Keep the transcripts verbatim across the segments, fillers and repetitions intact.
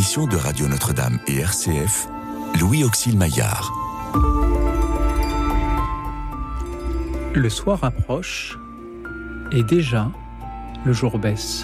émission de Radio Notre-Dame et R C F, Louis Auxil Maillard. Le soir approche et déjà le jour baisse.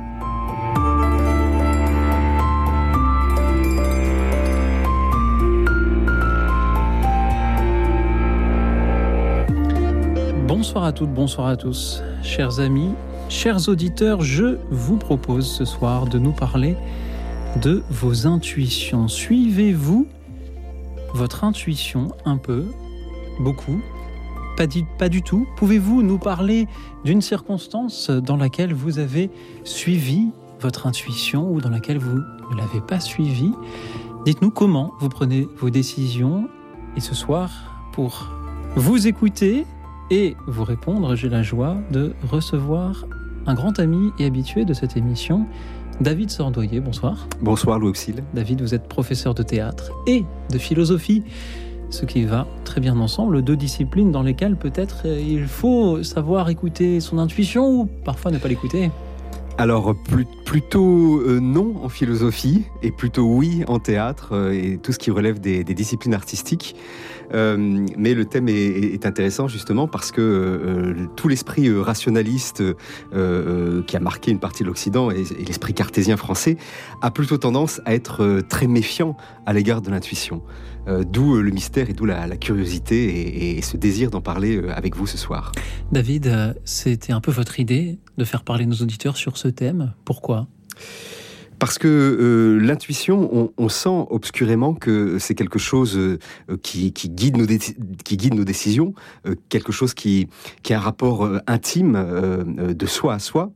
Bonsoir à toutes, bonsoir à tous. Chers amis, chers auditeurs, je vous propose ce soir de nous parler de vos intuitions. Suivez-vous votre intuition un peu, beaucoup, pas du, pas du tout? Pouvez-vous nous parler d'une circonstance dans laquelle vous avez suivi votre intuition ou dans laquelle vous ne l'avez pas suivie? Dites-nous comment vous prenez vos décisions. Et ce soir, pour vous écouter et vous répondre, j'ai la joie de recevoir un grand ami et habitué de cette émission, David Sordoyer. Bonsoir. Bonsoir Louis Auxil. David, vous êtes professeur de théâtre et de philosophie, ce qui va très bien ensemble, deux disciplines dans lesquelles peut-être il faut savoir écouter son intuition ou parfois ne pas l'écouter. Alors, plus, plutôt euh, non en philosophie et plutôt oui en théâtre euh, et tout ce qui relève des, des disciplines artistiques. Euh, mais le thème est, est intéressant justement parce que euh, tout l'esprit euh, rationaliste euh, euh, qui a marqué une partie de l'Occident et, et l'esprit cartésien français a plutôt tendance à être euh, très méfiant à l'égard de l'intuition. Euh, d'où euh, le mystère et d'où la, la curiosité et, et ce désir d'en parler euh, avec vous ce soir. David, euh, c'était un peu votre idée de faire parler nos auditeurs sur ce thème. Pourquoi ? Parce que euh, l'intuition, on, on sent obscurément que c'est quelque chose euh, qui, qui, guide nos dé- qui guide nos décisions, euh, quelque chose qui, qui a un rapport euh, intime euh, de soi à soi.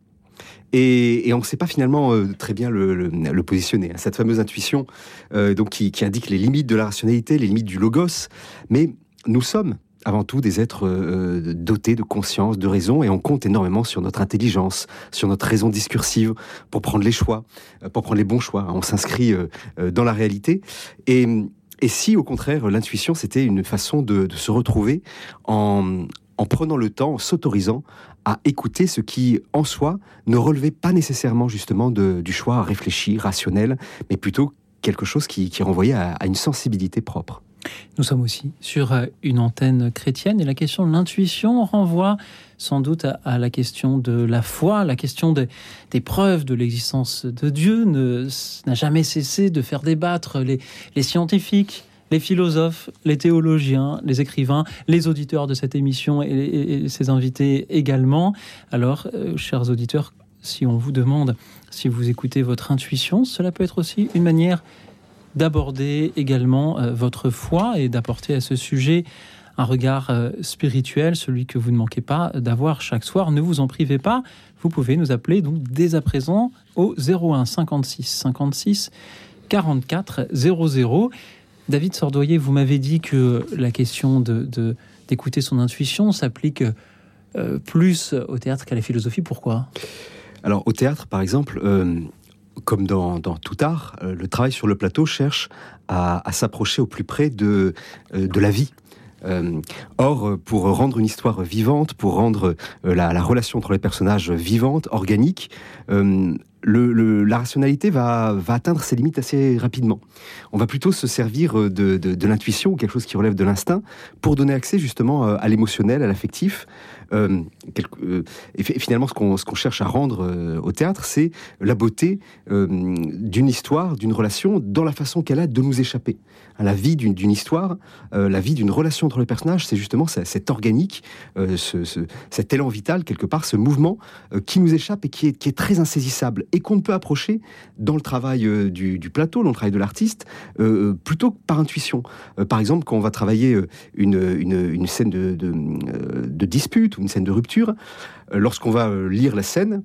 Et, et on ne sait pas finalement euh, très bien le, le, le positionner. Cette fameuse intuition euh, donc qui, qui indique les limites de la rationalité, les limites du logos. Mais nous sommes avant tout des êtres euh, dotés de conscience, de raison, et on compte énormément sur notre intelligence, sur notre raison discursive pour prendre les choix, pour prendre les bons choix. On s'inscrit euh, dans la réalité. Et, et si, au contraire, l'intuition, c'était une façon de, de se retrouver en, en prenant le temps, en s'autorisant à écouter ce qui, en soi, ne relevait pas nécessairement justement de, du choix réfléchi, rationnel, mais plutôt quelque chose qui, qui renvoyait à, à une sensibilité propre. Nous sommes aussi sur une antenne chrétienne et la question de l'intuition renvoie sans doute à, à la question de la foi, la question de, des preuves de l'existence de Dieu ne, n'a jamais cessé de faire débattre les, les scientifiques, les philosophes, les théologiens, les écrivains, les auditeurs de cette émission et, et, et ses invités également. Alors, euh, chers auditeurs, si on vous demande si vous écoutez votre intuition, cela peut être aussi une manière d'aborder également euh, votre foi et d'apporter à ce sujet un regard euh, spirituel, celui que vous ne manquez pas d'avoir chaque soir. Ne vous en privez pas, vous pouvez nous appeler donc dès à présent au zéro un cinquante-six cinquante-six quarante-quatre zéro zéro. David Sordoyer, vous m'avez dit que la question de, de, d'écouter son intuition s'applique euh, plus au théâtre qu'à la philosophie. Pourquoi ? Alors au théâtre, par exemple, euh, comme dans, dans tout art, euh, le travail sur le plateau cherche à, à s'approcher au plus près de, euh, de la vie. Euh, or, pour rendre une histoire vivante, pour rendre euh, la, la relation entre les personnages vivante, organique, euh, le, le, la rationalité va, va atteindre ses limites assez rapidement. On va plutôt se servir de, de, de l'intuition ou quelque chose qui relève de l'instinct pour donner accès justement à l'émotionnel, à l'affectif. Euh, quelque, euh, et finalement, ce qu'on, ce qu'on cherche à rendre euh, au théâtre, c'est la beauté euh, d'une histoire, d'une relation, dans la façon qu'elle a de nous échapper. La vie d'une, d'une histoire, euh, la vie d'une relation entre les personnages, c'est justement cet organique, euh, ce, ce, cet élan vital, quelque part, ce mouvement euh, qui nous échappe et qui est, qui est très insaisissable et qu'on ne peut approcher dans le travail euh, du, du plateau, dans le travail de l'artiste, euh, plutôt que par intuition. Euh, par exemple, quand on va travailler une, une, une scène de, de, de dispute ou une scène de rupture, euh, lorsqu'on va euh, lire la scène,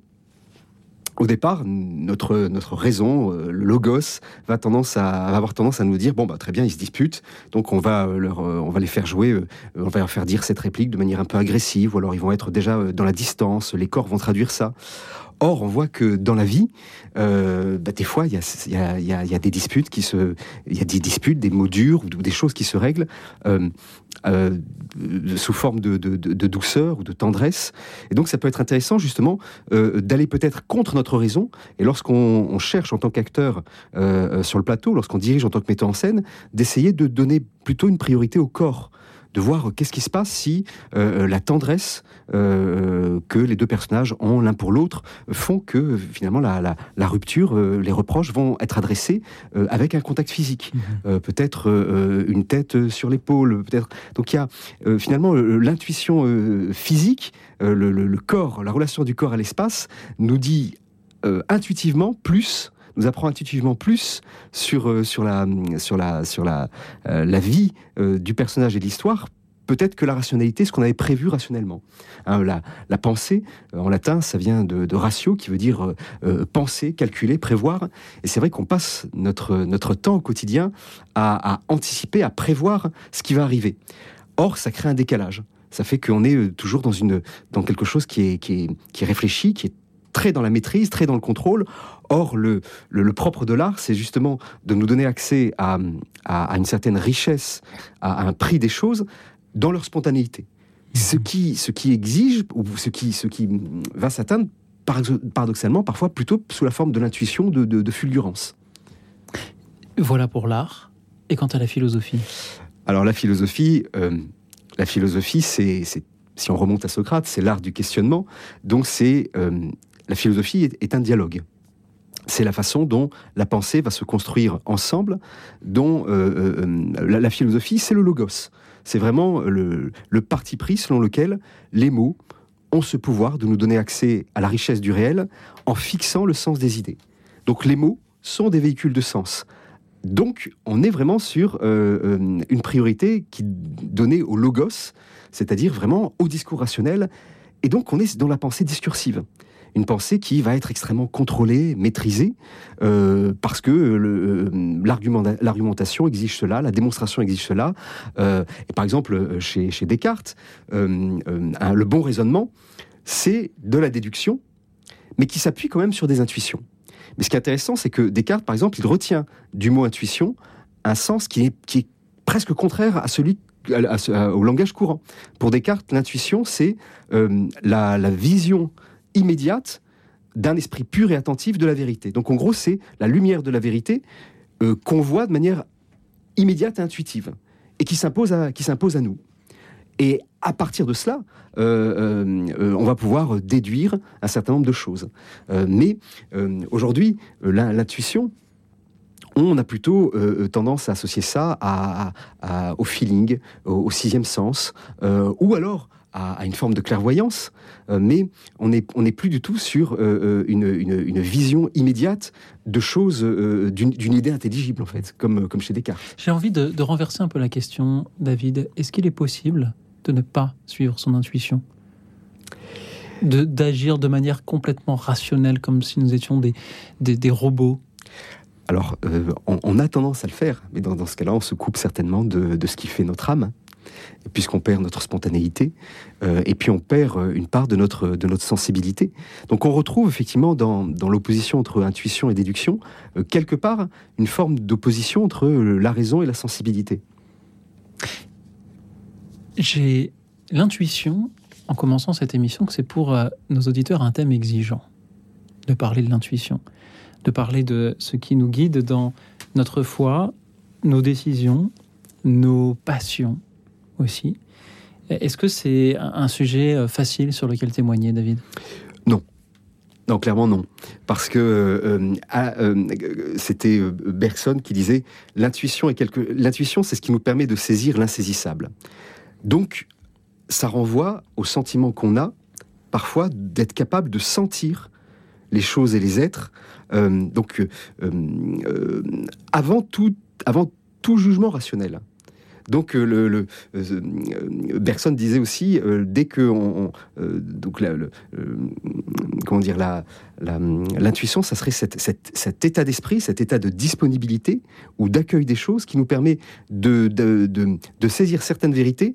au départ, notre, notre raison, euh, le logos, va, tendance à, va avoir tendance à nous dire, bon, bah, très bien, ils se disputent, donc on va, leur, euh, on va les faire jouer, euh, on va leur faire dire cette réplique de manière un peu agressive, ou alors ils vont être déjà euh, dans la distance, les corps vont traduire ça. Or, on voit que dans la vie, euh, bah, des fois, il y a, y, a, y, a, y a des disputes qui se, il y a des disputes, des mots durs ou des choses qui se règlent euh, euh, sous forme de, de, de, de douceur ou de tendresse. Et donc, ça peut être intéressant justement euh, d'aller peut-être contre notre raison. Et lorsqu'on on cherche en tant qu'acteur euh, sur le plateau, lorsqu'on dirige en tant que metteur en scène, d'essayer de donner plutôt une priorité au corps. De voir qu'est-ce qui se passe si euh, la tendresse euh, que les deux personnages ont l'un pour l'autre font que finalement la, la, la rupture, euh, les reproches vont être adressés euh, avec un contact physique, mmh. euh, peut-être euh, une tête sur l'épaule, peut-être. Donc il y a euh, finalement euh, l'intuition euh, physique, euh, le, le, le corps, la relation du corps à l'espace nous dit euh, intuitivement plus. Nous apprend intuitivement plus sur, euh, sur, la, sur, la, sur la, euh, la vie euh, du personnage et de l'histoire, peut-être que la rationalité, ce qu'on avait prévu rationnellement. Hein, la, la pensée, euh, en latin, ça vient de, de ratio, qui veut dire euh, penser, calculer, prévoir. Et c'est vrai qu'on passe notre, notre temps au quotidien à, à anticiper, à prévoir ce qui va arriver. Or, ça crée un décalage. Ça fait qu'on est toujours dans, une, dans quelque chose qui est, qui est, qui est réfléchi, qui est très dans la maîtrise, très dans le contrôle. Or, le, le, le propre de l'art, c'est justement de nous donner accès à, à, à une certaine richesse, à, à un prix des choses, dans leur spontanéité. Ce qui, ce qui exige, ou ce qui, ce qui va s'atteindre, paradoxalement, parfois plutôt sous la forme de l'intuition, de, de, de fulgurance. Voilà pour l'art. Et quant à la philosophie ? Alors, la philosophie, euh, la philosophie, c'est, c'est, si on remonte à Socrate, c'est l'art du questionnement. Donc, c'est... Euh, la philosophie est, est un dialogue. C'est la façon dont la pensée va se construire ensemble, dont euh, euh, la, la philosophie, c'est le logos. C'est vraiment le, le parti pris selon lequel les mots ont ce pouvoir de nous donner accès à la richesse du réel en fixant le sens des idées. Donc les mots sont des véhicules de sens. Donc on est vraiment sur euh, une priorité qui est donnée au logos, c'est-à-dire vraiment au discours rationnel, et donc on est dans la pensée discursive. Une pensée qui va être extrêmement contrôlée, maîtrisée, euh, parce que le, euh, l'argument, l'argumentation exige cela, la démonstration exige cela. Euh, et par exemple, chez, chez Descartes, euh, euh, un, le bon raisonnement, c'est de la déduction, mais qui s'appuie quand même sur des intuitions. Mais ce qui est intéressant, c'est que Descartes, par exemple, il retient du mot intuition un sens qui est, qui est presque contraire à celui à, à, à, au langage courant. Pour Descartes, l'intuition, c'est euh, la, la vision immédiate d'un esprit pur et attentif de la vérité. Donc en gros, c'est la lumière de la vérité euh, qu'on voit de manière immédiate et intuitive, et qui s'impose à, qui s'impose à nous. Et à partir de cela, euh, euh, on va pouvoir déduire un certain nombre de choses. Euh, mais euh, aujourd'hui, l'intuition, on a plutôt euh, tendance à associer ça à, à, à, au feeling, au, au sixième sens, euh, ou alors à, à une forme de clairvoyance, euh, mais on n'est on n'est plus du tout sur euh, une, une, une vision immédiate de choses, euh, d'une, d'une idée intelligible, en fait, comme, comme chez Descartes. J'ai envie de, de renverser un peu la question, David. Est-ce qu'il est possible de ne pas suivre son intuition ? De, d'agir de manière complètement rationnelle, comme si nous étions des, des, des robots ? Alors, euh, on, on a tendance à le faire, mais dans, dans ce cas-là, on se coupe certainement de, de ce qui fait notre âme, puisqu'on perd notre spontanéité, euh, et puis on perd une part de notre, de notre sensibilité. Donc on retrouve effectivement dans, dans l'opposition entre intuition et déduction, euh, quelque part, une forme d'opposition entre la raison et la sensibilité. J'ai l'intuition, en commençant cette émission, que c'est pour euh, nos auditeurs un thème exigeant, de parler de l'intuition, de parler de ce qui nous guide dans notre foi, nos décisions, nos passions aussi. Est-ce que c'est un sujet facile sur lequel témoigner, David ? Non. Non, clairement non. Parce que euh, euh, c'était Bergson qui disait « L'intuition, est quelque... L'intuition, c'est ce qui nous permet de saisir l'insaisissable ». Donc, ça renvoie au sentiment qu'on a, parfois, d'être capable de sentir les choses et les êtres. Euh, donc, euh, euh, avant tout, avant tout jugement rationnel. Donc, euh, le, le, euh, Bergson disait aussi, euh, dès que on, on, euh, donc la, le, euh, comment dire, la, la, l'intuition, ça serait cette, cette, cet état d'esprit, cet état de disponibilité ou d'accueil des choses qui nous permet de, de, de, de saisir certaines vérités.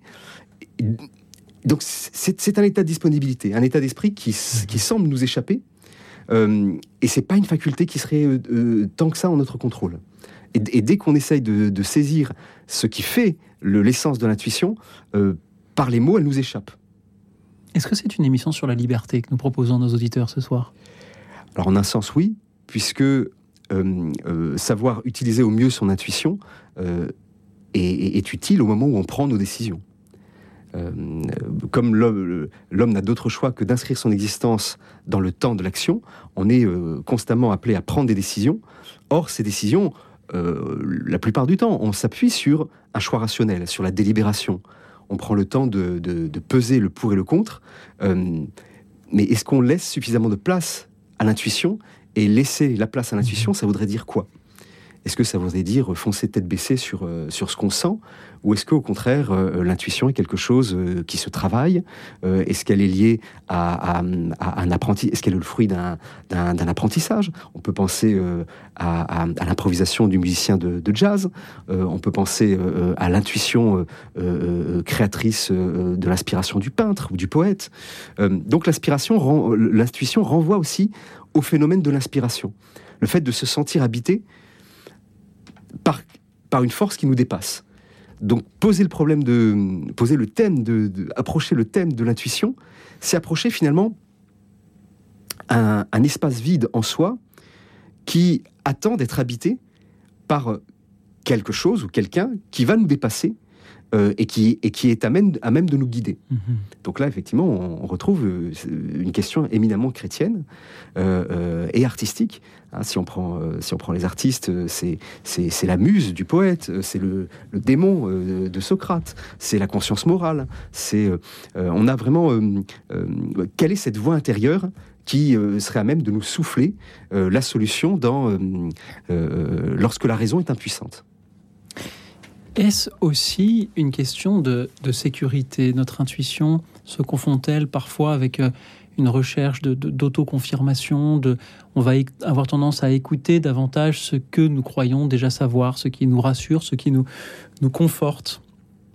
Donc, c'est, c'est un état de disponibilité, un état d'esprit qui, qui semble nous échapper, Euh, et c'est pas une faculté qui serait euh, euh, tant que ça en notre contrôle. Et, et dès qu'on essaye de, de saisir ce qui fait le, l'essence de l'intuition, euh, par les mots, elle nous échappe. Est-ce que c'est une émission sur la liberté que nous proposons à nos auditeurs ce soir ? Alors en un sens, oui, puisque euh, euh, savoir utiliser au mieux son intuition euh, est, est utile au moment où on prend nos décisions. Euh, comme l'homme, l'homme n'a d'autre choix que d'inscrire son existence dans le temps de l'action, on est euh, constamment appelé à prendre des décisions. Or, ces décisions, euh, la plupart du temps, on s'appuie sur un choix rationnel, sur la délibération. On prend le temps de, de, de peser le pour et le contre. Euh, mais est-ce qu'on laisse suffisamment de place à l'intuition ? Et laisser la place à l'intuition, ça voudrait dire quoi ? Est-ce que ça voudrait dire foncer tête baissée sur, euh, sur ce qu'on sent ? Ou est-ce qu'au contraire, euh, l'intuition est quelque chose euh, qui se travaille ? euh, Est-ce qu'elle est liée à, à, à un apprentissage ? Est-ce qu'elle est le fruit d'un, d'un, d'un apprentissage ? On peut penser euh, à, à, à l'improvisation du musicien de, de jazz. Euh, on peut penser euh, à l'intuition euh, euh, créatrice euh, de l'inspiration du peintre ou du poète. Euh, donc l'inspiration, rend, l'intuition renvoie aussi au phénomène de l'inspiration. Le fait de se sentir habité Par, par une force qui nous dépasse. Donc poser le problème de, poser le thème de, de approcher le thème de l'intuition, c'est approcher finalement un, un espace vide en soi qui attend d'être habité par quelque chose ou quelqu'un qui va nous dépasser euh, et, qui, et qui est à même, à même de nous guider. Mmh. Donc là, effectivement, on, on retrouve une question éminemment chrétienne euh, euh, et artistique. Hein, si on prend, euh, si on prend les artistes, c'est, c'est, c'est la muse du poète, c'est le, le démon euh, de Socrate, c'est la conscience morale. C'est, euh, on a vraiment... Euh, euh, quelle est cette voix intérieure qui euh, serait à même de nous souffler euh, la solution dans, euh, euh, lorsque la raison est impuissante. Est-ce aussi une question de, de sécurité ? Notre intuition se confond-elle parfois avec euh, une recherche de, de, d'autoconfirmation de, on va é- avoir tendance à écouter davantage ce que nous croyons déjà savoir, ce qui nous rassure, ce qui nous, nous conforte.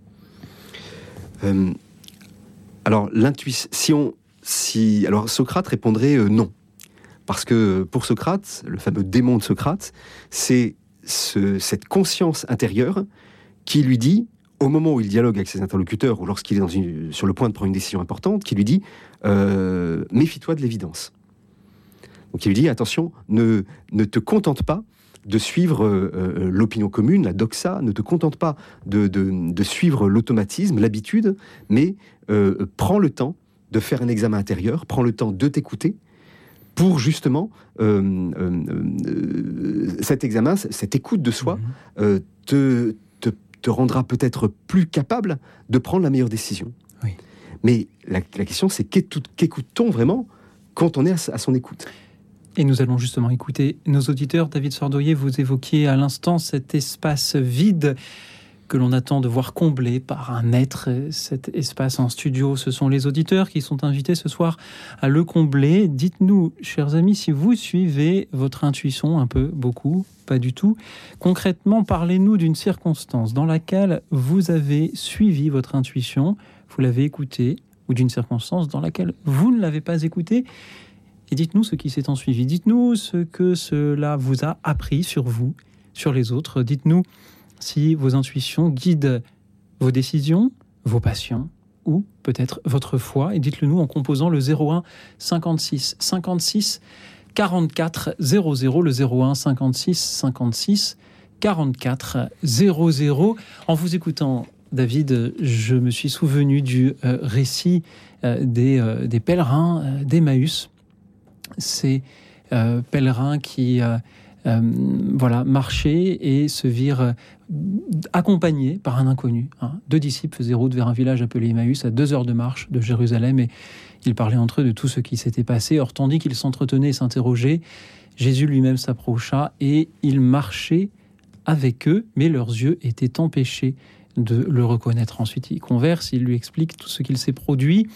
euh, Alors, l'intuition... Si, alors, Socrate répondrait euh, non. Parce que pour Socrate, le fameux démon de Socrate, c'est ce, cette conscience intérieure qui lui dit, au moment où il dialogue avec ses interlocuteurs, ou lorsqu'il est dans une, sur le point de prendre une décision importante, qui lui dit euh, « méfie-toi de l'évidence ». Donc il lui dit « attention, ne, ne te contente pas de suivre euh, l'opinion commune, la doxa, ne te contente pas de, de, de suivre l'automatisme, l'habitude, mais euh, prends le temps de faire un examen intérieur, prends le temps de t'écouter, pour justement, euh, euh, euh, cet examen, cette écoute de soi, euh, te, te, te rendra peut-être plus capable de prendre la meilleure décision. Oui. Mais la, la question, c'est qu'écoute-t-on vraiment quand on est à, à son écoute ? Et nous allons justement écouter nos auditeurs. David Sordoyer, vous évoquiez à l'instant cet espace vide que l'on attend de voir comblé par un être. Cet espace en studio, ce sont les auditeurs qui sont invités ce soir à le combler. Dites-nous, chers amis, si vous suivez votre intuition un peu, beaucoup, pas du tout. Concrètement, parlez-nous d'une circonstance dans laquelle vous avez suivi votre intuition, vous l'avez écoutée, ou d'une circonstance dans laquelle vous ne l'avez pas écoutée. Et dites-nous ce qui s'est ensuivi. Dites-nous ce que cela vous a appris sur vous, sur les autres. Dites-nous si vos intuitions guident vos décisions, vos passions, ou peut-être votre foi. Et dites-le nous en composant le zéro un cinquante-six cinquante-six quarante-quatre zéro zéro, le zéro un cinquante-six cinquante-six quarante-quatre zéro zéro. En vous écoutant, David, je me suis souvenu du euh, récit euh, des, euh, des pèlerins euh, d'Emmaüs. Ces euh, pèlerins qui... Euh, Euh, voilà, marcher et se virent euh, accompagnés par un inconnu. Hein. Deux disciples faisaient route vers un village appelé Emmaüs, à deux heures de marche de Jérusalem, et ils parlaient entre eux de tout ce qui s'était passé. Or, tandis qu'ils s'entretenaient et s'interrogeaient, Jésus lui-même s'approcha et il marchait avec eux, mais leurs yeux étaient empêchés de le reconnaître. Ensuite, ils conversent, il lui explique tout ce qu'il s'est produit.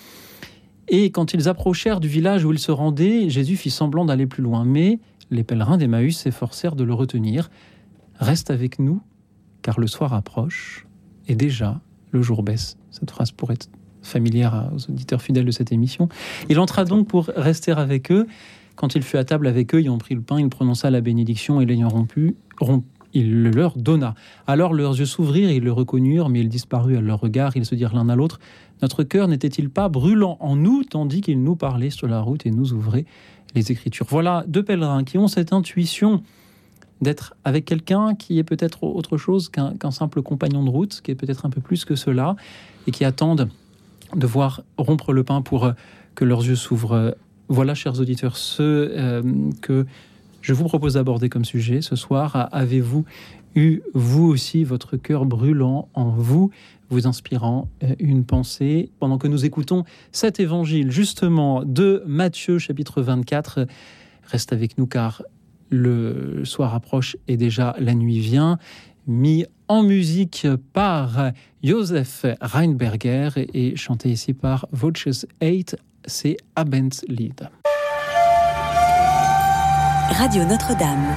Et quand ils approchèrent du village où ils se rendaient, Jésus fit semblant d'aller plus loin, mais les pèlerins d'Emmaüs s'efforcèrent de le retenir. « Reste avec nous, car le soir approche, et déjà le jour baisse. » Cette phrase pourrait être familière aux auditeurs fidèles de cette émission. Il entra donc pour rester avec eux. Quand il fut à table avec eux, ayant pris le pain, il prononça la bénédiction et l'ayant rompu, rompu il le leur donna. Alors leurs yeux s'ouvrirent et ils le reconnurent, mais il disparut à leur regard. Ils se dirent l'un à l'autre, notre cœur n'était-il pas brûlant en nous, tandis qu'il nous parlait sur la route et nous ouvrait les Écritures. Voilà deux pèlerins qui ont cette intuition d'être avec quelqu'un qui est peut-être autre chose qu'un, qu'un simple compagnon de route, qui est peut-être un peu plus que cela, et qui attendent de voir rompre le pain pour que leurs yeux s'ouvrent. Voilà, chers auditeurs, ce euh, que je vous propose d'aborder comme sujet ce soir. Avez-vous eu, vous aussi, votre cœur brûlant en vous, vous inspirant une pensée pendant que nous écoutons cet évangile, justement, de Matthieu, chapitre vingt-quatre. Reste avec nous, car le soir approche et déjà la nuit vient. Mis en musique par Josef Rheinberger et chanté ici par Voces huit, c'est Abendlied. Radio Notre-Dame.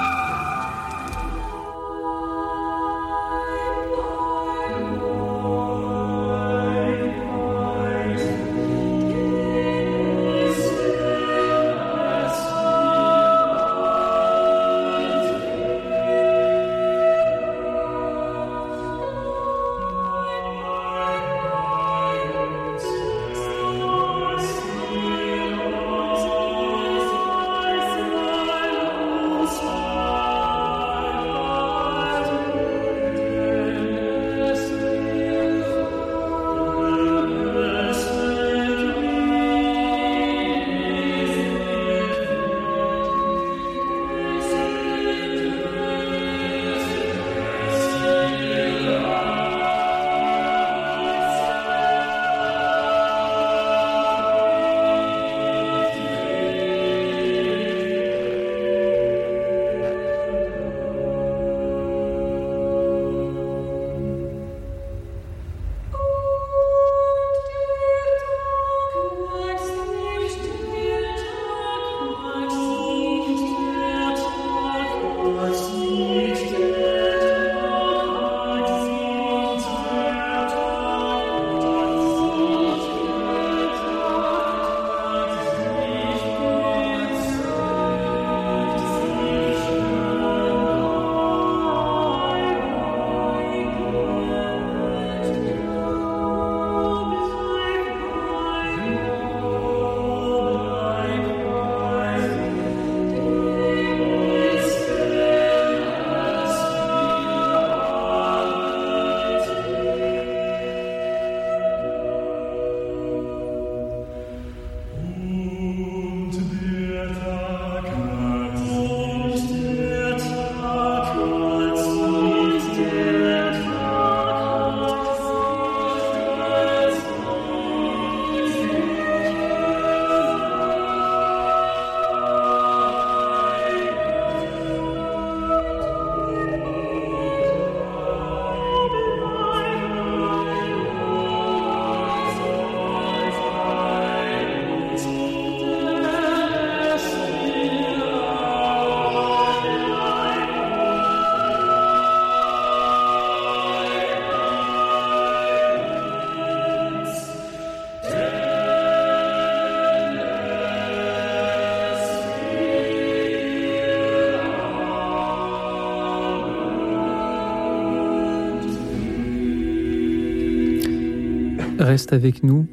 Reste avec nous,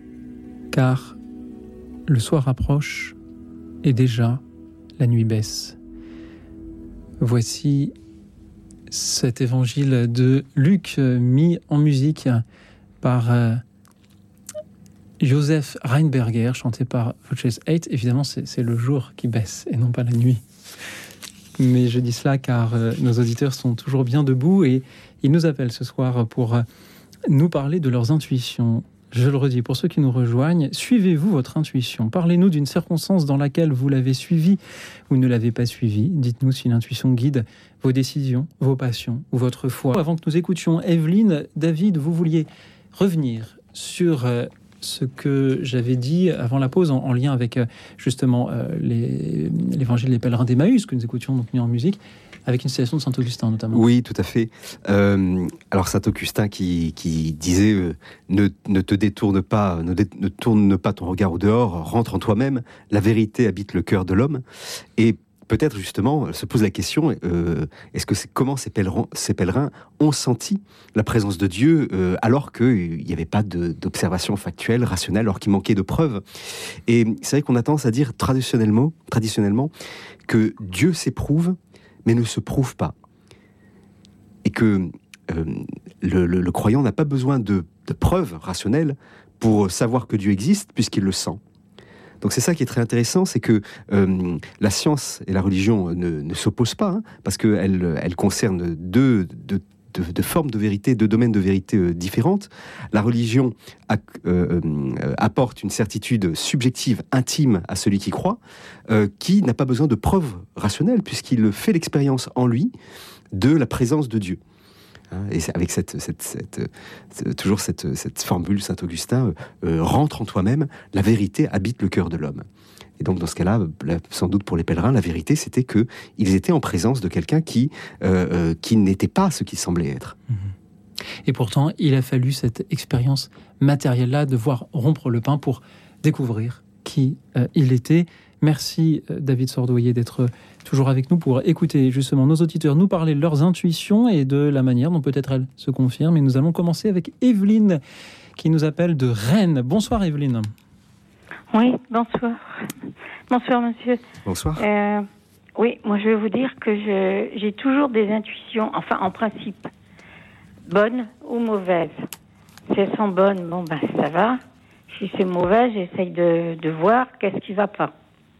car le soir approche et déjà la nuit baisse. Voici cet évangile de Luc mis en musique par euh, Josef Rheinberger, chanté par Voces huit. Évidemment, c'est, c'est le jour qui baisse et non pas la nuit. Mais je dis cela car euh, nos auditeurs sont toujours bien debout et ils nous appellent ce soir pour euh, nous parler de leurs intuitions. Je le redis, pour ceux qui nous rejoignent, suivez-vous votre intuition. Parlez-nous d'une circonstance dans laquelle vous l'avez suivie ou ne l'avez pas suivie. Dites-nous si l'intuition guide vos décisions, vos passions ou votre foi. Avant que nous écoutions Evelyne, David, vous vouliez revenir sur euh, ce que j'avais dit avant la pause en, en lien avec euh, justement euh, les, l'évangile des pèlerins d'Emmaüs que nous écoutions donc mis en musique, avec une citation de saint Augustin notamment. Oui, tout à fait. Euh, alors saint Augustin qui, qui disait euh, ne, ne te détourne pas, ne, dé, ne tourne pas ton regard au dehors, rentre en toi-même. La vérité habite le cœur de l'homme. Et peut-être justement se pose la question euh, est-ce que c'est comment ces pèlerins, ces pèlerins ont senti la présence de Dieu euh, alors qu'il n'y avait pas de, d'observation factuelle, rationnelle, alors qu'il manquait de preuves. Et c'est vrai qu'on a tendance à dire traditionnellement, traditionnellement que Dieu s'éprouve mais ne se prouve pas. Et que euh, le, le, le croyant n'a pas besoin de, de preuves rationnelles pour savoir que Dieu existe, puisqu'il le sent. Donc c'est ça qui est très intéressant, c'est que euh, la science et la religion ne, ne s'opposent pas, hein, parce qu'elles elles concernent deux, deux, deux, deux formes de vérité, deux domaines de vérité euh, différentes. La religion a, euh, euh, apporte une certitude subjective, intime à celui qui croit, euh, qui n'a pas besoin de preuves rationnelles, puisqu'il fait l'expérience en lui de la présence de Dieu. Et c'est avec cette, cette, cette, cette, toujours cette, cette formule, saint Augustin, euh, rentre en toi-même, la vérité habite le cœur de l'homme. Et donc dans ce cas-là, sans doute pour les pèlerins, la vérité c'était qu'ils étaient en présence de quelqu'un qui, euh, euh, qui n'était pas ce qu'il semblait être. Et pourtant, il a fallu cette expérience matérielle-là de voir rompre le pain pour découvrir qui euh, il était. Merci euh, David Sordoyer d'être toujours avec nous pour écouter justement nos auditeurs nous parler de leurs intuitions et de la manière dont peut-être elles se confirment. Et nous allons commencer avec Evelyne qui nous appelle de Rennes. Bonsoir Evelyne. Oui, bonsoir. Bonsoir monsieur. Bonsoir. Euh, oui, moi je vais vous dire que je, j'ai toujours des intuitions, enfin en principe, bonnes ou mauvaises. Si elles sont bonnes, bon ben ça va. Si c'est mauvais, j'essaye de, de voir qu'est-ce qui va pas.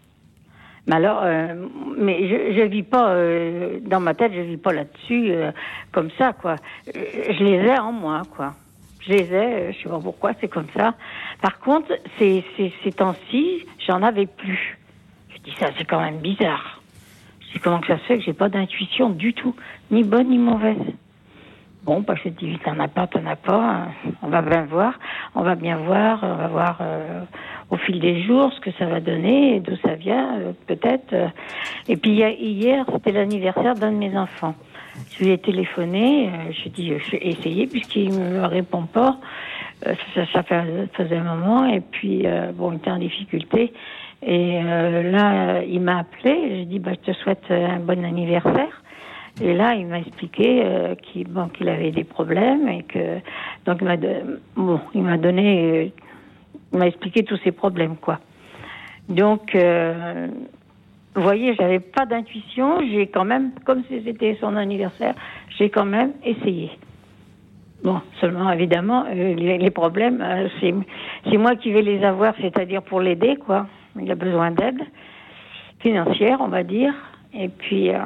Mais alors, euh, mais je, je vis pas euh, dans ma tête, je vis pas là-dessus euh, comme ça, quoi. Je les ai en moi, quoi. Je les ai, je sais pas pourquoi, c'est comme ça. Par contre, ces, ces, ces temps-ci, j'en avais plus. Je dis ça, c'est quand même bizarre. Je dis comment que ça se fait que j'ai pas d'intuition du tout, ni bonne ni mauvaise. Bon, bah je dis, t'en as pas, t'en as pas. On va bien voir, on va bien voir, on va voir euh, au fil des jours ce que ça va donner, et d'où ça vient, euh, peut-être. Et puis hier, c'était l'anniversaire d'un de mes enfants. Je lui ai téléphoné, euh, je dis, je vais essayer puisqu'il ne me répond pas. Euh, ça, ça fait, faisait un moment, et puis euh, bon, il était en difficulté. Et euh, là, il m'a appelé. J'ai dit, bah je te souhaite un bon anniversaire. Et là, il m'a expliqué euh, qu'il, bon, qu'il avait des problèmes et que donc il m'a, de, bon, il m'a donné, il m'a expliqué tous ses problèmes, quoi. Donc, euh, vous voyez, j'avais pas d'intuition. J'ai quand même, comme si c'était son anniversaire, j'ai quand même essayé. Bon, seulement évidemment, euh, les, les problèmes, euh, c'est, c'est moi qui vais les avoir, c'est-à-dire pour l'aider, quoi. Il a besoin d'aide financière, on va dire, et puis. Euh,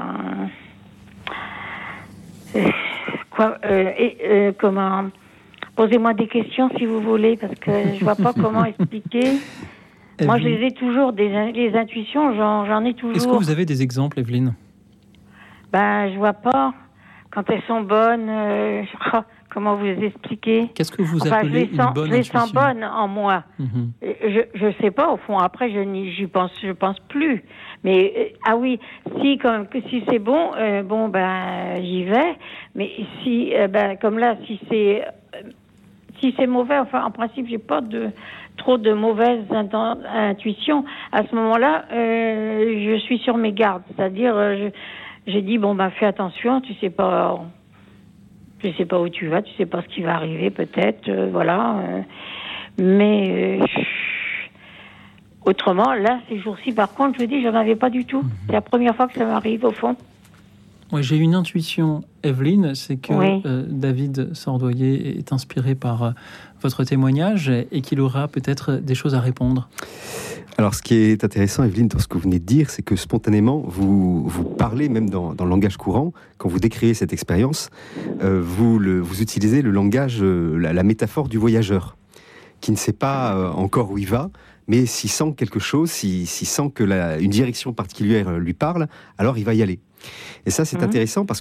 Quoi, euh, et, euh, comment posez-moi des questions si vous voulez, parce que je vois pas comment expliquer. Moi, je les ai toujours, des, les intuitions, j'en, j'en ai toujours. Est-ce que vous avez des exemples, Evelyne ? Ben, je vois pas. Quand elles sont bonnes, euh, oh, comment vous les expliquer ? Qu'est-ce que vous enfin, appelez je sens, une bonne je les intuition ? sens bonnes en moi. Mm-hmm. Je je sais pas au fond. Après, je n'y j'y pense, je pense plus. Mais euh, ah oui, si comme que si c'est bon, euh, bon ben j'y vais. Mais si euh, ben comme là, si c'est euh, si c'est mauvais, enfin en principe, j'ai pas de trop de mauvaises inten- intuitions. À ce moment-là, euh, je suis sur mes gardes. C'est-à-dire, euh, je, j'ai dit bon ben fais attention, tu sais pas. Tu sais pas où tu vas, tu sais pas ce qui va arriver, peut-être, euh, voilà. Euh, mais euh, autrement, là, ces jours-ci, par contre, je vous dis, j'en avais pas du tout. C'est la première fois que ça m'arrive, au fond. Oui, j'ai une intuition, Evelyne, c'est que oui. euh, David Sordoyer est inspiré par euh, votre témoignage et qu'il aura peut-être des choses à répondre. Alors, ce qui est intéressant, Evelyne, dans ce que vous venez de dire, c'est que spontanément, vous, vous parlez, même dans, dans le langage courant, quand vous décrivez cette expérience, euh, vous, le, vous utilisez le langage, euh, la, la métaphore du voyageur, qui ne sait pas euh, encore où il va, mais s'il sent quelque chose, s'il, s'il sent que la, une direction particulière lui parle, alors il va y aller. Et ça, c'est mmh. intéressant parce que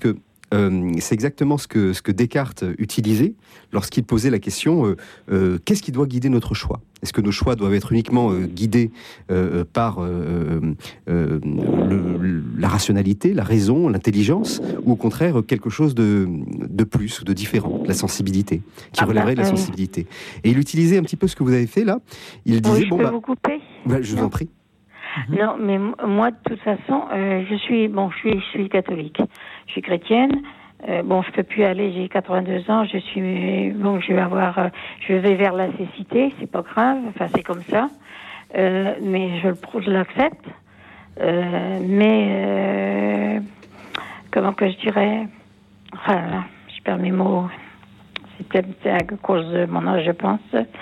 euh, c'est exactement ce que, ce que Descartes utilisait lorsqu'il posait la question euh, euh, qu'est-ce qui doit guider notre choix ? Est-ce que nos choix doivent être uniquement euh, guidés euh, par euh, euh, le, la rationalité, la raison, l'intelligence, ou au contraire quelque chose de, de plus, de différent, la sensibilité, qui ah relèverait bah, de la euh... sensibilité. Et il utilisait un petit peu ce que vous avez fait là. Il disait, oui, je bon, peux bah, vous couper bah, je vous non. en prie. Non, mais moi, de toute façon, euh, je suis, bon, je suis, je suis catholique, je suis chrétienne. Euh, bon, je peux plus aller, j'ai quatre-vingt-deux ans, je suis, bon, je vais avoir, euh, je vais vers la cécité, c'est pas grave, enfin, c'est comme ça. Euh, mais je, je l'accepte. Euh, mais, euh, comment que je dirais, enfin, là, je perds mes mots. C'est peut-être à cause de mon âge, je pense.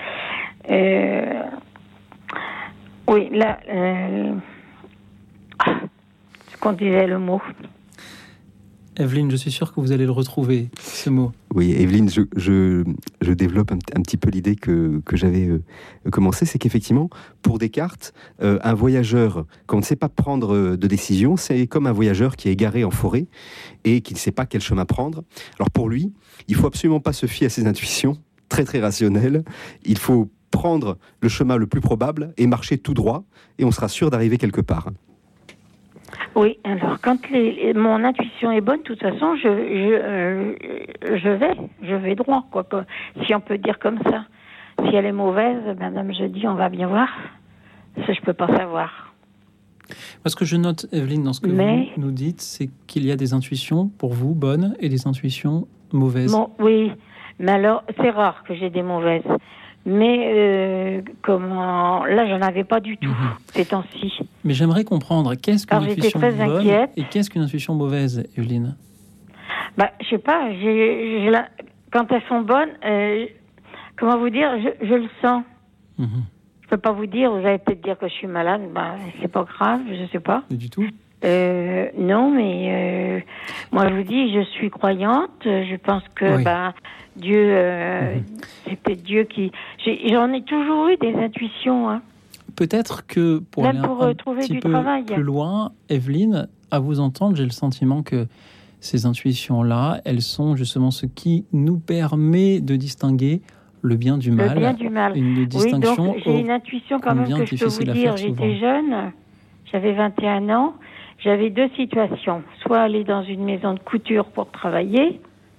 Euh, oui, là, euh, ah, ce qu'on disait le mot. Evelyne, je suis sûr que vous allez le retrouver, ce mot. Oui, Evelyne, je, je, je développe un, un petit peu l'idée que, que j'avais euh, commencé, c'est qu'effectivement, pour Descartes, euh, un voyageur, quand on ne sait pas prendre de décision, c'est comme un voyageur qui est égaré en forêt et qui ne sait pas quel chemin prendre. Alors pour lui, il ne faut absolument pas se fier à ses intuitions, très très rationnelles. Il faut prendre le chemin le plus probable et marcher tout droit, et on sera sûr d'arriver quelque part. Oui, alors quand les, mon intuition est bonne, de toute façon, je, je, euh, je vais, je vais droit, quoi, quoi, si on peut dire comme ça. Si elle est mauvaise, madame, je dis, on va bien voir. Ça, je peux pas savoir. Parce que je note, Evelyne, dans ce que Mais... vous nous dites, c'est qu'il y a des intuitions, pour vous, bonnes, et des intuitions mauvaises. Bon, oui, mais alors, c'est rare que j'ai des mauvaises. Mais euh, comment là, j'en avais pas du tout mmh. ces temps-ci. Mais j'aimerais comprendre qu'est-ce qu'une intuition bonne inquiète. Et qu'est-ce qu'une intuition mauvaise, Evelyne ? Bah, je sais pas. J'ai, j'ai la... quand elles sont bonnes, euh, comment vous dire, je, je le sens. Mmh. Je peux pas vous dire. Vous allez peut-être dire que je suis malade. Bah, c'est pas grave. Je sais pas. Pas du tout. Euh, non, mais euh, moi, je vous dis, je suis croyante. Je pense que oui. bah. Dieu, euh, mmh. c'est peut-être Dieu qui... J'ai, j'en ai toujours eu des intuitions. Hein. Peut-être que pour Même aller pour un, euh, un trouver petit du peu travail. plus loin, Evelyne, à vous entendre, j'ai le sentiment que ces intuitions-là, elles sont justement ce qui nous permet de distinguer le bien du mal. Le bien du mal. Une distinction. Oui, donc j'ai une intuition quand même que je peux vous dire. J'étais jeune, j'avais vingt et un ans, j'avais deux situations. Soit aller dans une maison de couture pour travailler,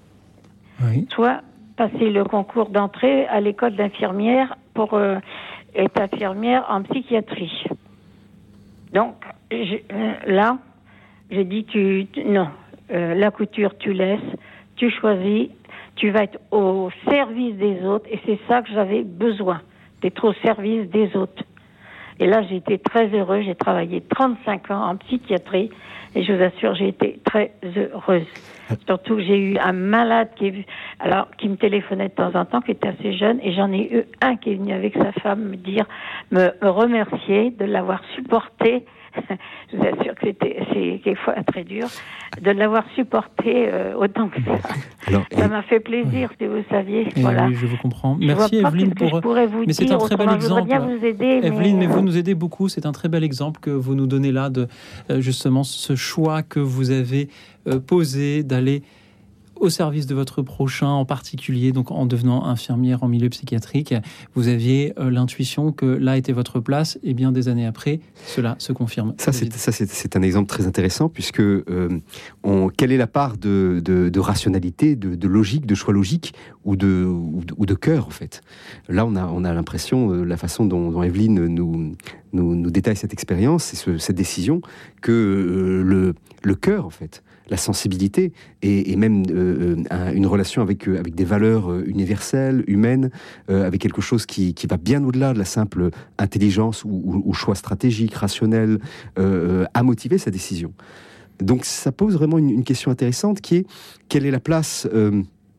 oui. soit passer le concours d'entrée à l'école d'infirmière pour euh, être infirmière en psychiatrie. Donc, je, euh, là, j'ai dit, tu, tu, non, euh, la couture, tu laisses, tu choisis, tu vas être au service des autres, et c'est ça que j'avais besoin, d'être au service des autres. Et là, j'ai été très heureuse, j'ai travaillé trente-cinq ans en psychiatrie, et je vous assure, j'ai été très heureuse. Surtout que j'ai eu un malade qui, est, alors, qui me téléphonait de temps en temps, qui était assez jeune, et j'en ai eu un qui est venu avec sa femme me dire, me, me remercier de l'avoir supporté. Je vous assure que c'était, c'est quelquefois très dur, de l'avoir supporté euh, autant que ça. Alors, ça et... m'a fait plaisir, oui. si vous saviez. Et voilà. Oui, je vous comprends. Je Merci Evelyne pour. Mais c'est un très bel exemple. Je voudrais bien vous aider. Evelyne, mais... mais vous nous aidez beaucoup. C'est un très bel exemple que vous nous donnez là de euh, justement ce choix que vous avez euh, posé d'aller au service de votre prochain, en particulier donc en devenant infirmière en milieu psychiatrique. Vous aviez euh, l'intuition que là était votre place, et bien des années après, cela se confirme. Ça, c'est, ça c'est, c'est un exemple très intéressant, puisque euh, on, quelle est la part de, de, de rationalité, de, de logique, de choix logique, ou de, ou de, ou de cœur, en fait. Là, on a, on a l'impression, euh, la façon dont, dont Evelyne nous, nous, nous détaille cette expérience, et ce, cette décision, que euh, le, le cœur, en fait, la sensibilité et, et même euh, une relation avec, avec des valeurs universelles, humaines, euh, avec quelque chose qui, qui va bien au-delà de la simple intelligence ou, ou, ou choix stratégique, rationnel, euh, à motiver sa décision. Donc ça pose vraiment une, une question intéressante qui est quelle est la place euh,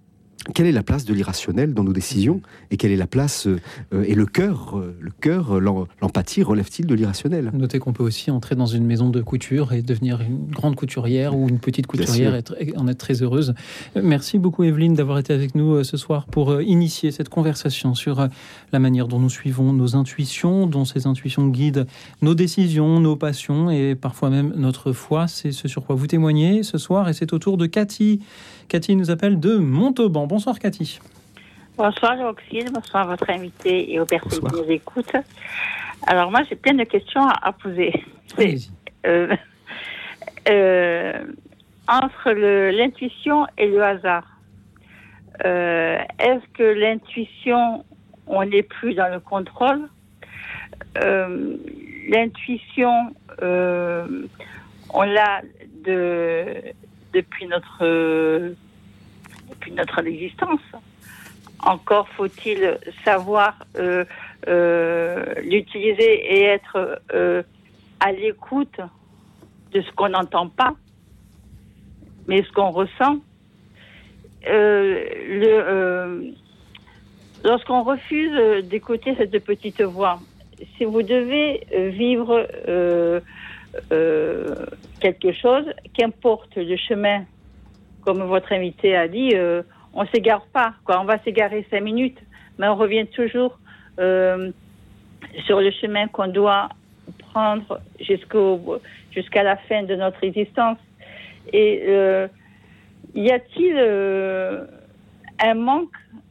quelle est la place de l'irrationnel dans nos décisions et quelle est la place euh, et le cœur, euh, le cœur, l'empathie relève-t-il de l'irrationnel? Notez qu'on peut aussi entrer dans une maison de couture et devenir une grande couturière ou une petite couturière et être, en être très heureuse. Merci beaucoup Evelyne d'avoir été avec nous ce soir pour initier cette conversation sur la manière dont nous suivons nos intuitions, dont ces intuitions guident nos décisions, nos passions et parfois même notre foi. C'est ce sur quoi vous témoignez ce soir et c'est au tour de Cathy. Cathy nous appelle de Montauban. Bonsoir Cathy. Bonsoir Oxyde, bonsoir à votre invité et aux personnes Bonsoir. qui nous écoutent. Alors moi j'ai plein de questions à, à poser. C'est, euh, euh, entre le, l'intuition et le hasard, euh, est-ce que l'intuition, on n'est plus dans le contrôle? euh, L'intuition, euh, on l'a de, depuis notre euh, depuis notre existence. Encore faut-il savoir euh, euh, l'utiliser et être euh, à l'écoute de ce qu'on n'entend pas, mais ce qu'on ressent. Euh, le, euh, lorsqu'on refuse d'écouter cette petite voix, si vous devez vivre euh, euh, quelque chose, qu'importe le chemin, comme votre invité a dit, euh, on ne s'égare pas, quoi. On va s'égarer cinq minutes, mais on revient toujours euh, sur le chemin qu'on doit prendre jusqu'au, jusqu'à la fin de notre existence. Et euh, y a-t-il euh, un manque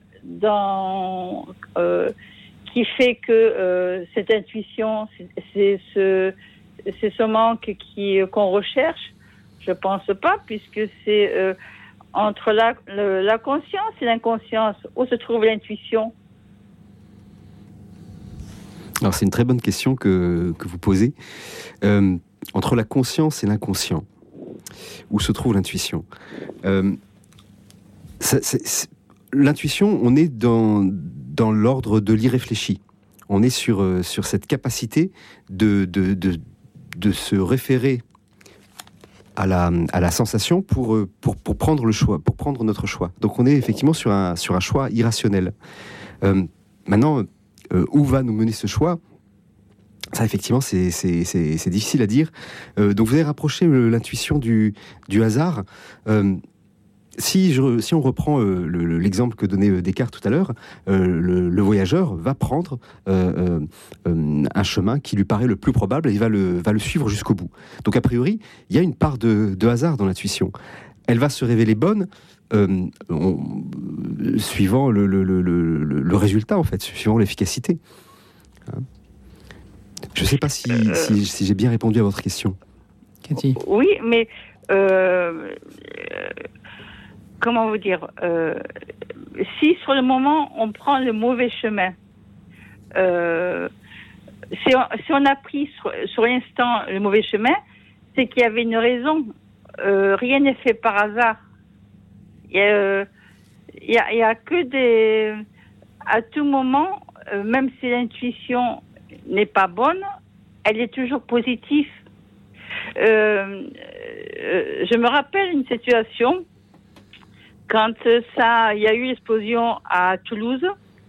dans, euh, qui fait que euh, cette intuition, c'est, c'est, ce, c'est ce manque qui, qu'on recherche? Je ne pense pas, puisque c'est euh, entre la, le, la conscience et l'inconscience, où se trouve l'intuition? Alors c'est une très bonne question que, que vous posez. Euh, entre la conscience et l'inconscient, où se trouve l'intuition? euh, ça, c'est, c'est, L'intuition, on est dans, dans l'ordre de l'irréfléchi. On est sur, euh, sur cette capacité de, de, de, de se référer à la, à la sensation pour, pour, pour prendre le choix, pour prendre notre choix. Donc on est effectivement sur un, sur un choix irrationnel. Euh, maintenant, euh, où va nous mener ce choix? Ça, effectivement, c'est, c'est, c'est, c'est difficile à dire. Euh, donc vous avez rapproché euh, l'intuition du, du hasard. Euh, Si, je, si on reprend euh, le, l'exemple que donnait Descartes tout à l'heure, euh, le, le voyageur va prendre euh, euh, un chemin qui lui paraît le plus probable et il va le, va le suivre jusqu'au bout. Donc a priori, il y a une part de, de hasard dans l'intuition. Elle va se révéler bonne euh, on, suivant le, le, le, le, le résultat, en fait, suivant l'efficacité. Hein? Je ne sais pas si, euh... si, si j'ai bien répondu à votre question. Cathy. Oui, mais... Euh... Comment vous dire, euh, si sur le moment on prend le mauvais chemin, euh, si, on, si on a pris sur, sur l'instant le mauvais chemin, c'est qu'il y avait une raison. Euh, rien n'est fait par hasard. Il y a, euh, il y a, il y a que des... À tout moment, euh, même si l'intuition n'est pas bonne, elle est toujours positive. Euh, euh, je me rappelle une situation... Quand ça, il y a eu l'explosion à Toulouse,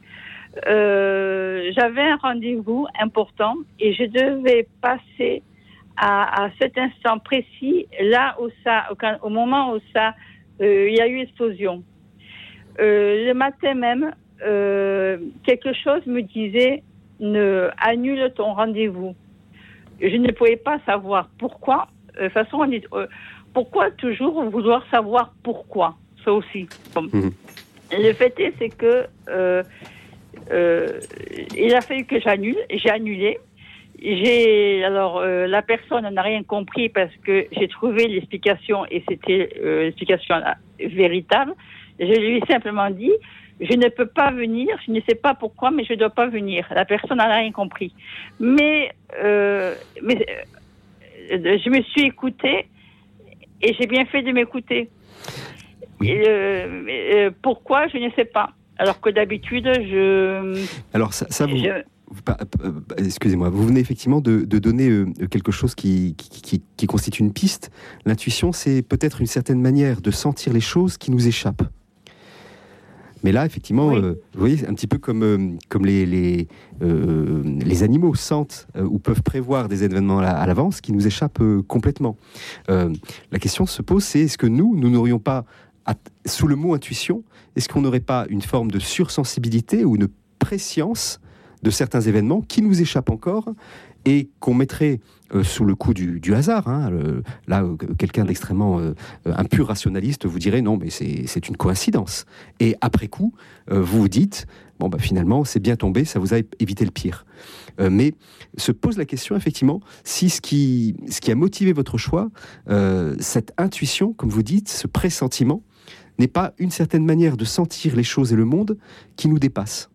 euh, j'avais un rendez-vous important et je devais passer à, à cet instant précis, là où ça, au, au moment où ça, euh, il y a eu explosion. Euh, le matin même, euh, quelque chose me disait ne annule ton rendez-vous. Je ne pouvais pas savoir pourquoi. De toute façon, on dit, euh, pourquoi toujours vouloir savoir pourquoi? Ça aussi. Bon. Mmh. Le fait est, c'est que euh, euh, il a fallu que j'annule. J'ai annulé. J'ai alors euh, la personne n'a rien compris parce que j'ai trouvé l'explication et c'était euh, l'explication là, véritable. Je lui ai simplement dit je ne peux pas venir. Je ne sais pas pourquoi, mais je ne dois pas venir. La personne n'a rien compris. Mais euh, mais euh, je me suis écoutée et j'ai bien fait de m'écouter. Oui. Et, euh, euh, pourquoi, je ne sais pas. Alors que d'habitude, je... Alors ça, ça vous... Je... Excusez-moi, vous venez effectivement de, de donner euh, quelque chose qui, qui, qui, qui constitue une piste. L'intuition, c'est peut-être une certaine manière de sentir les choses qui nous échappent. Mais là, effectivement, Oui. euh, vous voyez, un petit peu comme, euh, comme les, les, euh, les animaux sentent euh, ou peuvent prévoir des événements à, à l'avance qui nous échappent euh, complètement. Euh, la question se pose, c'est est-ce que nous, nous n'aurions pas, à, sous le mot intuition, est-ce qu'on n'aurait pas une forme de sursensibilité ou une préscience de certains événements qui nous échappent encore et qu'on mettrait euh, sous le coup du, du hasard. Hein, le, là, euh, quelqu'un d'extrêmement euh, un pur rationaliste vous dirait non, mais c'est, c'est une coïncidence. Et après coup, euh, vous vous dites bon, bah, finalement, c'est bien tombé, ça vous a évité le pire. Euh, mais se pose la question, effectivement, si ce qui, ce qui a motivé votre choix, euh, cette intuition, comme vous dites, ce pressentiment, n'est pas une certaine manière de sentir les choses et le monde qui nous dépasse.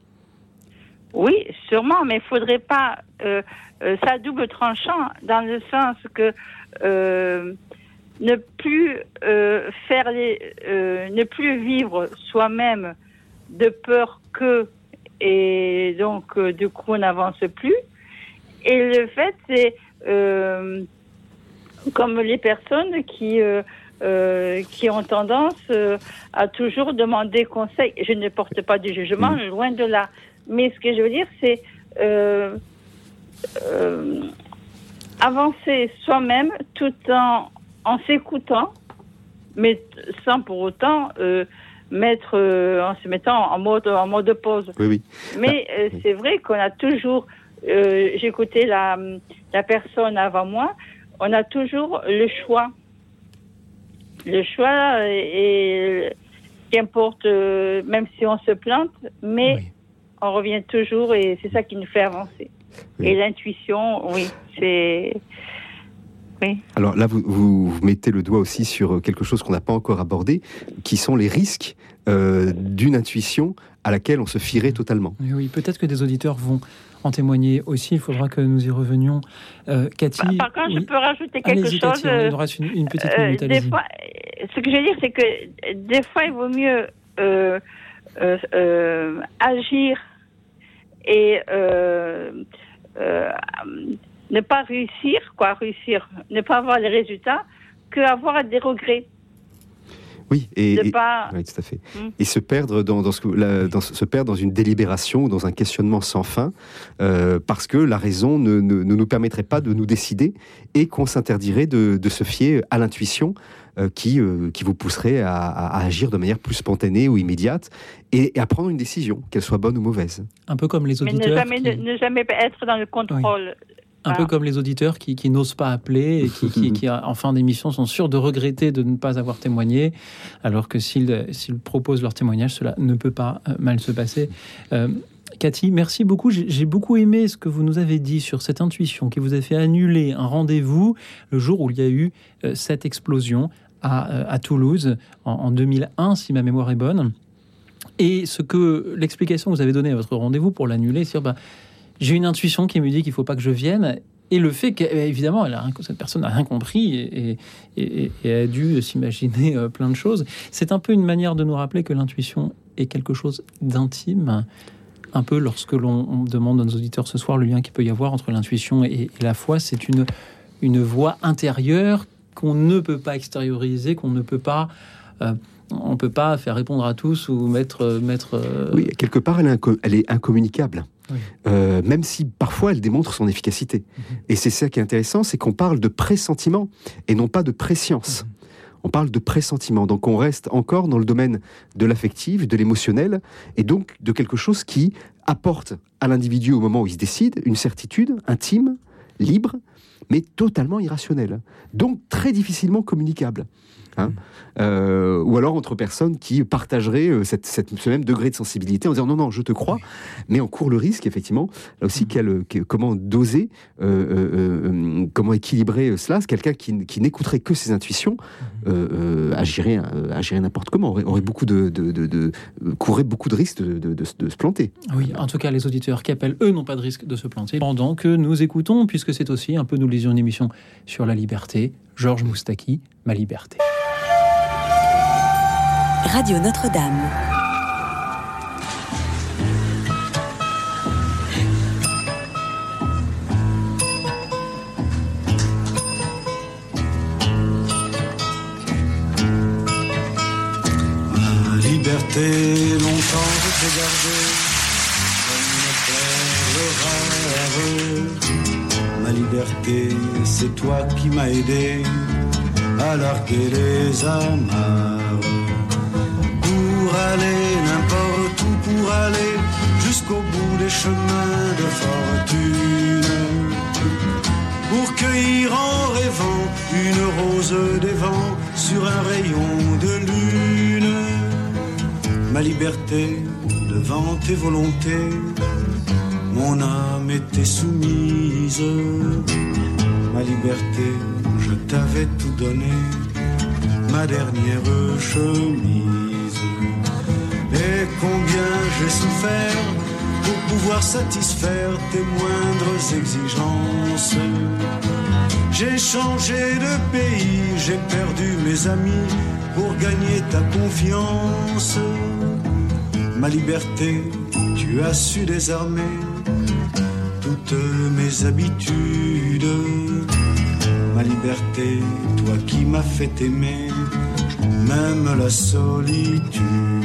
Oui, sûrement, mais il ne faudrait pas... Euh, euh, ça a double tranchant, dans le sens que euh, ne plus euh, faire les, euh, ne plus vivre soi-même de peur que, et donc euh, du coup on n'avance plus. Et le fait, c'est euh, comme les personnes qui... Euh, Euh, qui ont tendance euh, à toujours demander conseil. Je ne porte pas de jugement, mmh. loin de là. Mais ce que je veux dire, c'est euh, euh, avancer soi-même tout en, en s'écoutant, mais sans pour autant euh, mettre, euh, en se mettant en mode, en mode pause. Oui, oui. Mais euh, c'est vrai qu'on a toujours, euh, j'écoutais la, la personne avant moi, on a toujours le choix. Le choix est, qu'importe, euh, même si on se plante, mais oui. on revient toujours et c'est ça qui nous fait avancer. Oui. Et l'intuition, oui, c'est... Oui. Alors là, vous, vous, vous mettez le doigt aussi sur quelque chose qu'on n'a pas encore abordé, qui sont les risques euh, d'une intuition à laquelle on se fierait totalement. Oui, oui, peut-être que des auditeurs vont en témoigner aussi. Il faudra que nous y revenions. Euh, Cathy, par, par contre, oui. je peux rajouter quelque allez-y, chose. Cathy, il nous reste une, une petite minute. Euh, des fois, ce que je veux dire, c'est que des fois, il vaut mieux euh, euh, euh, agir et euh, euh, ne pas réussir, quoi, réussir, ne pas avoir les résultats, qu'avoir des regrets. Oui, et, et, pas... oui, tout à fait. Mmh. Et se perdre dans, dans, ce, la, dans se perdre dans une délibération ou dans un questionnement sans fin, euh, parce que la raison ne, ne, ne nous permettrait pas de nous décider et qu'on s'interdirait de, de se fier à l'intuition euh, qui, euh, qui vous pousserait à, à, à agir de manière plus spontanée ou immédiate et, et à prendre une décision, qu'elle soit bonne ou mauvaise. Un peu comme les auditeurs. Mais ne jamais, qui... ne, ne jamais être dans le contrôle. Oui. Un peu comme les auditeurs qui, qui n'osent pas appeler et qui, qui, qui, en fin d'émission, sont sûrs de regretter de ne pas avoir témoigné, alors que s'ils, s'ils proposent leur témoignage, cela ne peut pas mal se passer. Euh, Cathy, merci beaucoup. J'ai, j'ai beaucoup aimé ce que vous nous avez dit sur cette intuition qui vous a fait annuler un rendez-vous le jour où il y a eu euh, cette explosion à, à Toulouse, en, en deux mille un, si ma mémoire est bonne. Et ce que l'explication que vous avez donnée à votre rendez-vous pour l'annuler, c'est bah, j'ai une intuition qui me dit qu'il ne faut pas que je vienne. Et le fait qu'évidemment, elle a rien, cette personne n'a rien compris et, et, et a dû s'imaginer plein de choses. C'est un peu une manière de nous rappeler que l'intuition est quelque chose d'intime. Un peu lorsque l'on demande à nos auditeurs ce soir le lien qu'il peut y avoir entre l'intuition et, et la foi. C'est une, une voix intérieure qu'on ne peut pas extérioriser, qu'on ne peut pas... Euh, on ne peut pas faire répondre à tous ou mettre... mettre euh... Oui, quelque part, elle est, inco- elle est incommunicable. Oui. Euh, même si parfois elle démontre son efficacité. Mmh. Et c'est ça qui est intéressant, c'est qu'on parle de pressentiment et non pas de prescience. Mmh. On parle de pressentiment, donc on reste encore dans le domaine de l'affectif, de l'émotionnel, et donc de quelque chose qui apporte à l'individu au moment où il se décide une certitude intime, libre, mais totalement irrationnelle. Donc très difficilement communicable. Hein, euh, ou alors entre personnes qui partageraient cette, cette, ce même degré de sensibilité en disant non, non, je te crois, mais on court le risque, effectivement, là aussi, quel, quel, comment doser, euh, euh, comment équilibrer cela. C'est quelqu'un qui, qui n'écouterait que ses intuitions, euh, euh, agirait, euh, agirait n'importe comment, aurait, aurait beaucoup de, de, de, de, courait beaucoup de risques de, de, de, de se planter. Oui, en tout cas, les auditeurs qui appellent, eux, n'ont pas de risque de se planter, pendant que nous écoutons, puisque c'est aussi un peu, nous lisions une émission sur la liberté, Georges Moustaki, Ma liberté. Radio Notre-Dame. Ma liberté porté, longtemps je t'ai gardé comme une perle rare. Ma liberté, c'est toi qui m'as aidé à larguer les amarres. Pour aller n'importe où, pour aller jusqu'au bout des chemins de fortune. Pour cueillir en rêvant une rose des vents sur un rayon de lune. Ma liberté devant tes volontés, mon âme était soumise. Ma liberté, je t'avais tout donné, ma dernière chemise. Et combien j'ai souffert pour pouvoir satisfaire tes moindres exigences. J'ai changé de pays, j'ai perdu mes amis pour gagner ta confiance. Ma liberté, tu as su désarmer toutes mes habitudes. Ma liberté, toi qui m'as fait aimer même la solitude.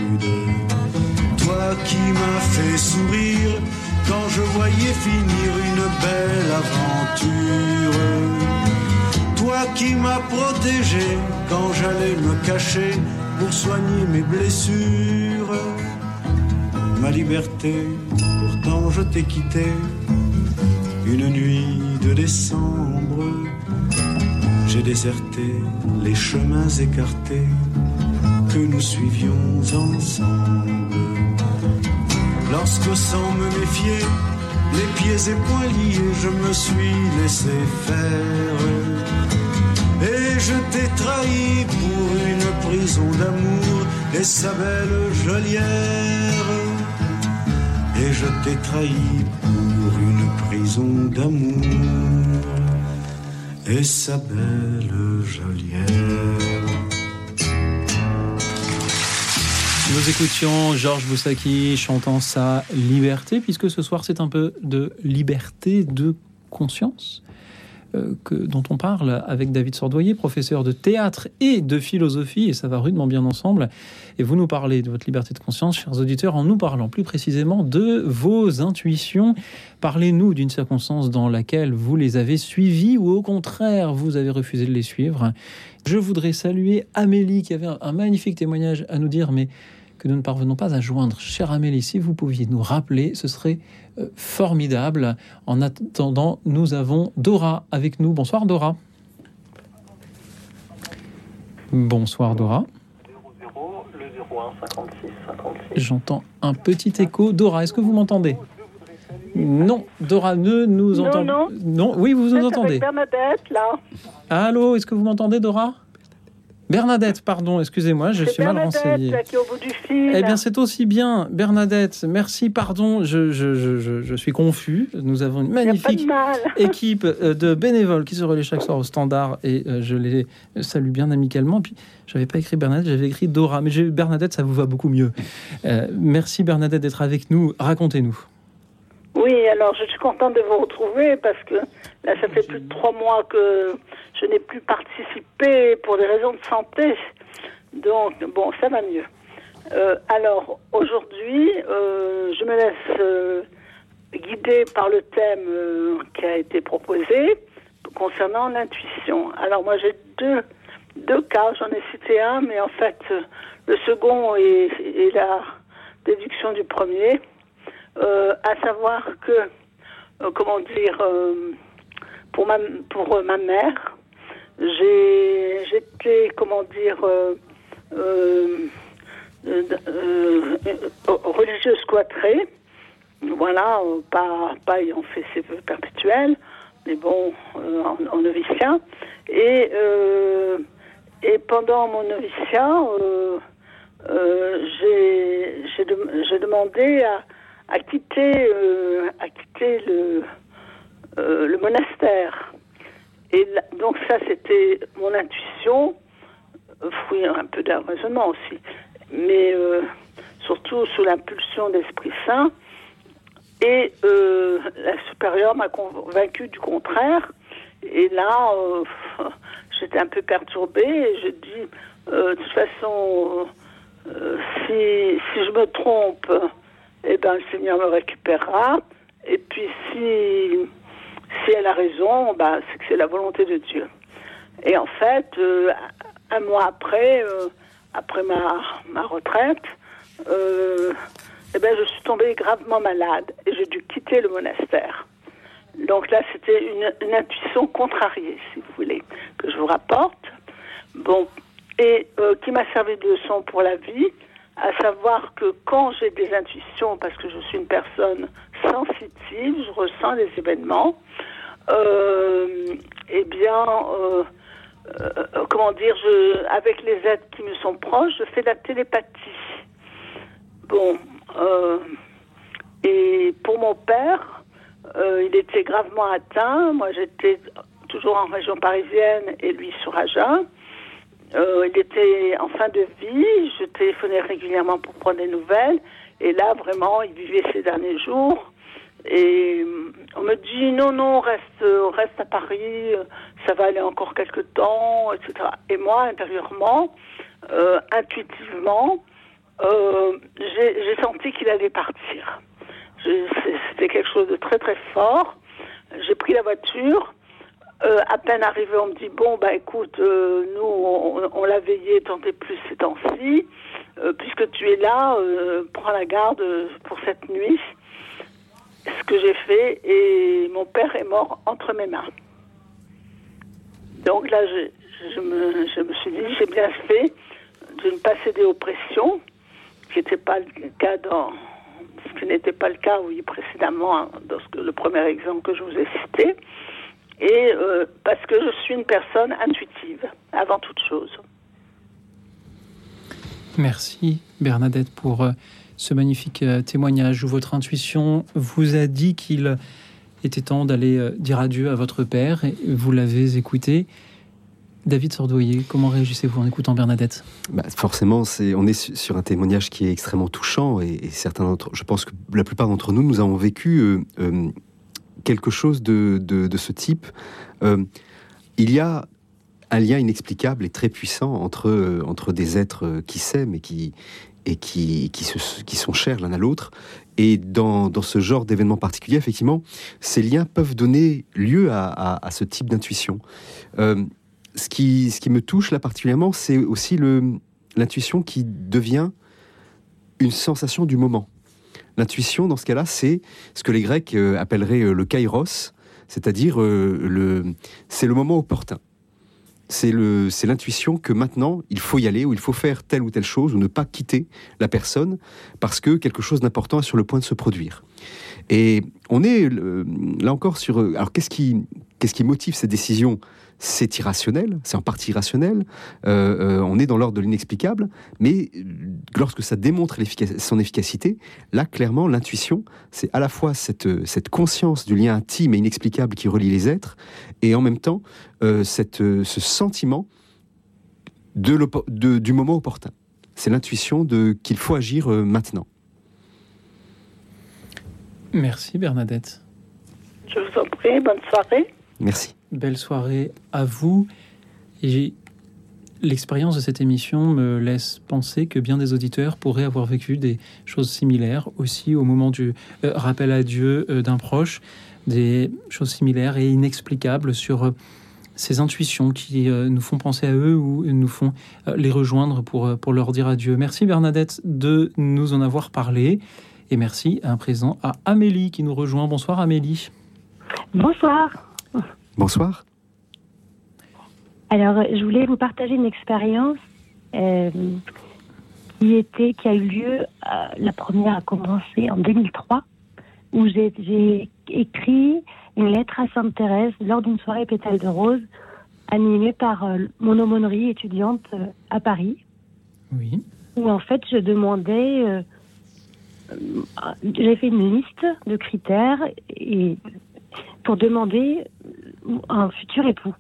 Toi qui m'as fait sourire quand je voyais finir une belle aventure. Toi qui m'as protégé quand j'allais me cacher pour soigner mes blessures. Ma liberté, pourtant je t'ai quitté une nuit de décembre. J'ai déserté les chemins écartés que nous suivions ensemble. Lorsque sans me méfier, les pieds et poings liés, je me suis laissé faire. Et je t'ai trahi pour une prison d'amour et sa belle geôlière. Et je t'ai trahi pour une prison d'amour et sa belle geôlière. Nous écoutions Georges Boussaki chantant sa liberté, puisque ce soir c'est un peu de liberté de conscience euh, que, dont on parle avec David Sordoyer, professeur de théâtre et de philosophie, et ça va rudement bien ensemble. Et vous nous parlez de votre liberté de conscience, chers auditeurs, en nous parlant plus précisément de vos intuitions. Parlez-nous d'une circonstance dans laquelle vous les avez suivies ou au contraire vous avez refusé de les suivre. Je voudrais saluer Amélie qui avait un, un magnifique témoignage à nous dire, mais que nous ne parvenons pas à joindre. Chère Amélie, si vous pouviez nous rappeler, ce serait euh, formidable. En attendant, nous avons Dora avec nous. Bonsoir Dora. Bonsoir Dora. J'entends un petit écho. Dora, est-ce que vous m'entendez ? Non, Dora, ne nous entendez. Non, non. Non, oui, vous nous entendez. Avec Bernadette, là. Allô, est-ce que vous m'entendez, Dora ? Bernadette, pardon, excusez-moi, je c'est suis mal renseigné. Là, qui est au bout du fil. Eh bien, c'est aussi bien, Bernadette. Merci, pardon, je, je, je, je, je suis confus. Nous avons une magnifique équipe de bénévoles qui se relaient chaque soir au standard et euh, je les salue bien amicalement. Puis, j'avais pas écrit Bernadette, j'avais écrit Dora, mais j'ai Bernadette, ça vous va beaucoup mieux. Euh, merci Bernadette d'être avec nous. Racontez-nous. Oui, alors je suis contente de vous retrouver parce que là, ça fait plus de trois mois que je n'ai plus participé pour des raisons de santé. Donc, bon, ça va mieux. Euh, alors, aujourd'hui, euh, je me laisse euh, guider par le thème euh, qui a été proposé concernant l'intuition. Alors, moi, j'ai deux, deux cas. J'en ai cité un, mais en fait, le second est, est la déduction du premier. Euh, à savoir que, euh, comment dire, euh, pour ma pour euh, ma mère, j'ai j'étais comment dire euh, euh, euh, euh, religieuse cloîtrée, voilà, euh, pas pas ayant fait ses vœux perpétuels, mais bon, euh, en, en noviciat, et euh, et pendant mon noviciat, euh, euh, j'ai j'ai, de, j'ai demandé à à quitter, euh, à quitter le, euh, le monastère. Et là, donc ça, c'était mon intuition, euh, oui, un peu d'un raisonnement aussi, mais euh, surtout sous l'impulsion d'Esprit Saint. Et euh, la supérieure m'a convaincue du contraire. Et là, euh, j'étais un peu perturbée et je dis, euh, de toute façon, euh, si, si je me trompe, eh ben, le Seigneur me récupérera. Et puis si, si elle a raison, ben, c'est que c'est la volonté de Dieu. Et en fait, euh, un mois après, euh, après ma, ma retraite, euh, eh ben, je suis tombée gravement malade et j'ai dû quitter le monastère. Donc là, c'était une, une intuition contrariée, si vous voulez, que je vous rapporte. Bon, et euh, qui m'a servi de leçon pour la vie, à savoir que quand j'ai des intuitions, parce que je suis une personne sensitive, je ressens les événements, euh, eh bien, euh, euh, comment dire, je, avec les êtres qui me sont proches, je fais de la télépathie. Bon, euh, et pour mon père, euh, il était gravement atteint. Moi, j'étais toujours en région parisienne et lui sur Agen. Euh, il était en fin de vie. Je téléphonais régulièrement pour prendre des nouvelles. Et là, vraiment, il vivait ses derniers jours. Et on me dit, non, non, reste, reste à Paris, ça va aller encore quelque temps, et cetera. Et moi, intérieurement, euh, intuitivement, euh, j'ai, j'ai senti qu'il allait partir. Je, c'était quelque chose de très, très fort. J'ai pris la voiture. Euh, à peine arrivé, on me dit, bon, bah écoute, euh, nous, on, on l'a veillé tant et plus ces temps-ci. Euh, puisque tu es là, euh, prends la garde pour cette nuit. Ce que j'ai fait, et mon père est mort entre mes mains. Donc là, je, je, me, je me suis dit, j'ai bien fait de ne pas céder aux pressions, ce qui n'était pas le cas dans, ce qui n'était pas le cas, oui, précédemment, hein, dans ce que, le premier exemple que je vous ai cité, et euh, parce que je suis une personne intuitive, avant toute chose. Merci Bernadette pour euh, ce magnifique euh, témoignage où votre intuition vous a dit qu'il était temps d'aller euh, dire adieu à votre père et vous l'avez écouté. David Sordoyer, comment réagissez-vous en écoutant Bernadette ? Bah, forcément, c'est, on est sur un témoignage qui est extrêmement touchant et, et certains d'entre, je pense que la plupart d'entre nous, nous avons vécu euh, euh, quelque chose de, de, de ce type. Euh, il y a un lien inexplicable et très puissant entre, euh, entre des êtres qui s'aiment et qui, et qui, qui, se, qui sont chers l'un à l'autre. Et dans, dans ce genre d'événements particuliers, effectivement, ces liens peuvent donner lieu à, à, à ce type d'intuition. Euh, ce, qui, ce qui me touche là particulièrement, c'est aussi le, l'intuition qui devient une sensation du moment. L'intuition, dans ce cas-là, c'est ce que les Grecs euh, appelleraient euh, le kairos, c'est-à-dire euh, le, c'est le moment opportun. C'est, le, c'est l'intuition que maintenant, il faut y aller, ou il faut faire telle ou telle chose, ou ne pas quitter la personne, parce que quelque chose d'important est sur le point de se produire. Et on est, euh, là encore, sur... Alors, qu'est-ce qui, qu'est-ce qui motive ces décisions ? C'est irrationnel, c'est en partie irrationnel, euh, euh, on est dans l'ordre de l'inexplicable, mais lorsque ça démontre l'effic- son efficacité, là, clairement, l'intuition, c'est à la fois cette, cette conscience du lien intime et inexplicable qui relie les êtres, et en même temps, euh, cette, ce sentiment de, de, du moment opportun. C'est l'intuition de, qu'il faut agir euh, maintenant. Merci Bernadette. Je vous en prie, bonne soirée. Merci. Belle soirée à vous. Et j'ai... l'expérience de cette émission me laisse penser que bien des auditeurs pourraient avoir vécu des choses similaires aussi au moment du euh, rappel à Dieu euh, d'un proche, des choses similaires et inexplicables sur euh, ces intuitions qui euh, nous font penser à eux ou nous font euh, les rejoindre pour, euh, pour leur dire adieu. Merci Bernadette de nous en avoir parlé et merci à présent à Amélie qui nous rejoint. Bonsoir Amélie. Bonsoir. Bonsoir. Alors, je voulais vous partager une expérience euh, qui était, qui a eu lieu, euh, la première a commencé en deux mille trois, où j'ai, j'ai écrit une lettre à Sainte Thérèse lors d'une soirée pétale de rose animée par euh, mon aumônerie étudiante euh, à Paris. Oui. Où en fait, je demandais, euh, euh, j'ai fait une liste de critères et pour demander un futur époux.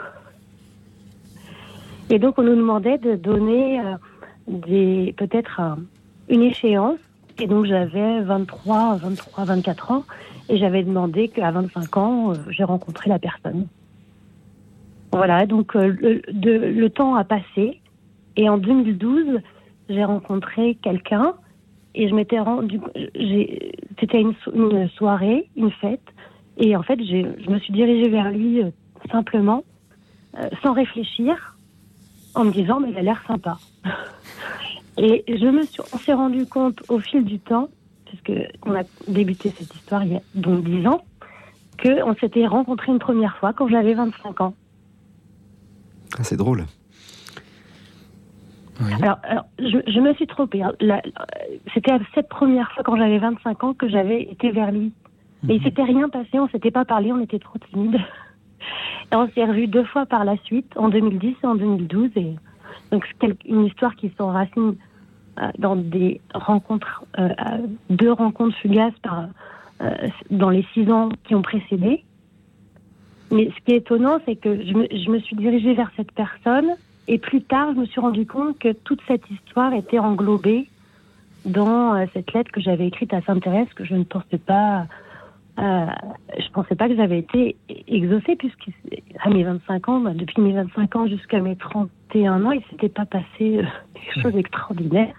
Et donc, on nous demandait de donner euh, des, peut-être euh, une échéance. Et donc, j'avais vingt-trois, vingt-trois, vingt-quatre ans. Et j'avais demandé qu'à vingt-cinq ans, euh, j'ai rencontré la personne. Voilà, donc euh, le, de, le temps a passé. Et en deux mille douze, j'ai rencontré quelqu'un et je m'étais rendu, j'ai, c'était une, une soirée, une fête, et en fait, j'ai, je me suis dirigée vers lui euh, simplement, euh, sans réfléchir, en me disant, mais il a l'air sympa. Et je me suis, on s'est rendu compte au fil du temps, puisque on a débuté cette histoire il y a donc dix ans, qu'on s'était rencontrés une première fois quand j'avais vingt-cinq ans. Ah, c'est drôle. Oui. Alors, alors je, je me suis trompée. Hein. La, c'était cette première fois quand j'avais vingt-cinq ans que j'avais été vers lui. Mais mmh. il s'était rien passé, on s'était pas parlé, on était trop timides. Et on s'est revus deux fois par la suite, en deux mille dix et en deux mille douze. Et donc c'est une histoire qui s'enracine euh, dans des rencontres, euh, deux rencontres fugaces par, euh, dans les six ans qui ont précédé. Mais ce qui est étonnant, c'est que je me, je me suis dirigée vers cette personne. Et plus tard, je me suis rendu compte que toute cette histoire était englobée dans euh, cette lettre que j'avais écrite à Sainte Thérèse, que je ne pensais pas, euh, je pensais pas que j'avais été exaucée, puisque à mes vingt-cinq ans, bah, depuis mes vingt-cinq ans jusqu'à mes trente et un ans, il s'était pas passé euh, quelque chose d'extraordinaire.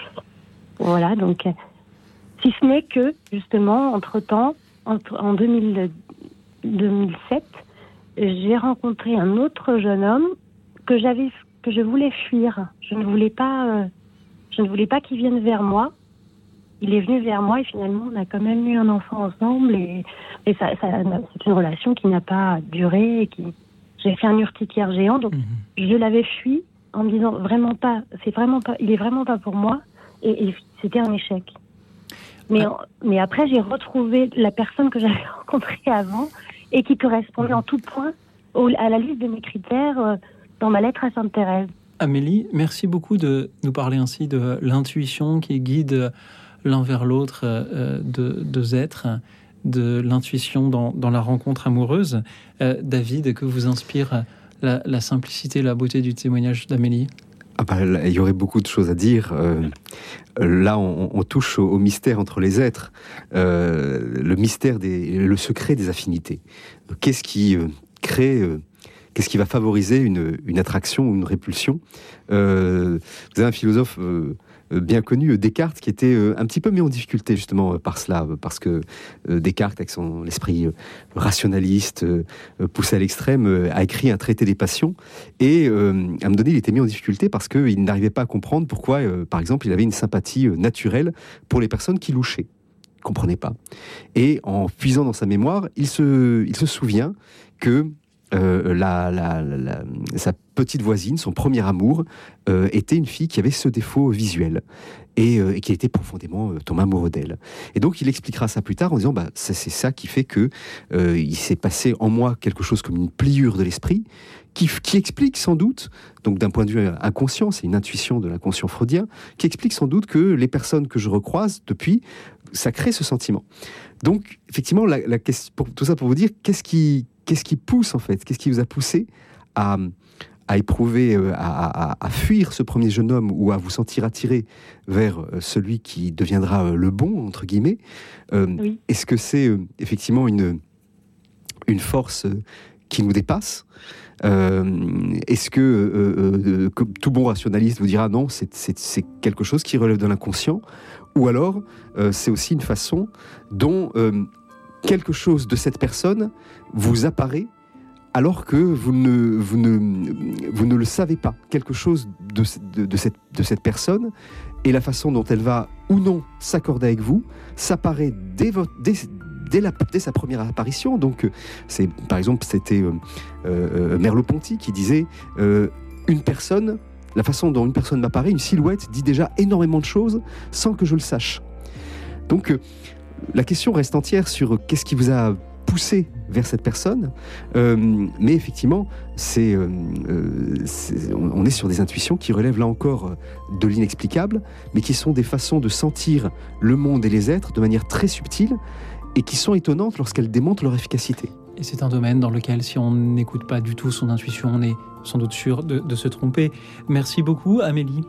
Voilà, donc, euh, si ce n'est que, justement, entre-temps, entre, en deux mille, deux mille sept, j'ai rencontré un autre jeune homme que j'avais, que je voulais fuir. Je ne voulais pas, euh, je ne voulais pas qu'il vienne vers moi. Il est venu vers moi et finalement on a quand même eu un enfant ensemble et, et ça, ça, c'est une relation qui n'a pas duré et qui, j'ai fait un urticaire géant donc mmh. je l'avais fui en me disant vraiment pas, c'est vraiment pas, il est vraiment pas pour moi et, et c'était un échec. Mais, ah. mais après j'ai retrouvé la personne que j'avais rencontrée avant et qui correspondait en tout point au, à la liste de mes critères. Euh, dans ma lettre à Sainte Thérèse. Amélie, merci beaucoup de nous parler ainsi de l'intuition qui guide l'un vers l'autre euh, de deux êtres, de l'intuition dans, dans la rencontre amoureuse. Euh, David, que vous inspire la, la simplicité, la beauté du témoignage d'Amélie ? Ah bah, là, il y aurait beaucoup de choses à dire. Euh, là, on, on touche au, au mystère entre les êtres, euh, le mystère, des, le secret des affinités. Qu'est-ce qui euh, crée... Euh, Qu'est-ce qui va favoriser une, une attraction ou une répulsion ? euh, Vous avez un philosophe euh, bien connu, Descartes, qui était euh, un petit peu mis en difficulté justement par cela, parce que euh, Descartes, avec son esprit euh, rationaliste, euh, poussé à l'extrême, euh, a écrit un traité des passions, et euh, à un moment donné, il était mis en difficulté parce qu'il n'arrivait pas à comprendre pourquoi, euh, par exemple, il avait une sympathie euh, naturelle pour les personnes qui louchaient. Il ne comprenait pas. Et en puisant dans sa mémoire, il se, il se souvient que Euh, la, la, la, la, sa petite voisine, son premier amour, euh, était une fille qui avait ce défaut visuel et, euh, et qui était profondément euh, tombé amoureux d'elle. Et donc il expliquera ça plus tard en disant bah, c'est, c'est ça qui fait que euh, il s'est passé en moi quelque chose comme une pliure de l'esprit qui, qui explique sans doute, donc d'un point de vue inconscient, c'est une intuition de l'inconscient freudien, qui explique sans doute que les personnes que je recroise depuis, ça crée ce sentiment. Donc effectivement, la, la question, pour, tout ça pour vous dire, qu'est-ce qui Qu'est-ce qui pousse en fait ? Qu'est-ce qui vous a poussé à, à éprouver, à, à, à fuir ce premier jeune homme ou à vous sentir attiré vers celui qui deviendra le bon, entre guillemets ? euh, oui. Est-ce que c'est euh, effectivement une, une force qui nous dépasse ? euh, Est-ce que, euh, euh, comme tout bon rationaliste vous dira non, c'est, c'est, c'est quelque chose qui relève de l'inconscient ? Ou alors, euh, c'est aussi une façon dont... Euh, quelque chose de cette personne vous apparaît alors que vous ne, vous ne, vous ne le savez pas. Quelque chose de, de, de, cette, de cette personne et la façon dont elle va ou non s'accorder avec vous, s'apparaît dès, votre, dès, dès, la, dès sa première apparition. Donc, c'est, par exemple, c'était euh, euh, Merleau-Ponty qui disait euh, une personne, la façon dont une personne m'apparaît, une silhouette, dit déjà énormément de choses sans que je le sache. Donc, euh, la question reste entière sur qu'est-ce qui vous a poussé vers cette personne, euh, mais effectivement, c'est, euh, c'est, on est sur des intuitions qui relèvent là encore de l'inexplicable, mais qui sont des façons de sentir le monde et les êtres de manière très subtile et qui sont étonnantes lorsqu'elles démontrent leur efficacité. Et c'est un domaine dans lequel, si on n'écoute pas du tout son intuition, on est sans doute sûr de, de se tromper. Merci beaucoup, Amélie.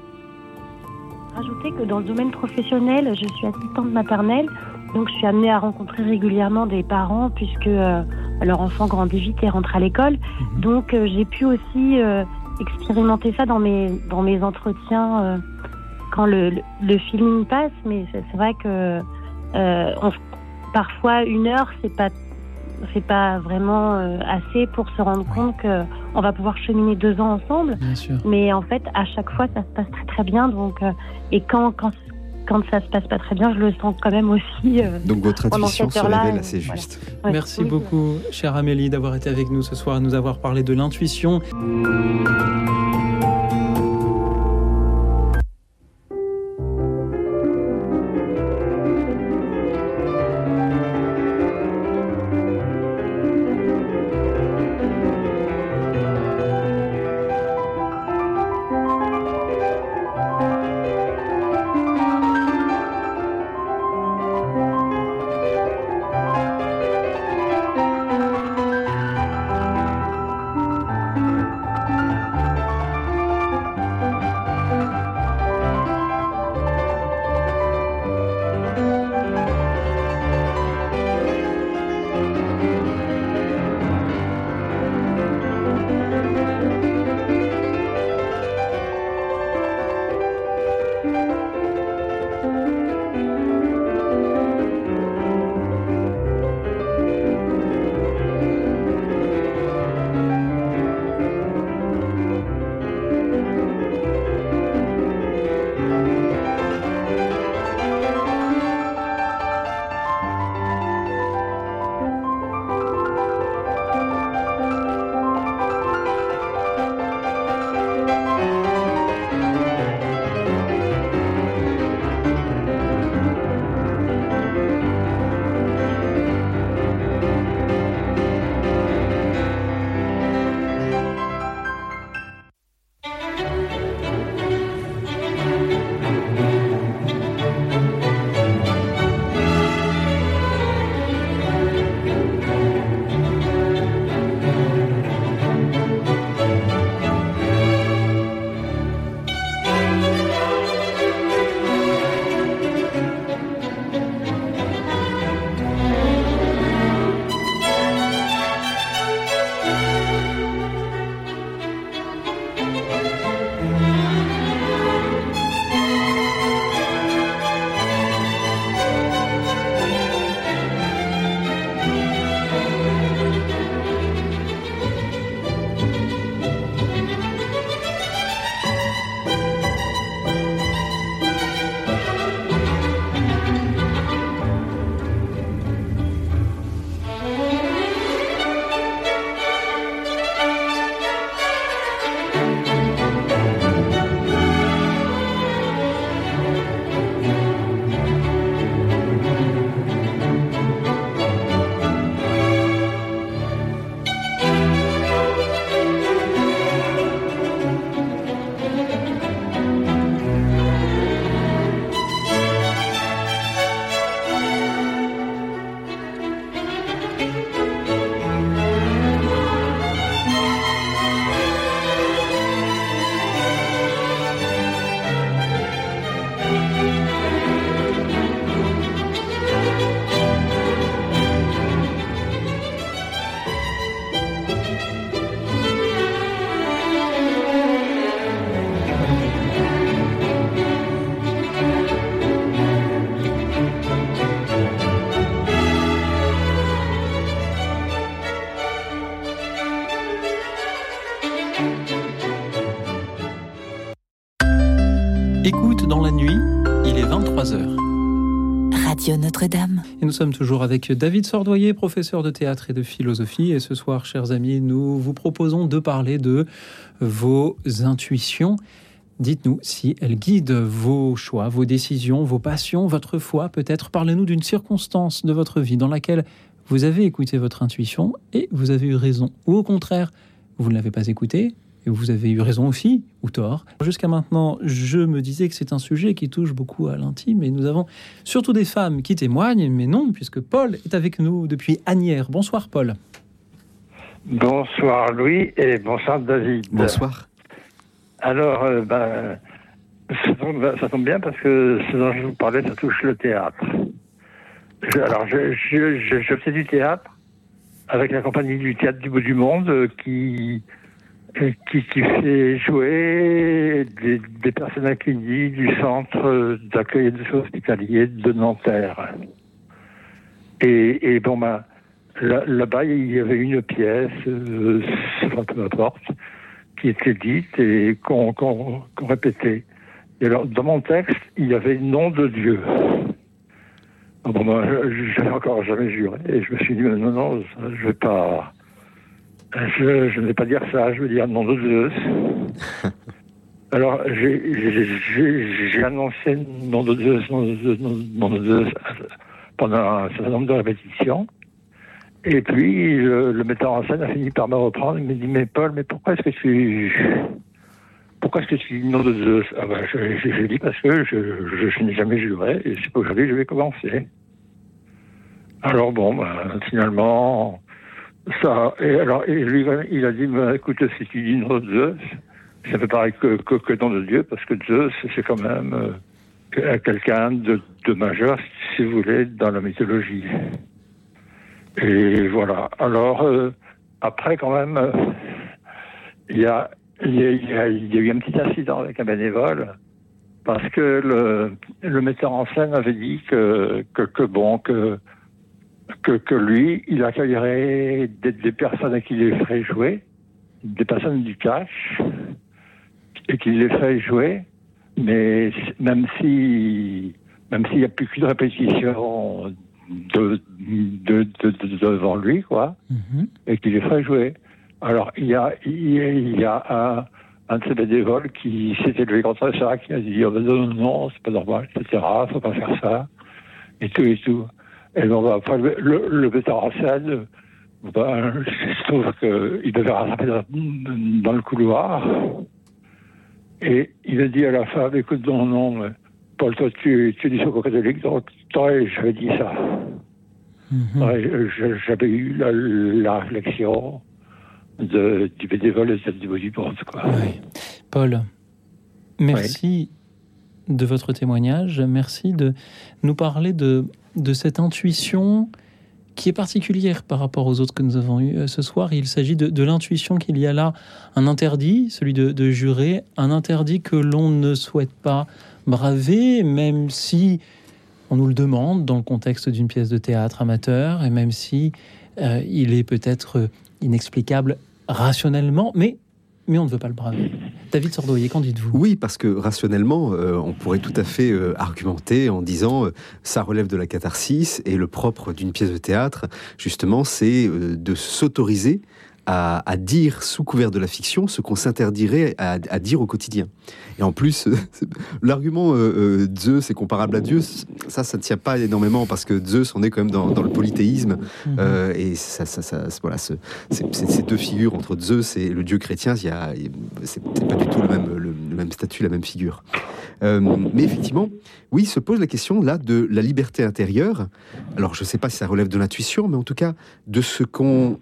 Rajouter que dans le domaine professionnel, je suis assistante maternelle, donc je suis amenée à rencontrer régulièrement des parents puisque euh, leur enfant grandit vite et rentre à l'école. Mmh. Donc euh, j'ai pu aussi euh, expérimenter ça dans mes, dans mes entretiens euh, quand le, le, le feeling passe, mais c'est, c'est vrai que euh, on, parfois une heure, c'est pas, c'est pas vraiment euh, assez pour se rendre oui. compte que on va pouvoir cheminer deux ans ensemble. Bien sûr. Mais en fait, à chaque fois, ça se passe très très bien. Donc, euh, et quand quand quand ça se passe pas très bien, je le sens quand même aussi. Euh, Donc votre intuition se révèle assez voilà. juste. Ouais. Merci Oui, beaucoup, chère Amélie, d'avoir été avec nous ce soir et nous avoir parlé de l'intuition. Écoute dans la nuit, il est vingt-trois heures. Radio Notre-Dame. Et nous sommes toujours avec David Sordoyer, professeur de théâtre et de philosophie. Et ce soir, chers amis, nous vous proposons de parler de vos intuitions. Dites-nous si elles guident vos choix, vos décisions, vos passions, votre foi peut-être. Parlez-nous d'une circonstance de votre vie dans laquelle vous avez écouté votre intuition et vous avez eu raison. Ou au contraire, vous ne l'avez pas écoutée et vous avez eu raison aussi, ou tort. Jusqu'à maintenant, je me disais que c'est un sujet qui touche beaucoup à l'intime et nous avons surtout des femmes qui témoignent, mais non, puisque Paul est avec nous depuis Asnières. Bonsoir Paul. Bonsoir Louis et bonsoir David. Bonsoir. Alors, euh, ben, ça, tombe, ça tombe bien parce que ce dont je vous parlais, ça touche le théâtre. Je, alors, je, je, je, je fais du théâtre avec la compagnie du Théâtre du Bout du Monde euh, qui qui, qui fait jouer des, des personnes accueillies du centre d'accueil et de soins hospitaliers de Nanterre. Et, et bon, ben, là, là-bas, il y avait une pièce, euh, peu importe, qui était dite et qu'on, qu'on, qu'on répétait. Et alors, dans mon texte, il y avait nom de Dieu. Ah bon, ben, je n'avais encore jamais juré. Et je me suis dit, mais non, non, je ne vais pas... Je, je ne vais pas dire ça, je veux dire nom de Zeus. Alors, j'ai, j'ai, j'ai, j'ai annoncé nom de Zeus, nom de Zeus, nom de Zeus pendant un certain nombre de répétitions. Et puis, le, le metteur en scène a fini par me reprendre. Il me dit, mais Paul, mais pourquoi est-ce que tu... Pourquoi est-ce que tu dis nom de Zeus? Ah ben, je, je, je dis parce que je, je, je n'ai jamais juré, et c'est qu'aujourd'hui, je vais commencer. Alors bon, ben, finalement... Ça, et alors, et lui, il a dit, bah, écoute, si tu dis nom de Zeus, ça fait pareil que, que, que nom de Dieu, parce que Zeus, c'est quand même euh, quelqu'un de, de majeur, si vous voulez, dans la mythologie. Et voilà. Alors, euh, après, quand même, euh, il y a, il y a, il y a, il y a eu un petit incident avec un bénévole, parce que le, le metteur en scène avait dit que, que, que bon, que Que, que lui, il accueillerait des, des personnes à qui il les ferait jouer, des personnes du cash, et qu'il les ferait jouer, mais même si, même s'il n'y a plus qu'une répétition de, de, de, de, devant lui, quoi, mm-hmm. et qu'il les ferait jouer. Alors, il y a, il y a un, un de ces bénévoles qui s'est élevé contre ça, qui a dit, oh, ben non, non, c'est pas normal, et cetera, faut pas faire ça, et tout, et tout. Et bon, bah, après, le, le, le metteur en scène, bah, je trouve qu'il devait rattraper dans, dans le couloir. Et il a dit à la femme, écoute, non, non, Paul, toi, tu, tu es du secours catholique, donc toi, j'avais dit ça. Mm-hmm. Ouais, j'avais eu la, la réflexion de, du bénévole et du bout du monde, quoi. Oui. Paul, merci oui. de votre témoignage. Merci de nous parler de... de cette intuition qui est particulière par rapport aux autres que nous avons eues ce soir. Il s'agit de, de l'intuition qu'il y a là un interdit, celui de, de jurer, un interdit que l'on ne souhaite pas braver, même si on nous le demande dans le contexte d'une pièce de théâtre amateur, et même si euh, il est peut-être inexplicable rationnellement, mais mais on ne veut pas le braver. David Sordoyer, qu'en dites-vous ? Oui, parce que rationnellement, euh, on pourrait tout à fait euh, argumenter en disant euh, ça relève de la catharsis, et le propre d'une pièce de théâtre, justement, c'est euh, de s'autoriser à, à dire sous couvert de la fiction ce qu'on s'interdirait à, à dire au quotidien. Et en plus, euh, l'argument euh, euh, Zeus est comparable à Dieu, ça, ça ne tient pas énormément, parce que Zeus, on est quand même dans, dans le polythéisme, mmh. euh, et ça, ça, ça, voilà, ce, c'est, c'est, ces deux figures entre Zeus et le dieu chrétien, il y a, c'est, c'est pas du tout le même, le, le même statut, la même figure. Euh, mais effectivement, oui, se pose la question là de la liberté intérieure. Alors, je ne sais pas si ça relève de l'intuition, mais en tout cas, de ce qu'on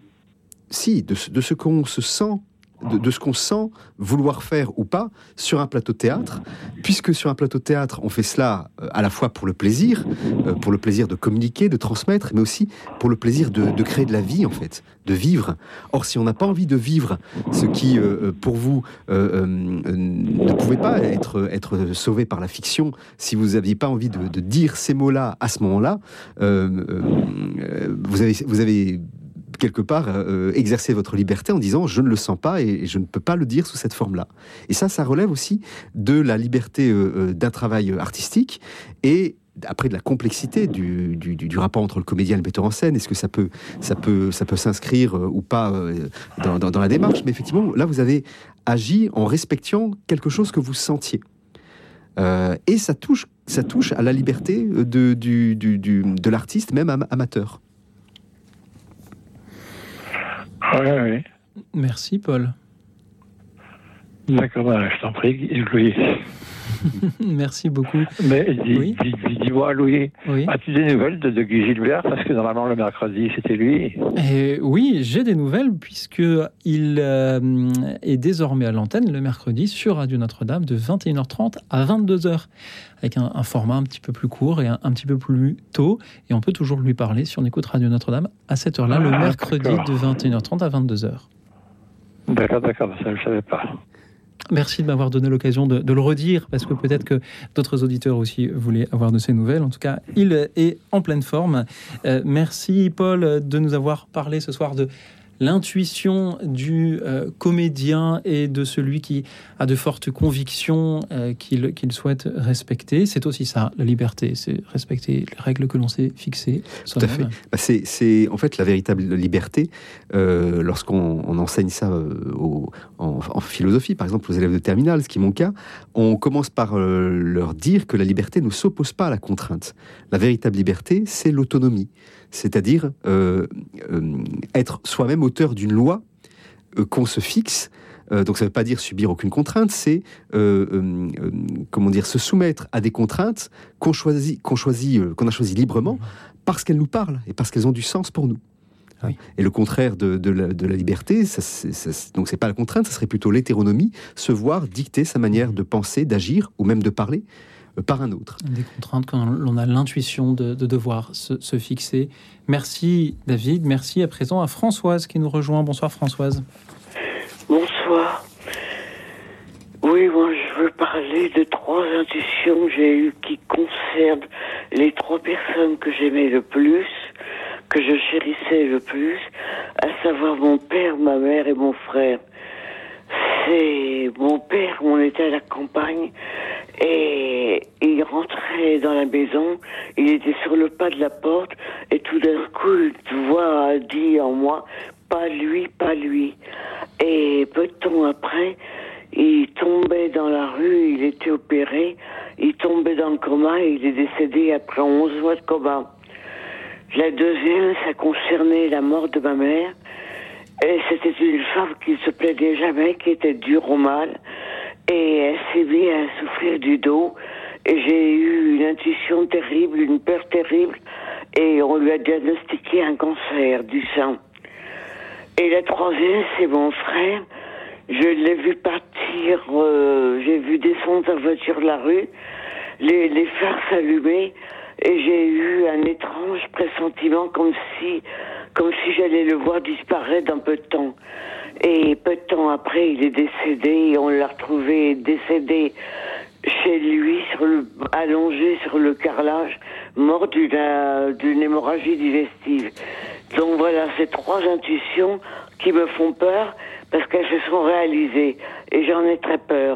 Si, de ce, de ce qu'on se sent, de, de ce qu'on sent vouloir faire ou pas sur un plateau de théâtre, puisque sur un plateau de théâtre, on fait cela euh, à la fois pour le plaisir, euh, pour le plaisir de communiquer, de transmettre, mais aussi pour le plaisir de, de créer de la vie, en fait, de vivre. Or, si on n'a pas envie de vivre ce qui, euh, pour vous, euh, euh, ne pouvait pas être, être sauvé par la fiction, si vous n'aviez pas envie de, de dire ces mots-là à ce moment-là, euh, euh, vous avez... Vous avez quelque part, euh, exercer votre liberté en disant « je ne le sens pas et je ne peux pas le dire sous cette forme-là ». Et ça, ça relève aussi de la liberté euh, d'un travail artistique et après de la complexité du, du, du rapport entre le comédien et le metteur en scène. Est-ce que ça peut, ça peut, ça peut s'inscrire euh, ou pas euh, dans, dans, dans la démarche? Mais effectivement, là, vous avez agi en respectant quelque chose que vous sentiez. Euh, et ça touche, ça touche à la liberté de, du, du, du, de l'artiste, même am- amateur. Oui, oui. Merci, Paul. D'accord, ben, je t'en prie, Louis. Merci beaucoup. Mais dis, oui. dis, dis, dis-moi, Louis, oui. as-tu des nouvelles de, de Guy Gilbert? Parce que normalement, le mercredi, c'était lui. Et oui, j'ai des nouvelles, puisqu'il euh, est désormais à l'antenne le mercredi sur Radio Notre-Dame de vingt et une heures trente à vingt-deux heures, avec un, un format un petit peu plus court et un, un petit peu plus tôt. Et on peut toujours lui parler si on écoute Radio Notre-Dame à cette heure-là, ah, le mercredi d'accord. de vingt et une heures trente à vingt-deux heures. D'accord, d'accord, ça je ne savais pas. Merci de m'avoir donné l'occasion de, de le redire, parce que peut-être que d'autres auditeurs aussi voulaient avoir de ces nouvelles. En tout cas, il est en pleine forme. Euh, merci Paul de nous avoir parlé ce soir de l'intuition du euh, comédien et de celui qui a de fortes convictions euh, qu'il, qu'il souhaite respecter. C'est aussi ça, la liberté, c'est respecter les règles que l'on s'est fixées. Tout à fait. Bah c'est, c'est en fait la véritable liberté. Euh, lorsqu'on on enseigne ça euh, au, en, en philosophie, par exemple aux élèves de terminale, ce qui est mon cas, on commence par euh, leur dire que la liberté ne s'oppose pas à la contrainte. La véritable liberté, c'est l'autonomie. C'est-à-dire euh, euh, être soi-même auteur d'une loi euh, qu'on se fixe. Euh, donc ça ne veut pas dire subir aucune contrainte, c'est euh, euh, euh, comment dire, se soumettre à des contraintes qu'on choisit, qu'on choisit, euh, qu'on a choisies librement parce qu'elles nous parlent et parce qu'elles ont du sens pour nous. Oui. Et le contraire de, de, la, de la liberté, ça, c'est, ça, donc c'est pas la contrainte, ça serait plutôt l'hétéronomie, se voir dicter sa manière de penser, d'agir ou même de parler par un autre. Des contraintes quand l'on a l'intuition de, de devoir se, se fixer. Merci David, merci à présent à Françoise qui nous rejoint. Bonsoir Françoise. Bonsoir. Oui, moi je veux parler de trois intuitions que j'ai eues qui concernent les trois personnes que j'aimais le plus, que je chérissais le plus, à savoir mon père, ma mère et mon frère. C'est mon père, on était à la campagne et il rentrait dans la maison, il était sur le pas de la porte et tout d'un coup une voix a dit en moi, pas lui, pas lui. Et peu de temps après, il tombait dans la rue, il était opéré, il tombait dans le coma et il est décédé après onze mois de coma. La deuxième, ça concernait la mort de ma mère. Et c'était une femme qui ne se plaignait jamais, qui était dure au mal. Et elle s'est mise à souffrir du dos. Et j'ai eu une intuition terrible, une peur terrible. Et on lui a diagnostiqué un cancer du sein. Et la troisième, c'est mon frère. Je l'ai vu partir, euh, j'ai vu descendre sa voiture de la rue, les, les phares s'allumer. Et j'ai eu un étrange pressentiment comme si, comme si j'allais le voir disparaître dans peu de temps. Et peu de temps après, il est décédé et on l'a retrouvé décédé chez lui, sur le, allongé sur le carrelage, mort d'une, d'une hémorragie digestive. Donc voilà, ces trois intuitions qui me font peur parce qu'elles se sont réalisées et j'en ai très peur.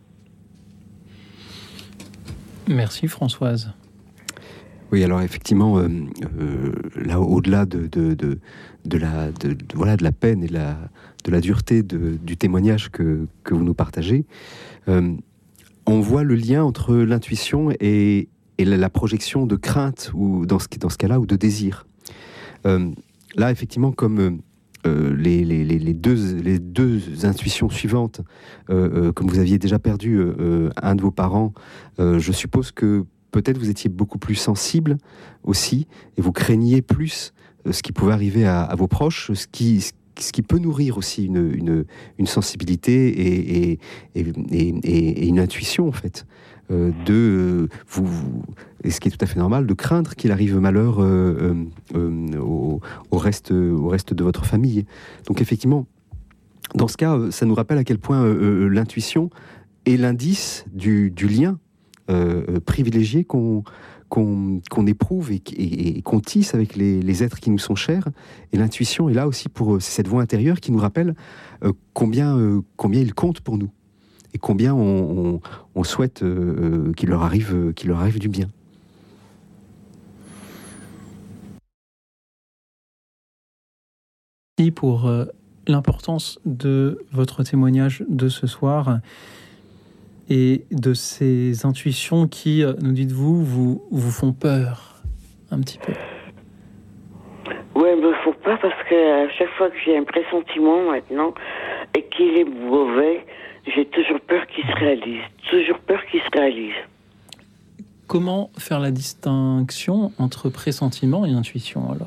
Merci Françoise. Oui, alors effectivement, euh, euh, là, au-delà de, de, de, de, la, de, de, voilà, de la peine et de la, de la dureté de, du témoignage que, que vous nous partagez, euh, on voit le lien entre l'intuition et, et la, la projection de crainte, ou dans ce, dans ce cas-là, ou de désir. Euh, là, effectivement, comme euh, les, les, les, deux, les deux intuitions suivantes, euh, euh, comme vous aviez déjà perdu euh, un de vos parents, euh, je suppose que peut-être vous étiez beaucoup plus sensible aussi, et vous craigniez plus ce qui pouvait arriver à, à vos proches, ce qui, ce qui peut nourrir aussi une, une, une sensibilité et, et, et, et, et une intuition, en fait, euh, de vous, vous, et ce qui est tout à fait normal, de craindre qu'il arrive malheur euh, euh, au, au, reste, au reste de votre famille. Donc effectivement, dans ce cas, ça nous rappelle à quel point euh, l'intuition est l'indice du, du lien Euh, privilégié qu'on, qu'on, qu'on éprouve et, et, et qu'on tisse avec les, les êtres qui nous sont chers. Et l'intuition est là aussi pour c'est cette voix intérieure qui nous rappelle euh, combien, euh, combien il compte pour nous et combien on, on, on souhaite euh, qu'il leur arrive, euh, qu'il leur arrive du bien. Et pour euh, l'importance de votre témoignage de ce soir et de ces intuitions qui, nous dites-vous, vous, vous font peur un petit peu. Oui, elles me font peur parce que à chaque fois que j'ai un pressentiment maintenant et qu'il est mauvais, j'ai toujours peur qu'il se réalise. Toujours peur qu'il se réalise. Comment faire la distinction entre pressentiment et intuition alors ?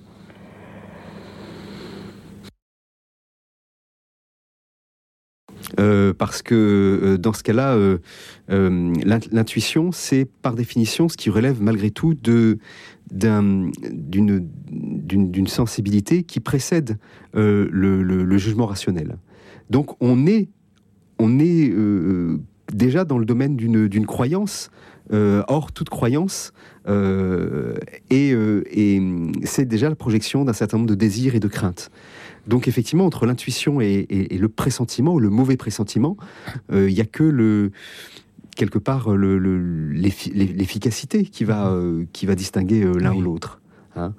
Euh, parce que euh, dans ce cas-là, euh, euh, l'intuition, c'est par définition ce qui relève malgré tout de, d'un, d'une, d'une, d'une sensibilité qui précède euh, le, le, le jugement rationnel. Donc on est, on est euh, déjà dans le domaine d'une, d'une croyance, euh, hors toute croyance, euh, et, euh, et c'est déjà la projection d'un certain nombre de désirs et de craintes. Donc effectivement, entre l'intuition et, et, et le pressentiment, ou le mauvais pressentiment, il euh, n'y a que le... quelque part le, le, l'effi- l'efficacité qui va, euh, qui va distinguer euh, l'un oui. ou l'autre. Hein.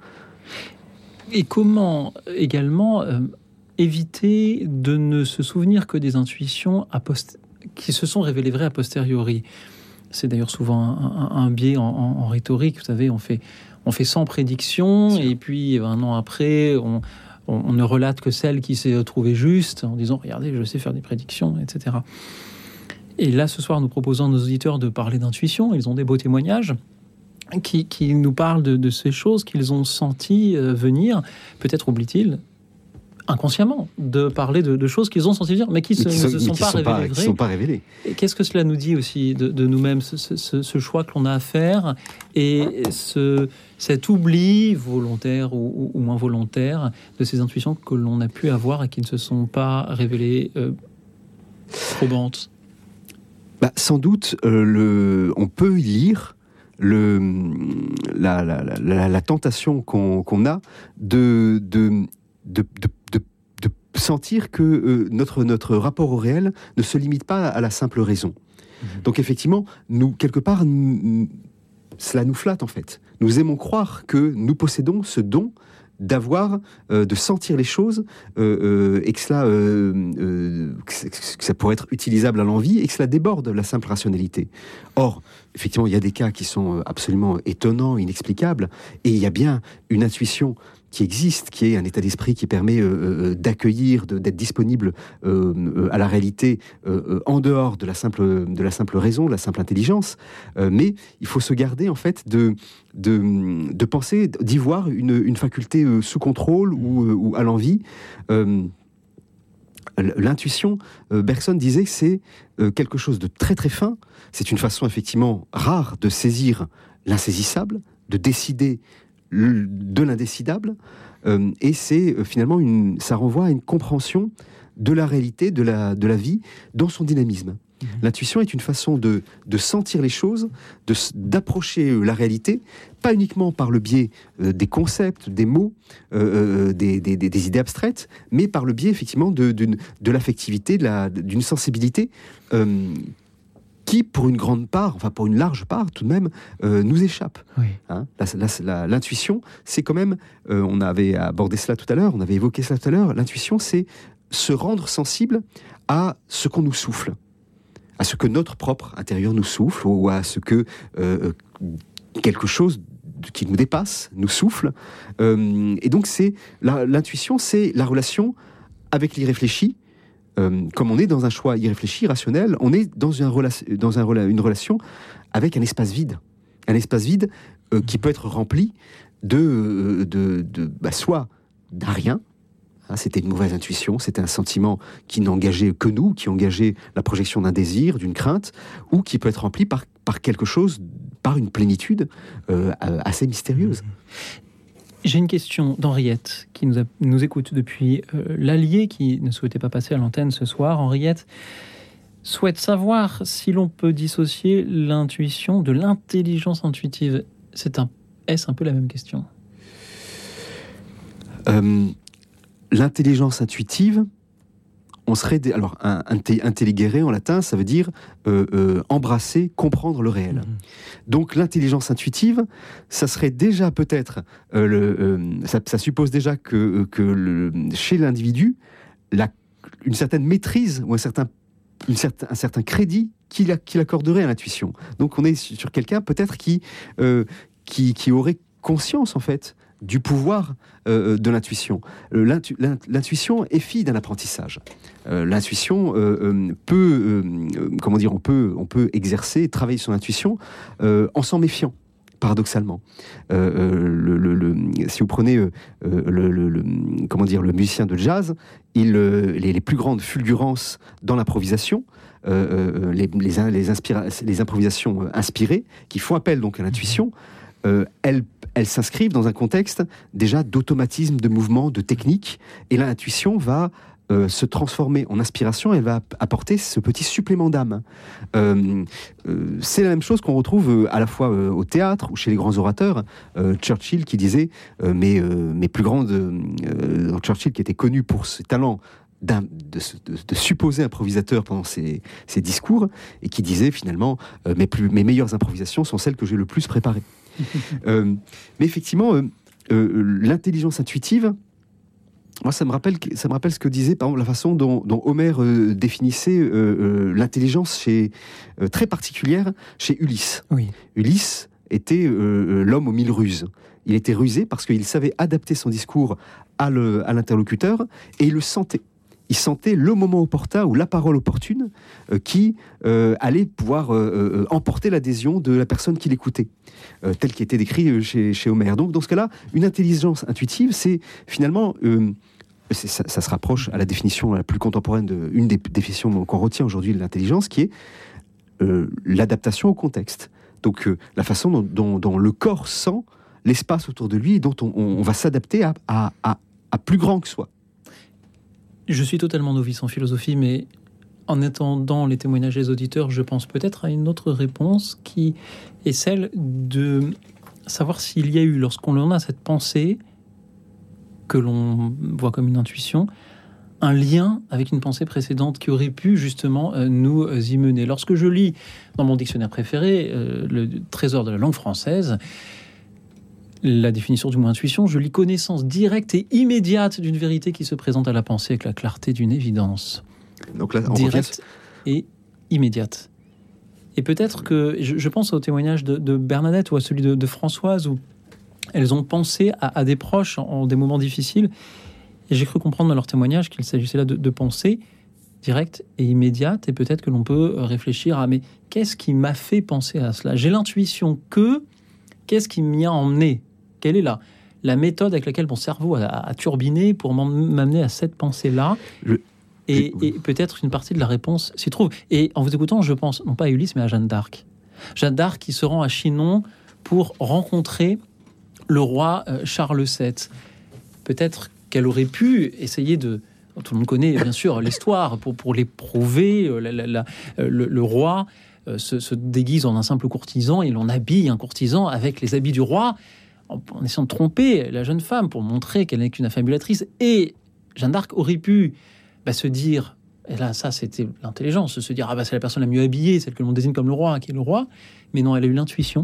Et comment également euh, éviter de ne se souvenir que des intuitions a post- qui se sont révélées vraies a posteriori. C'est d'ailleurs souvent un, un, un biais en, en, en rhétorique. Vous savez, on fait, on fait cent prédictions et puis un an après, on, on, on ne relate que celle qui s'est trouvée juste en disant « Regardez, je sais faire des prédictions, et cetera » Et là, ce soir, nous proposons à nos auditeurs de parler d'intuition. Ils ont des beaux témoignages qui, qui nous parlent de, de ces choses qu'ils ont senties euh, venir. Peut-être oublient-ils inconsciemment de parler de, de choses qu'ils ont senties venir, mais qui, se, qui sont, ne se sont, pas, sont, pas, qui sont pas révélées. Et qu'est-ce que cela nous dit aussi de, de nous-mêmes, ce, ce, ce choix que l'on a à faire et ce, cet oubli volontaire ou, ou moins volontaire de ces intuitions que l'on a pu avoir et qui ne se sont pas révélées euh, probantes? Bah, sans doute, euh, le, on peut y lire le, la, la, la, la tentation qu'on, qu'on a de, de, de, de, de, de sentir que euh, notre, notre rapport au réel ne se limite pas à la simple raison. Mmh. Donc effectivement, nous, quelque part, nous, cela nous flatte en fait. Nous aimons croire que nous possédons ce don d'avoir, euh, de sentir les choses, euh, euh, et que cela, euh, euh, que, que ça pourrait être utilisable à l'envi, et que cela déborde la simple rationalité. Or, effectivement, il y a des cas qui sont absolument étonnants, inexplicables, et il y a bien une intuition qui existe, qui est un état d'esprit qui permet euh, d'accueillir, de, d'être disponible euh, à la réalité euh, en dehors de la simple, de la simple raison, de la simple intelligence. Euh, mais il faut se garder en fait de, de, de penser, d'y voir une, une faculté euh, sous contrôle ou, euh, ou à l'envi. Euh, L'intuition, euh, Bergson disait que c'est euh, quelque chose de très très fin. C'est une façon effectivement rare de saisir l'insaisissable, de décider de l'indécidable, euh, et c'est euh, finalement une, ça renvoie à une compréhension de la réalité, de la, de la vie, dans son dynamisme. Mmh. L'intuition est une façon de, de sentir les choses, de, d'approcher euh, la réalité, pas uniquement par le biais euh, des concepts, des mots, euh, des, des, des, des idées abstraites, mais par le biais effectivement de, d'une, de l'affectivité, de la, d'une sensibilité euh, qui, pour une grande part, enfin pour une large part, tout de même, euh, nous échappe. Oui. Hein, la, la, la, l'intuition, c'est quand même, euh, on avait abordé cela tout à l'heure, on avait évoqué cela tout à l'heure, l'intuition, c'est se rendre sensible à ce qu'on nous souffle, à ce que notre propre intérieur nous souffle, ou à ce que euh, quelque chose qui nous dépasse nous souffle. Euh, et donc, c'est la, l'intuition, c'est la relation avec l'irréfléchi. Euh, comme on est dans un choix irréfléchi, rationnel, on est dans, un rela- dans un, une relation avec un espace vide. Un espace vide euh, qui peut être rempli de, de, de bah, soit d'un rien, hein, c'était une mauvaise intuition, c'était un sentiment qui n'engageait que nous, qui engageait la projection d'un désir, d'une crainte, ou qui peut être rempli par, par quelque chose, par une plénitude euh, assez mystérieuse. J'ai une question d'Henriette, qui nous, a, nous écoute depuis euh, l'Allier, qui ne souhaitait pas passer à l'antenne ce soir. Henriette souhaite savoir si l'on peut dissocier l'intuition de l'intelligence intuitive. C'est un, est-ce un peu la même question ? euh, L'intelligence intuitive, on serait... Des, alors, un, intelligere en latin, ça veut dire euh, euh, embrasser, comprendre le réel. Mmh. Donc, l'intelligence intuitive, ça serait déjà peut-être... Euh, le, euh, ça, ça suppose déjà que, que le, chez l'individu, la, une certaine maîtrise ou un certain, une certain, un certain crédit qu'il, a, qu'il accorderait à l'intuition. Donc, on est sur quelqu'un peut-être qui, euh, qui, qui aurait conscience, en fait, du pouvoir euh, de l'intuition. Euh, l'intu, l'intuition est fille d'un apprentissage. Euh, l'intuition euh, euh, peut, euh, comment dire, on peut, on peut exercer, travailler son intuition euh, en s'en méfiant, paradoxalement. Euh, le, le, le, si vous prenez euh, le, le, le, comment dire, le musicien de jazz, il, euh, les, les plus grandes fulgurances dans l'improvisation, euh, les, les, les, inspira- les improvisations inspirées, qui font appel donc à l'intuition, euh, elles elles s'inscrivent dans un contexte déjà d'automatisme, de mouvement, de technique, et l'intuition va euh, se transformer en inspiration, elle va apporter ce petit supplément d'âme. Euh, euh, c'est la même chose qu'on retrouve euh, à la fois euh, au théâtre ou chez les grands orateurs. Euh, Churchill qui disait, euh, mes, euh, mes plus grandes... Euh, Churchill qui était connu pour ses talents d'un, de, de, de supposé improvisateur pendant ses, ses discours, et qui disait finalement euh, mes, plus, mes meilleures improvisations sont celles que j'ai le plus préparées. euh, mais effectivement, euh, euh, l'intelligence intuitive, moi ça me rappelle, ça me rappelle ce que disait par exemple la façon dont, dont Homère euh, définissait euh, euh, l'intelligence chez, euh, très particulière chez Ulysse. Oui. Ulysse était euh, l'homme aux mille ruses. Il était rusé parce qu'il savait adapter son discours à, le, à l'interlocuteur, et il le sentait. Il sentait le moment opportun ou la parole opportune euh, qui euh, allait pouvoir euh, euh, emporter l'adhésion de la personne qui l'écoutait, euh, tel qui était décrit chez, chez Homère. Donc dans ce cas-là, une intelligence intuitive, c'est finalement... Euh, c'est, ça, ça se rapproche à la définition la plus contemporaine, de, une des définitions qu'on retient aujourd'hui de l'intelligence, qui est euh, l'adaptation au contexte. Donc euh, la façon dont, dont, dont le corps sent l'espace autour de lui et dont on, on va s'adapter à, à, à, à plus grand que soi. Je suis totalement novice en philosophie, mais en attendant les témoignages des auditeurs, je pense peut-être à une autre réponse qui est celle de savoir s'il y a eu, lorsqu'on en a cette pensée que l'on voit comme une intuition, un lien avec une pensée précédente qui aurait pu justement euh, nous euh, y mener. Lorsque je lis dans mon dictionnaire préféré, euh, le Trésor de la langue française, la définition du mot intuition, je lis connaissance directe et immédiate d'une vérité qui se présente à la pensée avec la clarté d'une évidence. Donc là, on directe revient... et immédiate. Et peut-être que, je, je pense au témoignage de, de Bernadette ou à celui de, de Françoise, où elles ont pensé à, à des proches en, en des moments difficiles. Et j'ai cru comprendre dans leur témoignage qu'il s'agissait là de, de pensée directe et immédiate. Et peut-être que l'on peut réfléchir à, mais qu'est-ce qui m'a fait penser à cela ? J'ai l'intuition que, qu'est-ce qui m'y a emmené ? Quelle est la, la méthode avec laquelle mon cerveau a, a turbiné pour m'amener à cette pensée-là ? Je, et, je... et peut-être une partie de la réponse s'y trouve. Et en vous écoutant, je pense, non pas à Ulysse, mais à Jeanne d'Arc. Jeanne d'Arc qui se rend à Chinon pour rencontrer le roi Charles sept. Peut-être qu'elle aurait pu essayer de... Tout le monde connaît, bien sûr, l'histoire. Pour, pour l'éprouver, la, la, la, le, le roi se, se déguise en un simple courtisan et l'on habille un courtisan avec les habits du roi, en, en essayant de tromper la jeune femme pour montrer qu'elle n'est qu'une affabulatrice. Et Jeanne d'Arc aurait pu bah, se dire, et là, ça, c'était l'intelligence, se dire, ah bah, c'est la personne la mieux habillée, celle que l'on désigne comme le roi, qui est le roi. Mais non, elle a eu l'intuition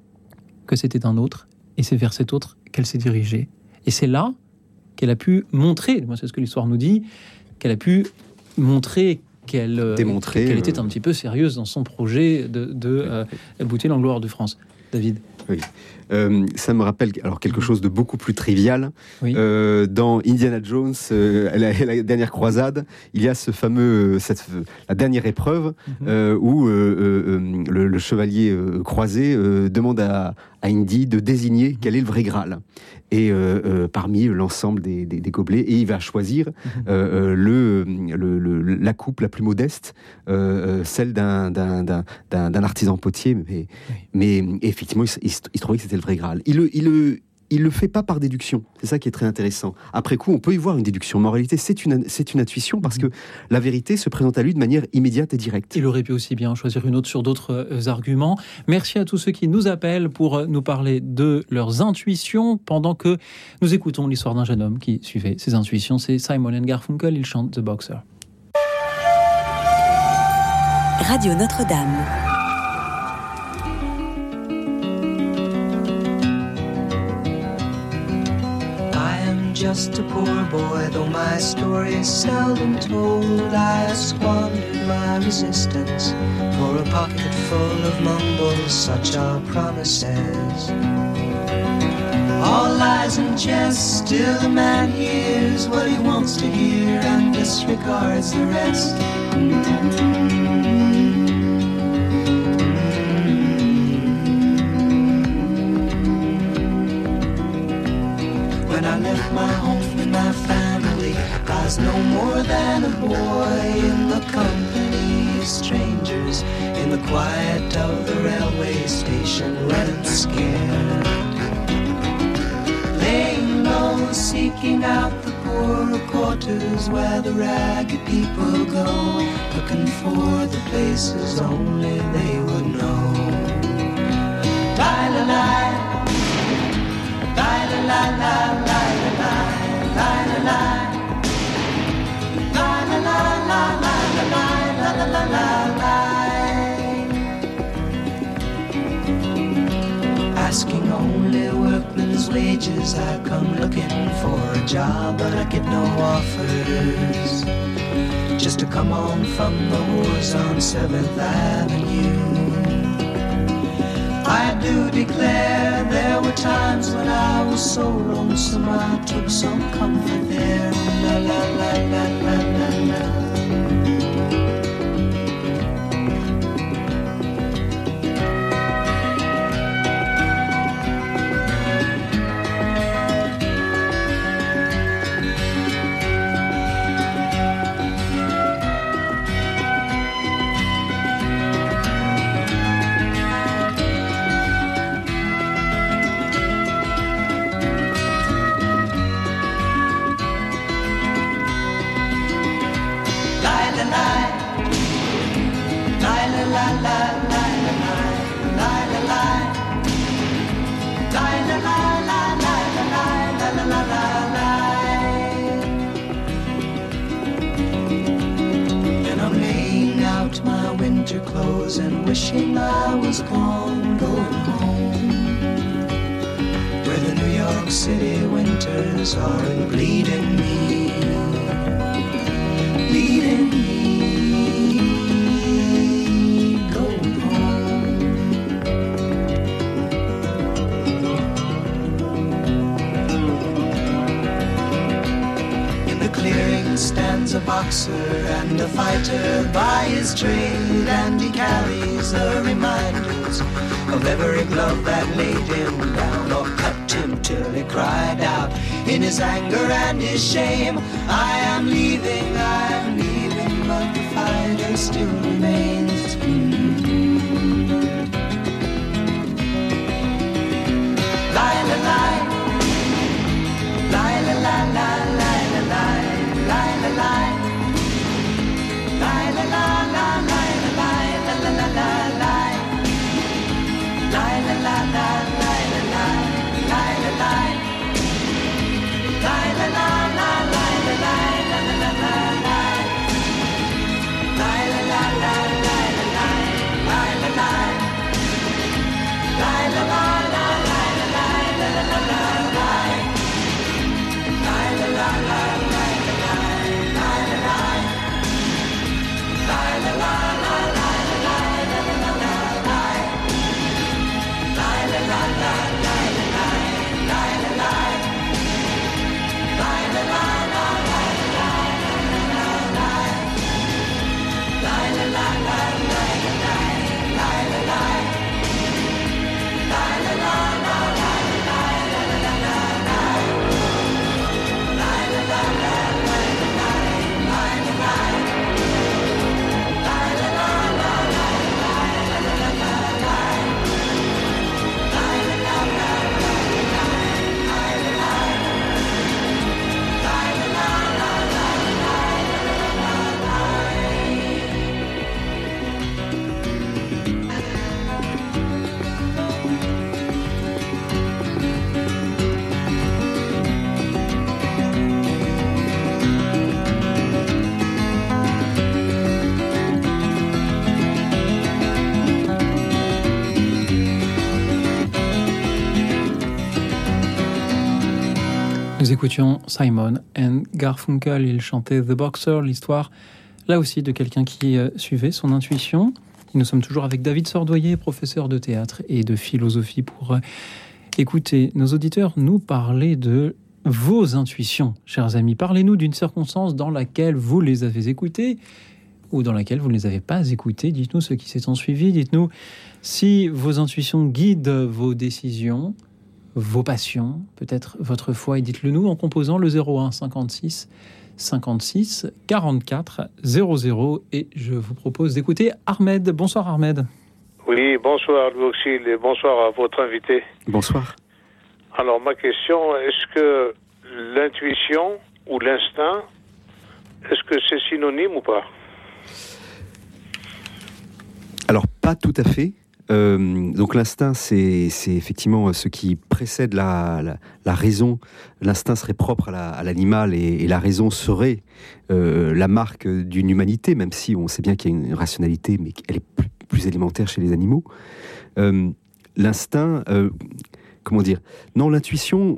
que c'était un autre, et c'est vers cet autre qu'elle s'est dirigée. Et c'est là qu'elle a pu montrer, moi c'est ce que l'histoire nous dit, qu'elle a pu montrer qu'elle, Démontrer, qu'elle euh... était un petit peu sérieuse dans son projet de, de euh, aboutir en gloire de France. David. Oui. Euh, ça me rappelle alors quelque chose de beaucoup plus trivial. Oui. Euh, dans Indiana Jones, euh, la, la dernière croisade, il y a ce fameux, cette, la dernière épreuve mm-hmm. euh, où euh, euh, le, le chevalier euh, croisé euh, demande à, à Indy de désigner mm-hmm. quel est le vrai Graal. Et euh, euh, parmi l'ensemble des, des, des gobelets, et il va choisir mm-hmm. euh, le, le, le, la coupe la plus modeste, euh, celle d'un, d'un, d'un, d'un, d'un artisan potier, mais, oui. mais effectivement, il, il, il trouvait que c'était le vrai Graal. Il le, il le, il le fait pas par déduction. C'est ça qui est très intéressant. Après coup, on peut y voir une déduction, mais en réalité, c'est une, c'est une intuition parce que la vérité se présente à lui de manière immédiate et directe. Il aurait pu aussi bien choisir une autre sur d'autres euh, arguments. Merci à tous ceux qui nous appellent pour euh, nous parler de leurs intuitions pendant que nous écoutons l'histoire d'un jeune homme qui suivait ses intuitions. C'est Simon and Garfunkel, il chante The Boxer. Radio Notre-Dame. Just a poor boy, though my story is seldom told. I have squandered my resistance for a pocket full of mumbles, such are promises. All lies and jest, still a man hears what he wants to hear and disregards the rest. My home and my family, I was no more than a boy in the company of strangers, in the quiet of the railway station, running scared, laying low, seeking out the poor. poorer quarters where the ragged people go, looking for the places only they would know. La la la, la la la la la la la la la, la la la la la la la la la la. Asking only workmen's wages, I come looking for a job, but I get no offers. Just to come on from the wars on seventh Avenue. I do declare there were times when I was so lonesome I took some comfort there. La la la la la la la. Clothes and wishing I was gone, going home, where the New York City winters are bleeding me, bleeding me, going home. In the clearing stands a boxer and a fighter by his trade, and he carries the reminders of every glove that laid him down or cut him till he cried out in his anger and his shame, I am leaving, I am leaving, but the fighter still remains. Mm-hmm. Lie, la, lie, lie, la, la, la, lie, la, lie, lie, la, lie. Nous écoutions Simon and Garfunkel, il chantait The Boxer, l'histoire là aussi de quelqu'un qui euh, suivait son intuition. Et nous sommes toujours avec David Sordoyer, professeur de théâtre et de philosophie, pour euh, écouter nos auditeurs nous parler de vos intuitions, chers amis. Parlez-nous d'une circonstance dans laquelle vous les avez écoutées ou dans laquelle vous ne les avez pas écoutées. Dites-nous ce qui s'est ensuivi, dites-nous si vos intuitions guident vos décisions, vos passions, peut-être votre foi, et dites-le nous en composant le zéro un cinquante-six cinquante-six quarante-quatre zéro zéro. Et je vous propose d'écouter Ahmed. Bonsoir Ahmed. Oui, bonsoir Louis Auxil et bonsoir à votre invité. Bonsoir. Alors ma question, est-ce que l'intuition ou l'instinct, est-ce que c'est synonyme ou pas? Alors, pas tout à fait. Euh, donc l'instinct, c'est, c'est effectivement ce qui précède la, la, la raison. L'instinct serait propre à, la, à l'animal et, et la raison serait euh, la marque d'une humanité, même si on sait bien qu'il y a une rationalité, mais qu'elle est plus, plus élémentaire chez les animaux. Euh, l'instinct, euh, comment dire? Non, l'intuition,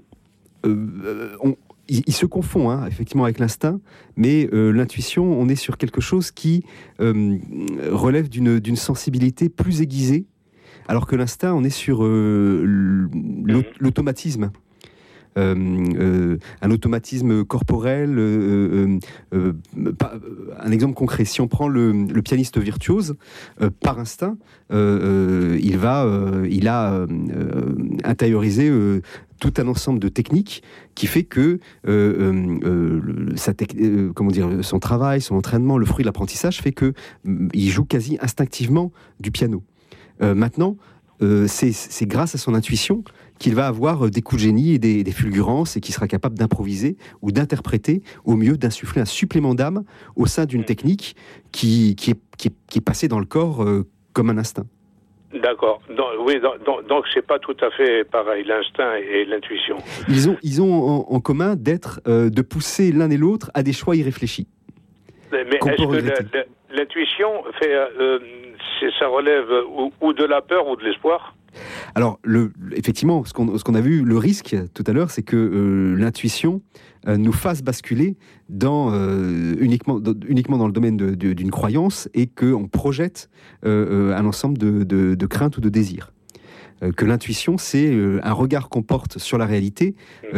euh, on, il, il se confond hein, effectivement avec l'instinct, mais euh, l'intuition, on est sur quelque chose qui euh, relève d'une, d'une sensibilité plus aiguisée. Alors que l'instinct, on est sur euh, l'automatisme. Euh, euh, un automatisme corporel. Euh, euh, euh, pas, un exemple concret, si on prend le, le pianiste virtuose, euh, par instinct, euh, euh, il, va, euh, il a euh, intériorisé euh, tout un ensemble de techniques qui fait que euh, euh, sa tec- euh, comment dire, son travail, son entraînement, le fruit de l'apprentissage fait qu'il euh, joue quasi instinctivement du piano. Euh, maintenant, euh, c'est, c'est grâce à son intuition qu'il va avoir des coups de génie et des, des fulgurances et qu'il sera capable d'improviser ou d'interpréter au mieux, d'insuffler un supplément d'âme au sein d'une technique qui, qui, est, qui, est, qui est passée dans le corps euh, comme un instinct. D'accord. Donc, oui, donc, donc c'est pas tout à fait pareil, l'instinct et l'intuition. Ils ont, ils ont en, en commun d'être, euh, de pousser l'un et l'autre à des choix irréfléchis. Mais, mais est-ce que la, la, l'intuition fait... Euh, C'est, ça relève ou, ou de la peur ou de l'espoir? Alors, le, effectivement, ce qu'on, ce qu'on a vu, le risque tout à l'heure, c'est que euh, l'intuition euh, nous fasse basculer dans, euh, uniquement, dans, uniquement dans le domaine de, de, d'une croyance et qu'on projette euh, un ensemble de, de, de craintes ou de désirs. Euh, que l'intuition, c'est euh, un regard qu'on porte sur la réalité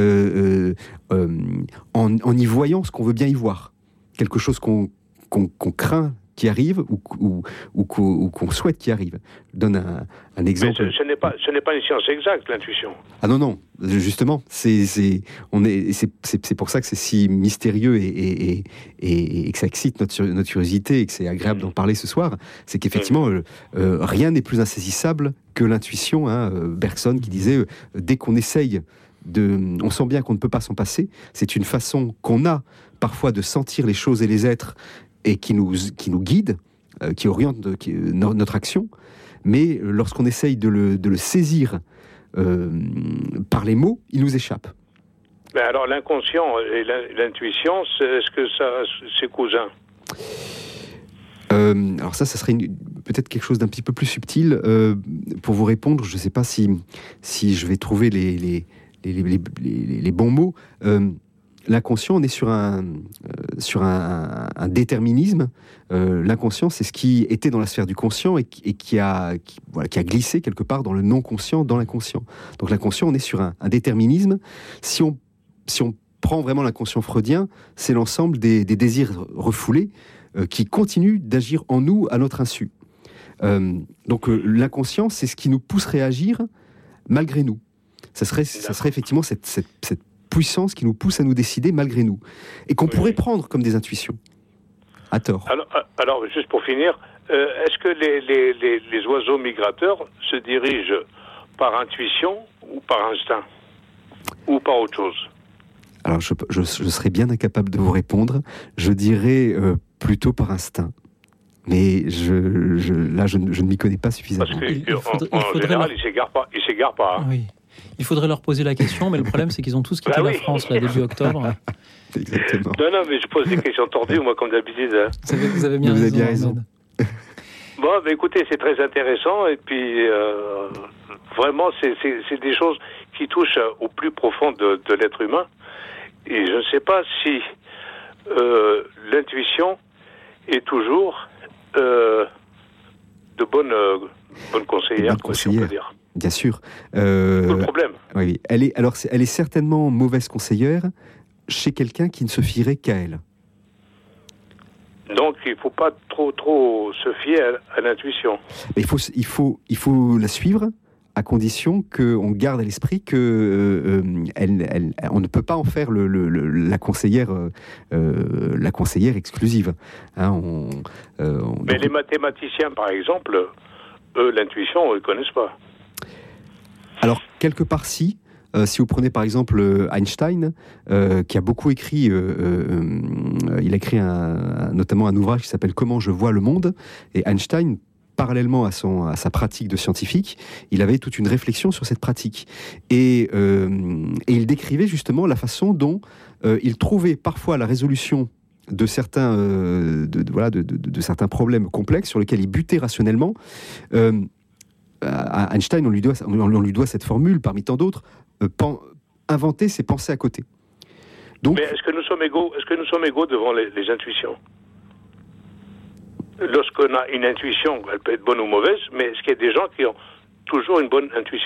euh, euh, euh, en, en y voyant ce qu'on veut bien y voir. Quelque chose qu'on, qu'on, qu'on craint qui arrive ou, ou, ou, qu'on, ou qu'on souhaite qui arrive. Je donne un, un exemple. Mais ce, ce, n'est pas, ce n'est pas une science exacte, l'intuition. Ah non, non, justement, c'est, c'est, on est, c'est, c'est, c'est pour ça que c'est si mystérieux et, et, et, et, et que ça excite notre, notre curiosité et que c'est agréable d'en parler ce soir. C'est qu'effectivement, euh, euh, rien n'est plus insaisissable que l'intuition. Hein, Bergson qui disait, euh, dès qu'on essaye de... On sent bien qu'on ne peut pas s'en passer. C'est une façon qu'on a parfois de sentir les choses et les êtres et qui nous, qui nous guide, euh, qui oriente de, qui, euh, notre action. Mais lorsqu'on essaye de le, de le saisir euh, par les mots, il nous échappe. Mais alors l'inconscient et l'intuition, c'est, est-ce que ça, c'est cousin? euh, Alors ça, ça serait une, peut-être quelque chose d'un petit peu plus subtil. Euh, pour vous répondre, je ne sais pas si, si je vais trouver les, les, les, les, les, les bons mots. Euh, L'inconscient, on est sur un, euh, sur un, un déterminisme. Euh, l'inconscient, c'est ce qui était dans la sphère du conscient et qui, et qui, a, qui, voilà, qui a glissé quelque part dans le non-conscient, dans l'inconscient. Donc l'inconscient, on est sur un, un déterminisme. Si on, si on prend vraiment l'inconscient freudien, c'est l'ensemble des, des désirs refoulés euh, qui continuent d'agir en nous à notre insu. Euh, donc euh, l'inconscient, c'est ce qui nous pousse à agir malgré nous. Ça serait, ça serait effectivement cette, cette, cette puissance qui nous pousse à nous décider malgré nous et qu'on oui. pourrait prendre comme des intuitions à tort. Alors, alors juste pour finir, euh, est-ce que les, les, les, les oiseaux migrateurs se dirigent par intuition ou par instinct ou par autre chose? Alors je, je, je serais bien incapable de vous répondre. Je dirais euh, plutôt par instinct. Mais je, je, là, je, je ne m'y connais pas suffisamment. Parce qu'en en, en général, ils ne s'égarent pas. Ils s'égarent pas hein. Oui. Il faudrait leur poser la question, mais le problème, c'est qu'ils ont tous quitté bah oui. la France, là, début octobre. Exactement. Non, non, mais je pose des questions tordues, moi, comme d'habitude. Hein. Vous, avez, vous avez bien vous raison. Avez bien raison. Bon, bah, écoutez, c'est très intéressant, et puis, euh, vraiment, c'est, c'est, c'est des choses qui touchent au plus profond de, de l'être humain. Et je ne sais pas si euh, l'intuition est toujours euh, de bonne, euh, bonne conseillère, bonne conseillère. Si on peut dire. Bien sûr. Euh, Tout le problème. Oui, elle est, alors, elle est certainement mauvaise conseillère chez quelqu'un qui ne se fierait qu'à elle. Donc, il ne faut pas trop, trop se fier à, à l'intuition. Mais il faut, il faut, il faut la suivre à condition qu'on garde à l'esprit que euh, elle, elle, on ne peut pas en faire le, le, le, la conseillère, euh, la conseillère exclusive. Hein, on, euh, on, Mais donc... les mathématiciens, par exemple, eux, l'intuition, ils ne connaissent pas. Alors, quelque part, si. Euh, si vous prenez par exemple Einstein, euh, qui a beaucoup écrit, euh, euh, il a écrit un, un, notamment un ouvrage qui s'appelle « Comment je vois le monde ». Et Einstein, parallèlement à, son, à sa pratique de scientifique, il avait toute une réflexion sur cette pratique. Et, euh, et il décrivait justement la façon dont euh, il trouvait parfois la résolution de certains, euh, de, de, voilà, de, de, de certains problèmes complexes sur lesquels il butait rationnellement. Euh, à Einstein, on lui, doit, on lui doit cette formule, parmi tant d'autres, euh, pen, inventer, c'est penser à côté. Donc, mais est-ce que nous sommes égaux, est-ce que nous sommes égaux devant les, les intuitions ? Lorsqu'on a une intuition, elle peut être bonne ou mauvaise, mais est-ce qu'il y a des gens qui ont toujours une bonne intuition ?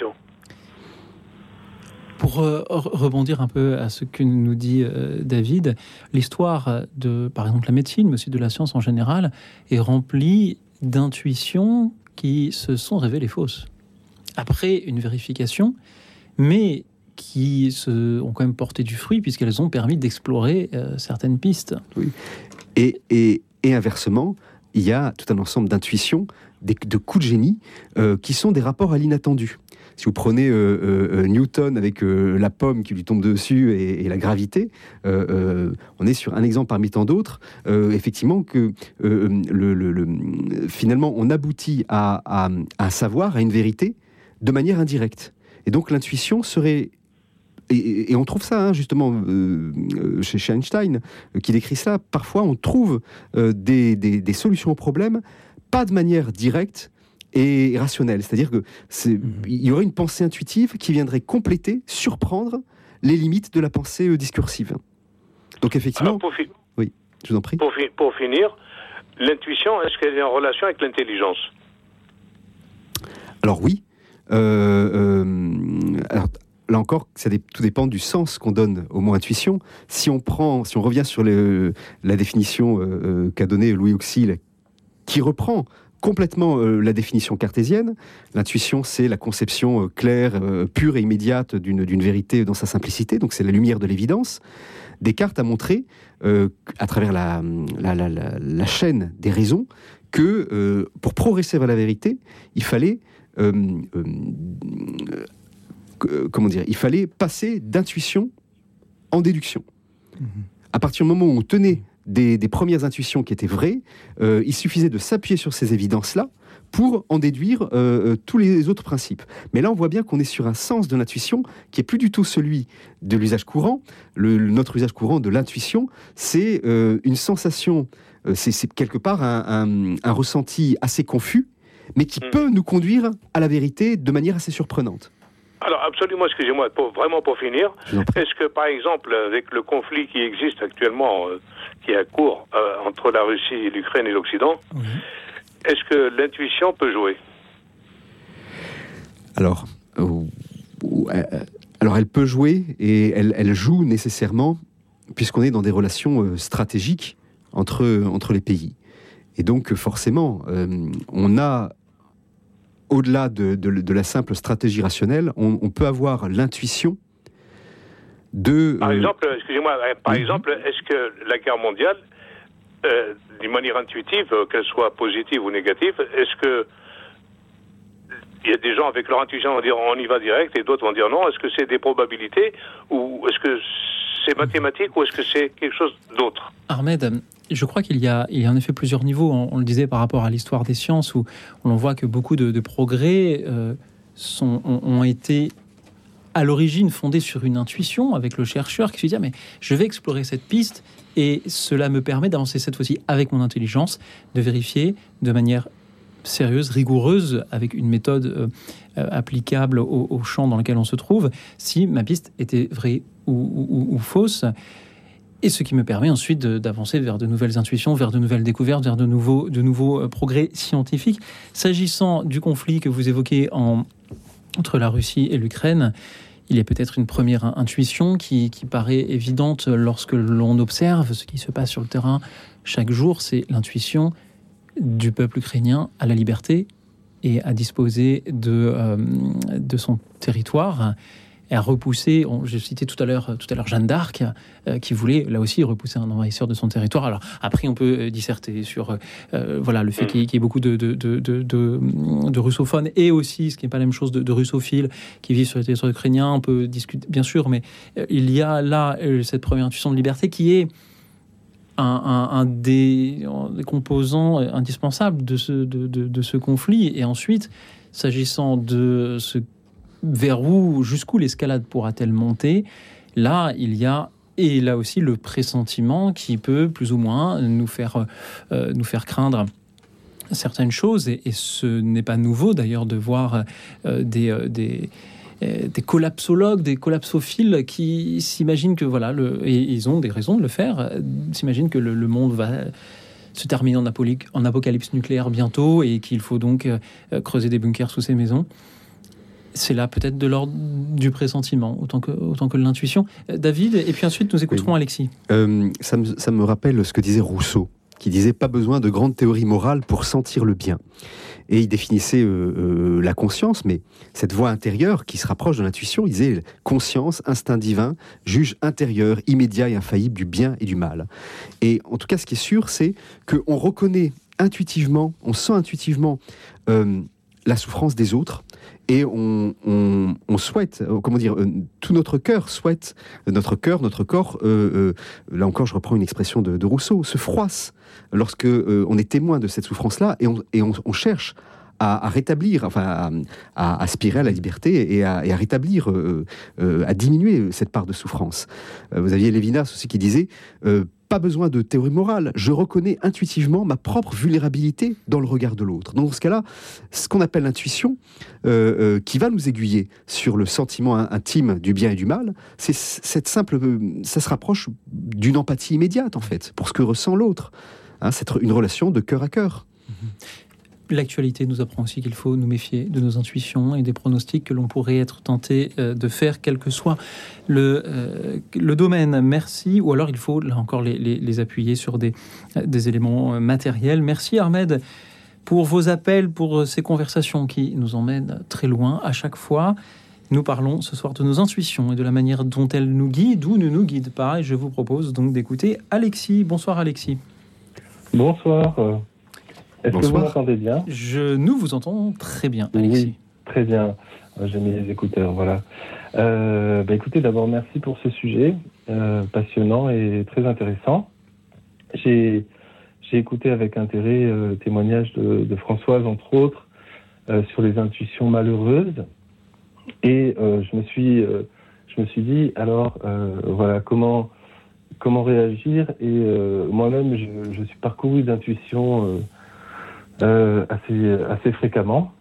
Pour euh, rebondir un peu à ce que nous dit euh, David, l'histoire de, par exemple, la médecine, mais aussi de la science en général, est remplie d'intuitions qui se sont révélées fausses. Après une vérification, mais qui se, ont quand même porté du fruit, puisqu'elles ont permis d'explorer euh, certaines pistes. Oui. Et, et, et inversement, il y a tout un ensemble d'intuitions, des, de coups de génie, euh, qui sont des rapports à l'inattendu. Si vous prenez euh, euh, Newton avec euh, la pomme qui lui tombe dessus et, et la gravité, euh, euh, on est sur un exemple parmi tant d'autres, euh, effectivement, que euh, le, le, le, finalement, on aboutit à, à, à un savoir, à une vérité, de manière indirecte. Et donc l'intuition serait... Et, et on trouve ça, hein, justement, euh, chez, chez Einstein, euh, qui décrit ça. Parfois, on trouve euh, des, des, des solutions aux problèmes, pas de manière directe, et rationnel, c'est-à-dire que c'est, il y aurait une pensée intuitive qui viendrait compléter, surprendre les limites de la pensée euh, discursive. Donc effectivement, alors pour fi- oui, je vous en prie. Pour, fi- pour finir, l'intuition, est-ce qu'elle est en relation avec l'intelligence ? Alors oui. Euh, euh, alors, là encore, ça dé- tout dépend du sens qu'on donne au mot intuition. Si on prend, si on revient sur le, la définition euh, qu'a donnée Louis Auxil, qui reprend complètement euh, la définition cartésienne. L'intuition, c'est la conception euh, claire, euh, pure et immédiate d'une, d'une vérité dans sa simplicité, donc c'est la lumière de l'évidence. Descartes a montré, euh, à travers la, la, la, la, la chaîne des raisons, que euh, pour progresser vers la vérité, il fallait, euh, euh, euh, comment dire, il fallait passer d'intuition en déduction. Mmh. À partir du moment où on tenait Des, des premières intuitions qui étaient vraies, euh, il suffisait de s'appuyer sur ces évidences-là pour en déduire euh, tous les autres principes. Mais là, on voit bien qu'on est sur un sens de l'intuition qui est plus du tout celui de l'usage courant. Le, le, notre usage courant de l'intuition, c'est euh, une sensation, euh, c'est, c'est quelque part un, un, un ressenti assez confus, mais qui mmh. peut nous conduire à la vérité de manière assez surprenante. Alors, absolument, excusez-moi, pour, vraiment pour finir, est-ce que, par exemple, avec le conflit qui existe actuellement, euh, qui est à court, euh, entre la Russie et l'Ukraine et l'Occident, oui. est-ce que l'intuition peut jouer ? Alors, euh, euh, alors, elle peut jouer, et elle, elle joue nécessairement, puisqu'on est dans des relations euh, stratégiques entre, entre les pays. Et donc, forcément, euh, on a... Au-delà de, de, de la simple stratégie rationnelle, on, on peut avoir l'intuition de... Par exemple, euh, excusez-moi, par mmh. exemple, est-ce que la guerre mondiale, euh, d'une manière intuitive, euh, qu'elle soit positive ou négative, est-ce que il y a des gens avec leur intuition vont dire on y va direct et d'autres vont dire non? Est-ce que c'est des probabilités ou est-ce que c'est mathématique ou est-ce que c'est quelque chose d'autre? Ahmed, je crois qu'il y a, il y a en effet plusieurs niveaux. On, on le disait par rapport à l'histoire des sciences où on voit que beaucoup de, de progrès euh, sont, ont, ont été à l'origine fondés sur une intuition avec le chercheur qui se dit ah, mais je vais explorer cette piste et cela me permet d'avancer cette fois-ci avec mon intelligence, de vérifier de manière sérieuse, rigoureuse, avec une méthode euh, euh, applicable au, au champ dans lequel on se trouve, si ma piste était vraie ou, ou, ou fausse. Et ce qui me permet ensuite de, d'avancer vers de nouvelles intuitions, vers de nouvelles découvertes, vers de nouveaux, de nouveaux euh, progrès scientifiques. S'agissant du conflit que vous évoquez en, entre la Russie et l'Ukraine, il y a peut-être une première intuition qui, qui paraît évidente lorsque l'on observe ce qui se passe sur le terrain chaque jour, c'est l'intuition du peuple ukrainien à la liberté et à disposer de, euh, de son territoire. et à repousser. On, j'ai cité tout à l'heure, tout à l'heure Jeanne d'Arc, euh, qui voulait là aussi repousser un envahisseur de son territoire. Alors après, on peut disserter sur euh, voilà le fait qu'il y, qu'il y ait beaucoup de, de, de, de, de, de russophones et aussi, ce qui n'est pas la même chose, de, de russophiles qui vivent sur le territoire ukrainien. On peut discuter, bien sûr, mais euh, il y a là euh, cette première intuition de liberté qui est un, un, un des, des composants indispensables de ce, de, de, de ce conflit. Et ensuite, s'agissant de ce vers où, jusqu'où l'escalade pourra-t-elle monter, là, il y a, et là aussi, le pressentiment qui peut, plus ou moins, nous faire, euh, nous faire craindre certaines choses. Et, et ce n'est pas nouveau, d'ailleurs, de voir euh, des... Euh, des des collapsologues, des collapsophiles qui s'imaginent que, voilà, le, et ils ont des raisons de le faire, s'imaginent que le, le monde va se terminer en, apoli- en apocalypse nucléaire bientôt et qu'il faut donc euh, creuser des bunkers sous ces maisons. C'est là peut-être de l'ordre du pressentiment, autant que, autant que de l'intuition. David, et puis ensuite nous écouterons oui. Alexis. Euh, ça, me, ça me rappelle ce que disait Rousseau, qui disait « pas besoin de grandes théories morales pour sentir le bien ». Et il définissait euh, euh, la conscience, mais cette voix intérieure qui se rapproche de l'intuition, il disait « conscience, instinct divin, juge intérieur, immédiat et infaillible du bien et du mal ». Et en tout cas, ce qui est sûr, c'est qu'on reconnaît intuitivement, on sent intuitivement euh, la souffrance des autres, et on, on, on souhaite, euh, comment dire, euh, tout notre cœur souhaite, euh, notre cœur, notre corps, euh, euh, là encore je reprends une expression de, de Rousseau, se froisse lorsque euh, on est témoin de cette souffrance-là, et on, et on, on cherche à, à rétablir, enfin à, à aspirer à la liberté et à, et à rétablir, euh, euh, à diminuer cette part de souffrance. Euh, vous aviez Lévinas aussi qui disait euh, pas besoin de théorie morale, je reconnais intuitivement ma propre vulnérabilité dans le regard de l'autre. Donc dans ce cas-là, ce qu'on appelle l'intuition, euh, euh, qui va nous aiguiller sur le sentiment intime du bien et du mal, c'est cette simple, ça se rapproche d'une empathie immédiate en fait, pour ce que ressent l'autre. Hein, c'est une relation de cœur à cœur. L'actualité nous apprend aussi qu'il faut nous méfier de nos intuitions et des pronostics que l'on pourrait être tenté de faire, quel que soit le, euh, le domaine. Merci. Ou alors il faut, là encore, les, les, les appuyer sur des, des éléments matériels. Merci Ahmed pour vos appels, pour ces conversations qui nous emmènent très loin à chaque fois. Nous parlons ce soir de nos intuitions et de la manière dont elles nous guident ou ne nous guident pas. Et je vous propose donc d'écouter Alexis. Bonsoir Alexis. Bonsoir. Est-ce Bonsoir. que vous m'entendez bien ? Je, Nous vous entendons très bien, Alexis. Oui, très bien. J'ai mis les écouteurs, voilà. Euh, bah écoutez, d'abord, merci pour ce sujet euh, passionnant et très intéressant. J'ai, j'ai écouté avec intérêt euh, le témoignage de, de Françoise, entre autres, euh, sur les intuitions malheureuses. Et euh, je me suis, euh, je me suis dit, alors, euh, voilà, comment, comment réagir ? Et euh, moi-même, je, je suis parcouru d'intuitions euh, euh, assez, assez fréquemment.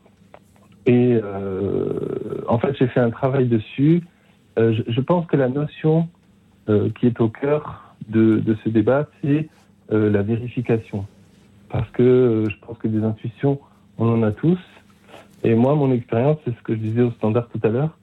Et euh, en fait, j'ai fait un travail dessus. Euh, je, je pense que la notion euh, qui est au cœur de, de ce débat, c'est euh, la vérification. Parce que euh, je pense que des intuitions, on en a tous. Et moi, mon expérience, c'est ce que je disais au standard tout à l'heure,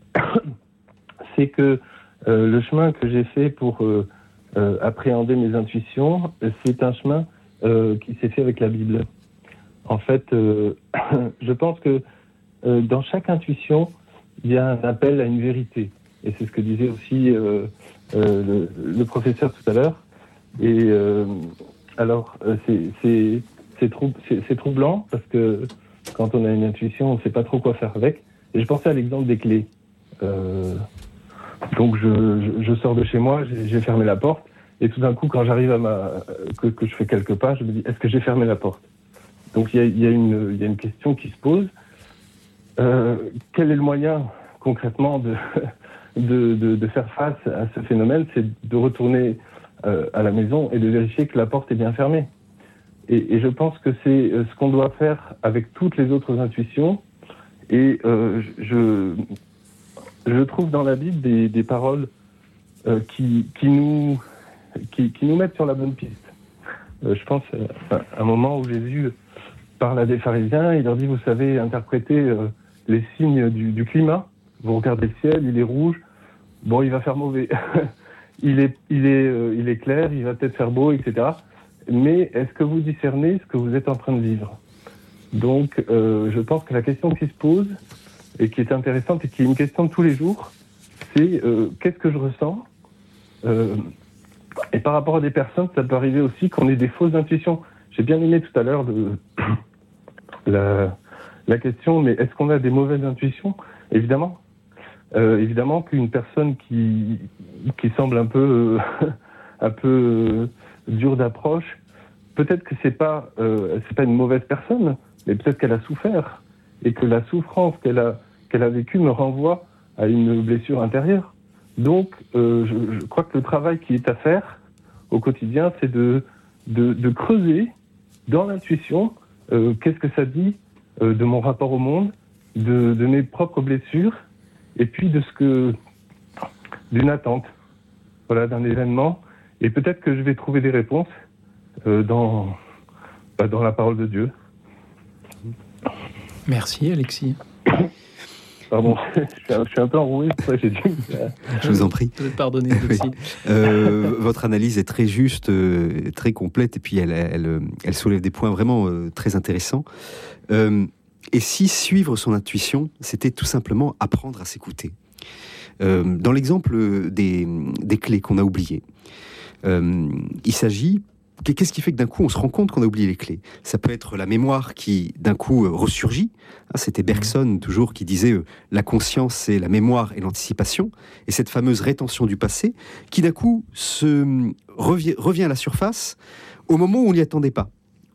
c'est que euh, le chemin que j'ai fait pour euh, euh, appréhender mes intuitions, c'est un chemin euh, qui s'est fait avec la Bible. En fait, euh, je pense que euh, dans chaque intuition, il y a un appel à une vérité. Et c'est ce que disait aussi euh, euh, le, le professeur tout à l'heure. Et euh, alors, c'est, c'est, c'est, trou- c'est, c'est troublant parce que quand on a une intuition, on ne sait pas trop quoi faire avec. Et je pensais à l'exemple des clés. Euh, donc, je, je, je sors de chez moi, j'ai, j'ai fermé la porte. Et tout d'un coup, quand j'arrive à ma... que, que je fais quelques pas, je me dis, est-ce que j'ai fermé la porte ? Donc, il y a, y a une, il y a une question qui se pose. Euh, quel est le moyen, concrètement, de, de, de, de faire face à ce phénomène ? C'est de retourner euh, à la maison et de vérifier que la porte est bien fermée. Et, et je pense que c'est ce qu'on doit faire avec toutes les autres intuitions. Et euh, je, je trouve dans la Bible des, des paroles euh, qui, qui, nous, qui, qui nous mettent sur la bonne piste. Euh, je pense à un moment où Jésus parle à des pharisiens, il leur dit, vous savez interpréter euh, les signes du, du climat. Vous regardez le ciel, il est rouge. Bon, il va faire mauvais. il, est, il, est, euh, il est clair, il va peut-être faire beau, et cetera. Mais est-ce que vous discernez ce que vous êtes en train de vivre ? Donc, euh, je pense que la question qui se pose, et qui est intéressante, et qui est une question de tous les jours, c'est euh, qu'est-ce que je ressens euh, et par rapport à des personnes, ça peut arriver aussi qu'on ait des fausses intuitions. J'ai bien aimé tout à l'heure de, la, la question, mais est-ce qu'on a des mauvaises intuitions ? Évidemment. Euh, évidemment qu'une personne qui, qui semble un peu, euh, un peu euh, dure d'approche, peut-être que c'est pas, euh, c'est pas une mauvaise personne, mais peut-être qu'elle a souffert et que la souffrance qu'elle a, qu'elle a vécue me renvoie à une blessure intérieure. Donc, euh, je, je crois que le travail qui est à faire au quotidien, c'est de, de, de creuser dans l'intuition euh, qu'est-ce que ça dit euh, de mon rapport au monde, de, de mes propres blessures, et puis de ce que d'une attente, voilà, d'un événement. Et peut-être que je vais trouver des réponses euh, dans, bah, dans la parole de Dieu. Merci Alexis. Pardon, je suis, un, je suis un peu enroué, c'est pour ça que j'ai dû... Je vous en prie. Vous êtes pardonné, Alexis. euh, votre analyse est très juste, euh, très complète, et puis elle, elle, elle soulève des points vraiment euh, très intéressants. Euh, et si suivre son intuition, c'était tout simplement apprendre à s'écouter. Euh, dans l'exemple des, des clés qu'on a oubliées, euh, il s'agit... Qu'est-ce qui fait que d'un coup on se rend compte qu'on a oublié les clés ? Ça peut être la mémoire qui d'un coup ressurgit. C'était Bergson toujours qui disait euh, la conscience c'est la mémoire et l'anticipation. Et cette fameuse rétention du passé qui d'un coup se revient, revient à la surface au moment où on n'y attendait pas.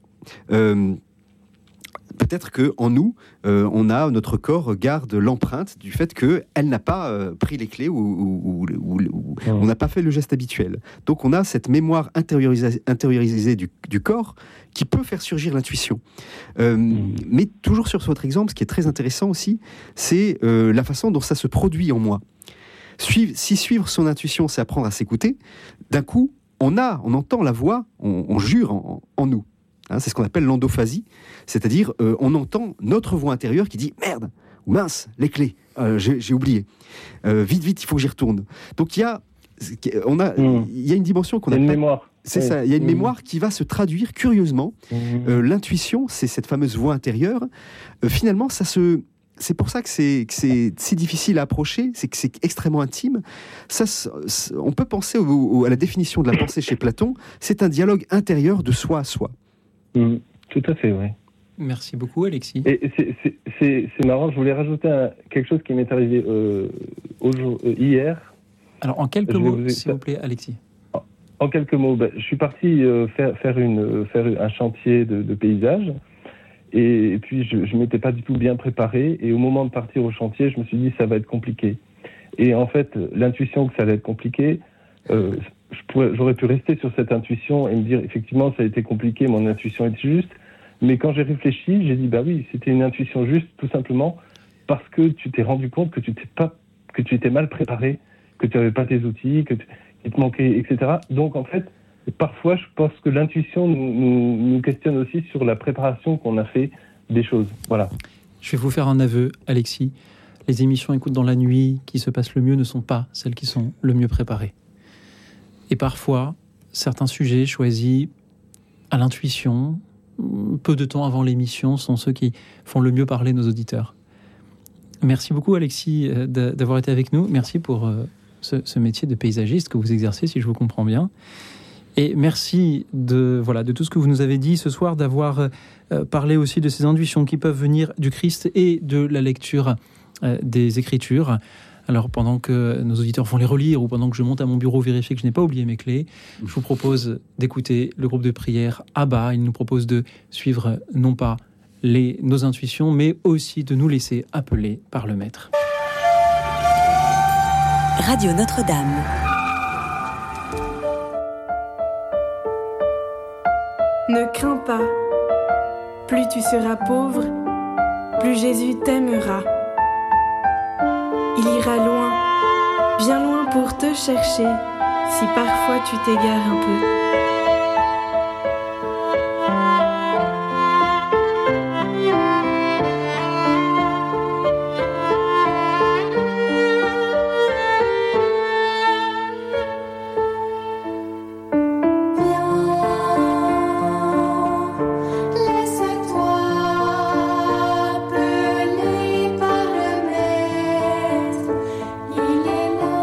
Euh, Peut-être que en nous, euh, on a notre corps garde l'empreinte du fait que elle n'a pas euh, pris les clés ou, ou, ou, ou mmh. on n'a pas fait le geste habituel. Donc on a cette mémoire intériorisée, intériorisée du, du corps qui peut faire surgir l'intuition. Euh, mmh. Mais toujours sur votre exemple, ce qui est très intéressant aussi, c'est euh, la façon dont ça se produit en moi. Suivre, si suivre son intuition, c'est apprendre à s'écouter. D'un coup, on a, on entend la voix, on, on jure en, en nous. Hein, c'est ce qu'on appelle l'endophasie, c'est-à-dire euh, on entend notre voix intérieure qui dit « Merde !» ou « Mince, les clés, euh, j'ai, j'ai oublié. Euh, vite, vite, il faut que j'y retourne. » Donc il y a, on a, mmh. il y a une dimension qu'on appelle... une mémoire. C'est oui. ça, il y a une mmh. mémoire qui va se traduire curieusement. Mmh. Euh, l'intuition, c'est cette fameuse voix intérieure. Euh, finalement, ça se... C'est pour ça que c'est, que c'est si difficile à approcher, c'est que c'est extrêmement intime. Ça, on peut penser au, au, à la définition de la pensée chez Platon, c'est un dialogue intérieur de soi à soi. Mmh, tout à fait, oui. Merci beaucoup, Alexis. Et c'est, c'est, c'est, c'est marrant, je voulais rajouter un, quelque chose qui m'est arrivé euh, au jour, euh, hier. Alors, en quelques mots, vous... s'il vous plaît, Alexis. En, en quelques mots, ben, je suis parti euh, faire, faire, une, faire un chantier de, de paysage, et, et puis je ne m'étais pas du tout bien préparé, et au moment de partir au chantier, je me suis dit, ça va être compliqué. Et en fait, l'intuition que ça allait être compliqué... Euh, Je pourrais, j'aurais pu rester sur cette intuition et me dire effectivement ça a été compliqué, mon intuition est juste, mais quand j'ai réfléchi, j'ai dit bah oui, c'était une intuition juste tout simplement parce que tu t'es rendu compte que tu t'es pas, que tu étais mal préparé, que tu n'avais pas tes outils, que tu, qu'il te manquait, et cetera. Donc en fait, parfois je pense que l'intuition nous, nous, nous questionne aussi sur la préparation qu'on a fait des choses. Voilà. Je vais vous faire un aveu, Alexis. Les émissions Écoute dans la nuit qui se passent le mieux ne sont pas celles qui sont le mieux préparées. Et parfois, certains sujets choisis à l'intuition, peu de temps avant l'émission, sont ceux qui font le mieux parler nos auditeurs. Merci beaucoup, Alexis, d'avoir été avec nous. Merci pour ce, ce métier de paysagiste que vous exercez, si je vous comprends bien. Et merci de, voilà, de tout ce que vous nous avez dit ce soir, d'avoir euh, parlé aussi de ces intuitions qui peuvent venir du Christ et de la lecture euh, des Écritures. Alors, pendant que nos auditeurs vont les relire ou pendant que je monte à mon bureau vérifier que je n'ai pas oublié mes clés, je vous propose d'écouter le groupe de prière Abba. Il nous propose de suivre non pas les, nos intuitions, mais aussi de nous laisser appeler par le Maître. Radio Notre-Dame. Ne crains pas, plus tu seras pauvre, plus Jésus t'aimera. Il ira loin, bien loin pour te chercher, si parfois tu t'égares un peu. Laisse-toi appeler par le Maître, il est là.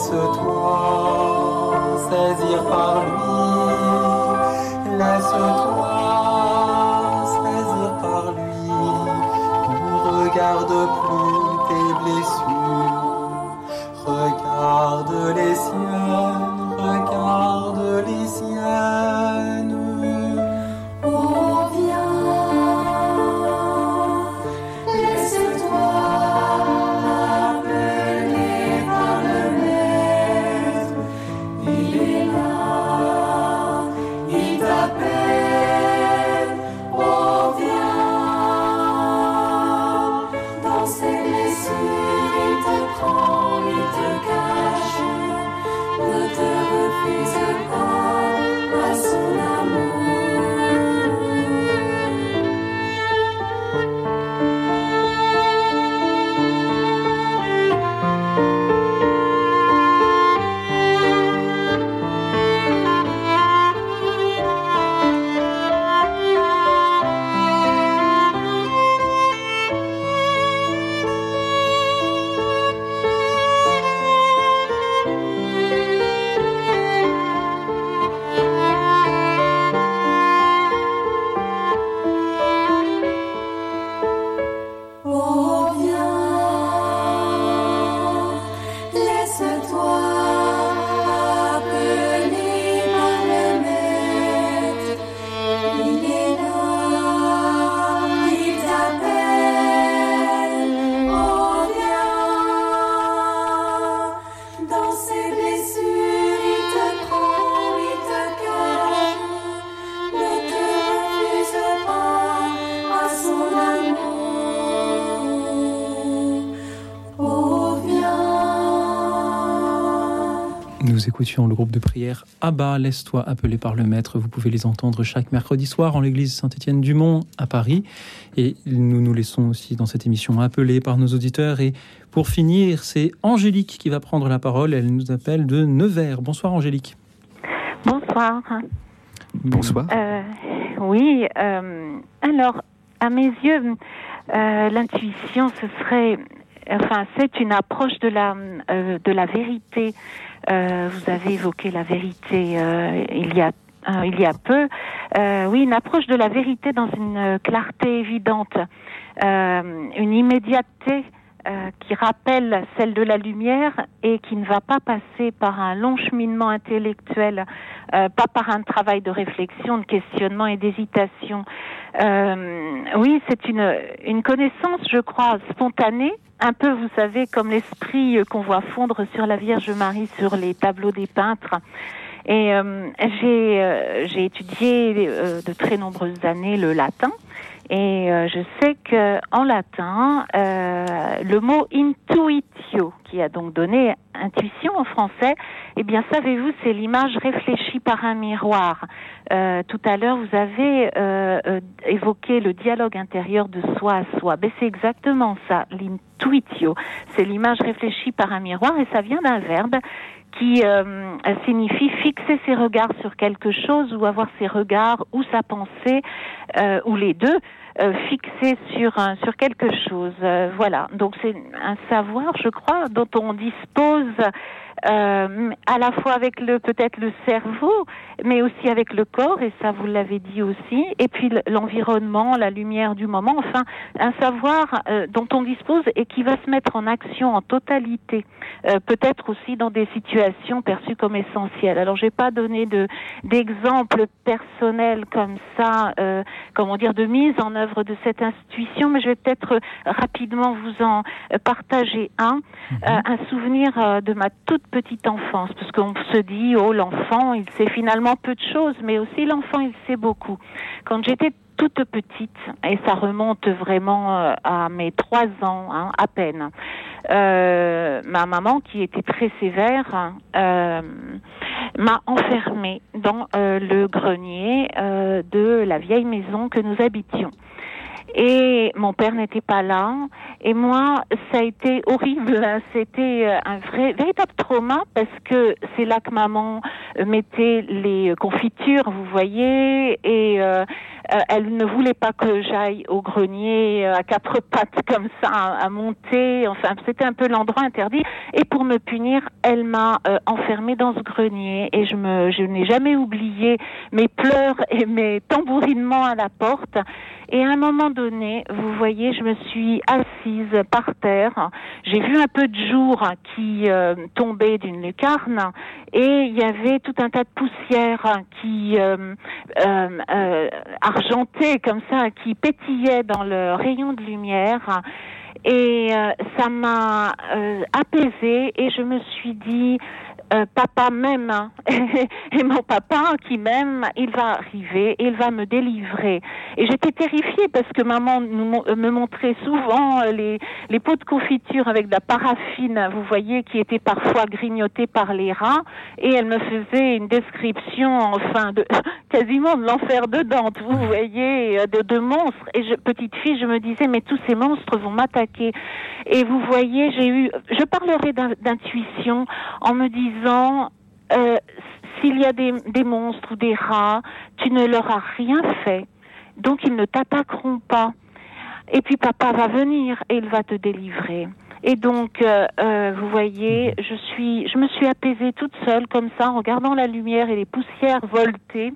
laisse-toi saisir par lui, laisse-toi saisir par lui. Ne regarde plus tes blessures, regarde les siennes, regarde les siennes. Oh viens, laisse-toi appeler par le maître. Il est là, il t'appelle. Oh viens, dans ses blessures il te prend, il te cache. Ne te refuse pas à son amour. Oh viens, laisse-toi appeler par le maître. Il est là, il t'appelle. Oh viens, dans ses blessures il te prend, il te cache. Ne te refuse pas à son amour. Oh viens. Nous écoutions le groupe de prière Abba, laisse-toi appeler par le Maître. Vous pouvez les entendre chaque mercredi soir en l'église Saint-Étienne-du-Mont à Paris. Et nous nous laissons aussi dans cette émission appeler par nos auditeurs. Et pour finir, c'est Angélique qui va prendre la parole. Elle nous appelle de Nevers. Bonsoir Angélique. Bonsoir. Bonsoir. Euh, oui, euh, alors, à mes yeux, euh, l'intuition, ce serait, enfin, c'est une approche de la, euh, de la vérité. Euh, vous avez évoqué la vérité euh, il y a euh, il y a peu. Euh, oui, une approche de la vérité dans une clarté évidente, euh, une immédiateté euh, qui rappelle celle de la lumière et qui ne va pas passer par un long cheminement intellectuel, euh, pas par un travail de réflexion, de questionnement et d'hésitation. Euh, oui, c'est une, une connaissance, je crois, spontanée, un peu, vous savez, comme l'esprit qu'on voit fondre sur la Vierge Marie sur les tableaux des peintres. Et euh, j'ai, euh, j'ai étudié euh, de très nombreuses années le latin. Et euh, je sais que en latin, euh, le mot intuitio, qui a donc donné intuition en français, eh bien, savez-vous, c'est l'image réfléchie par un miroir. Euh, tout à l'heure, vous avez euh, euh, évoqué le dialogue intérieur de soi à soi. Ben, c'est exactement ça, l'intuitio. C'est l'image réfléchie par un miroir, et ça vient d'un verbe qui euh, signifie fixer ses regards sur quelque chose ou avoir ses regards ou sa pensée euh, ou les deux euh, fixés sur un, sur quelque chose. Euh, voilà. Donc c'est un savoir, je crois, dont on dispose euh, à la fois avec le peut-être le cerveau, mais aussi avec le corps, et ça vous l'avez dit aussi, et puis l'environnement, la lumière du moment, enfin un savoir euh, dont on dispose et qui va se mettre en action en totalité, euh, peut-être aussi dans des situations perçues comme essentielles. Alors j'ai pas donné de d'exemples personnels comme ça, euh, comment dire, de mise en œuvre de cette intuition, mais je vais peut-être rapidement vous en partager un, mmh. euh, un souvenir euh, de ma toute petite enfance, parce qu'on se dit, oh, l'enfant, il sait finalement peu de choses, mais aussi l'enfant, il sait beaucoup. Quand j'étais toute petite, et ça remonte vraiment euh, à mes trois ans, hein, à peine, euh, ma maman, qui était très sévère, euh, m'a enfermée dans euh, le grenier euh, de la vieille maison que nous habitions. Et mon père n'était pas là. Et moi, ça a été horrible. C'était un vrai, véritable trauma parce que c'est là que maman mettait les confitures, vous voyez, et euh, elle ne voulait pas que j'aille au grenier à quatre pattes comme ça, à monter. Enfin, c'était un peu l'endroit interdit. Et pour me punir, elle m'a euh, enfermée dans ce grenier. Et je me, je n'ai jamais oublié mes pleurs et mes tambourinements à la porte. Et à un moment donné, vous voyez, je me suis assise par terre. J'ai vu un peu de jour qui euh, tombait d'une lucarne et il y avait tout un tas de poussière qui euh, euh, euh, argentait comme ça, qui pétillait dans le rayon de lumière. Et euh, ça m'a euh, apaisée et je me suis dit... Euh, papa m'aime hein. Et mon papa qui m'aime, il va arriver et il va me délivrer. Et j'étais terrifiée parce que maman nous, me montrait souvent les, les pots de confiture avec de la paraffine, vous voyez, qui étaient parfois grignotés par les rats, et elle me faisait une description, enfin, de, quasiment de l'enfer de Dante, vous voyez, de, de monstres. Et je, petite fille, je me disais, mais tous ces monstres vont m'attaquer. Et vous voyez, j'ai eu, je parlerai d'intuition en me disant, euh, s'il y a des, des monstres ou des rats, tu ne leur as rien fait, donc ils ne t'attaqueront pas. Et puis papa va venir et il va te délivrer. Et donc, euh, euh, vous voyez, je suis, je me suis apaisée toute seule comme ça, en regardant la lumière et les poussières volter.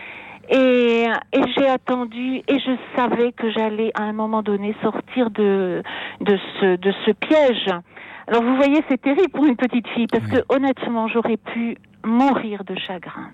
Et, et j'ai attendu et je savais que j'allais à un moment donné sortir de, de ce, de ce piège. Alors vous voyez, c'est terrible pour une petite fille parce que honnêtement, j'aurais pu mourir de chagrin.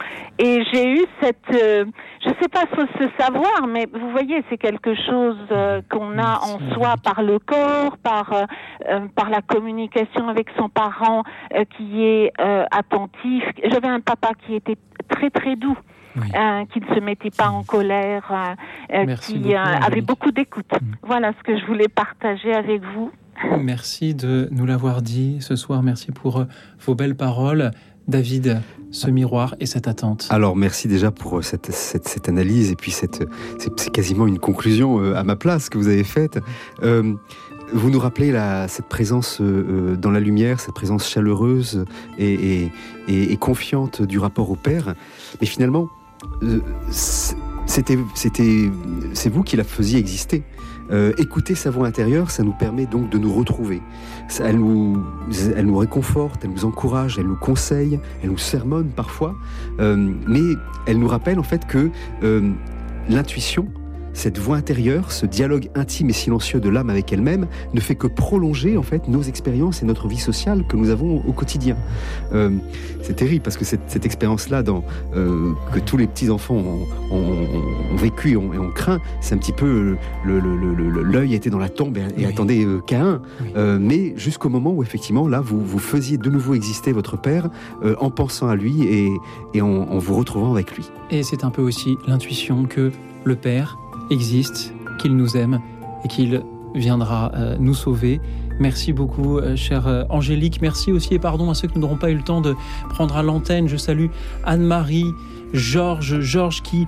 Et j'ai eu cette, euh, je sais pas faut se savoir, mais vous voyez, c'est quelque chose euh, qu'on a en soi par le corps, par euh, euh, par la communication avec son parent euh, qui est euh, attentif. J'avais un papa qui était très très doux. Oui. Euh, qui ne se mettait pas en colère, euh, qui beaucoup, euh, avait beaucoup d'écoute. Mmh. Voilà ce que je voulais partager avec vous. Merci de nous l'avoir dit ce soir. Merci pour vos belles paroles. David, ce miroir et cette attente. Alors, merci déjà pour cette, cette, cette analyse et puis cette, c'est, c'est quasiment une conclusion à ma place que vous avez faite. Euh, Vous nous rappelez la, cette présence euh, dans la lumière, cette présence chaleureuse et, et, et, et confiante du rapport au Père. Mais finalement, euh, c'était, c'était, c'est vous qui la faisiez exister. Euh, écouter sa voix intérieure, ça nous permet donc de nous retrouver. Ça, elle, nous, elle nous réconforte, elle nous encourage, elle nous conseille, elle nous sermonne parfois. Euh, mais elle nous rappelle en fait que euh, l'intuition, cette voix intérieure, ce dialogue intime et silencieux de l'âme avec elle-même ne fait que prolonger en fait nos expériences et notre vie sociale que nous avons au quotidien. Euh, c'est terrible parce que cette, cette expérience-là dans, euh, que tous les petits-enfants ont, ont, ont vécu et ont, et ont craint, c'est un petit peu le, le, le, le, l'œil était dans la tombe et, et oui. attendait euh, Caïn. Oui. Euh, mais jusqu'au moment où effectivement là vous, vous faisiez de nouveau exister votre Père euh, en pensant à lui et, et en, en vous retrouvant avec lui. Et c'est un peu aussi l'intuition que le Père existe, qu'il nous aime et qu'il viendra euh, nous sauver. Merci beaucoup, euh, chère euh, Angélique. Merci aussi et pardon à ceux qui n'auront pas eu le temps de prendre à l'antenne. Je salue Anne-Marie, Georges, Georges qui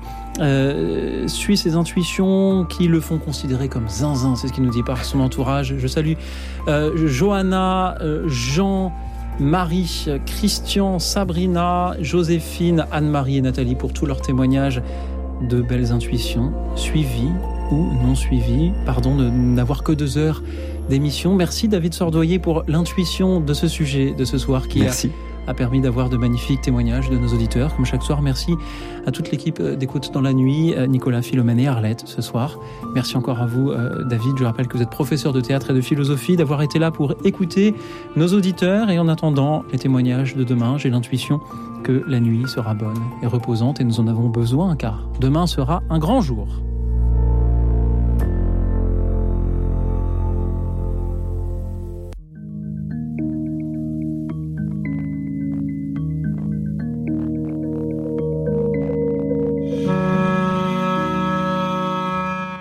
euh, suit ses intuitions, qui le font considérer comme zinzin, c'est ce qu'il nous dit par son entourage. Je salue euh, Johanna, euh, Jean, Marie, Christian, Sabrina, Joséphine, Anne-Marie et Nathalie pour tous leurs témoignages de belles intuitions, suivies ou non suivies. Pardon de n'avoir que deux heures d'émission. Merci David Sordoyer pour l'intuition de ce sujet de ce soir qui a, a permis d'avoir de magnifiques témoignages de nos auditeurs. Comme chaque soir, merci à toute l'équipe d'Écoute dans la nuit, Nicolas, Philomène et Arlette ce soir. Merci encore à vous David. Je rappelle que vous êtes professeur de théâtre et de philosophie, d'avoir été là pour écouter nos auditeurs. Et en attendant les témoignages de demain, j'ai l'intuition que la nuit sera bonne et reposante et nous en avons besoin car demain sera un grand jour.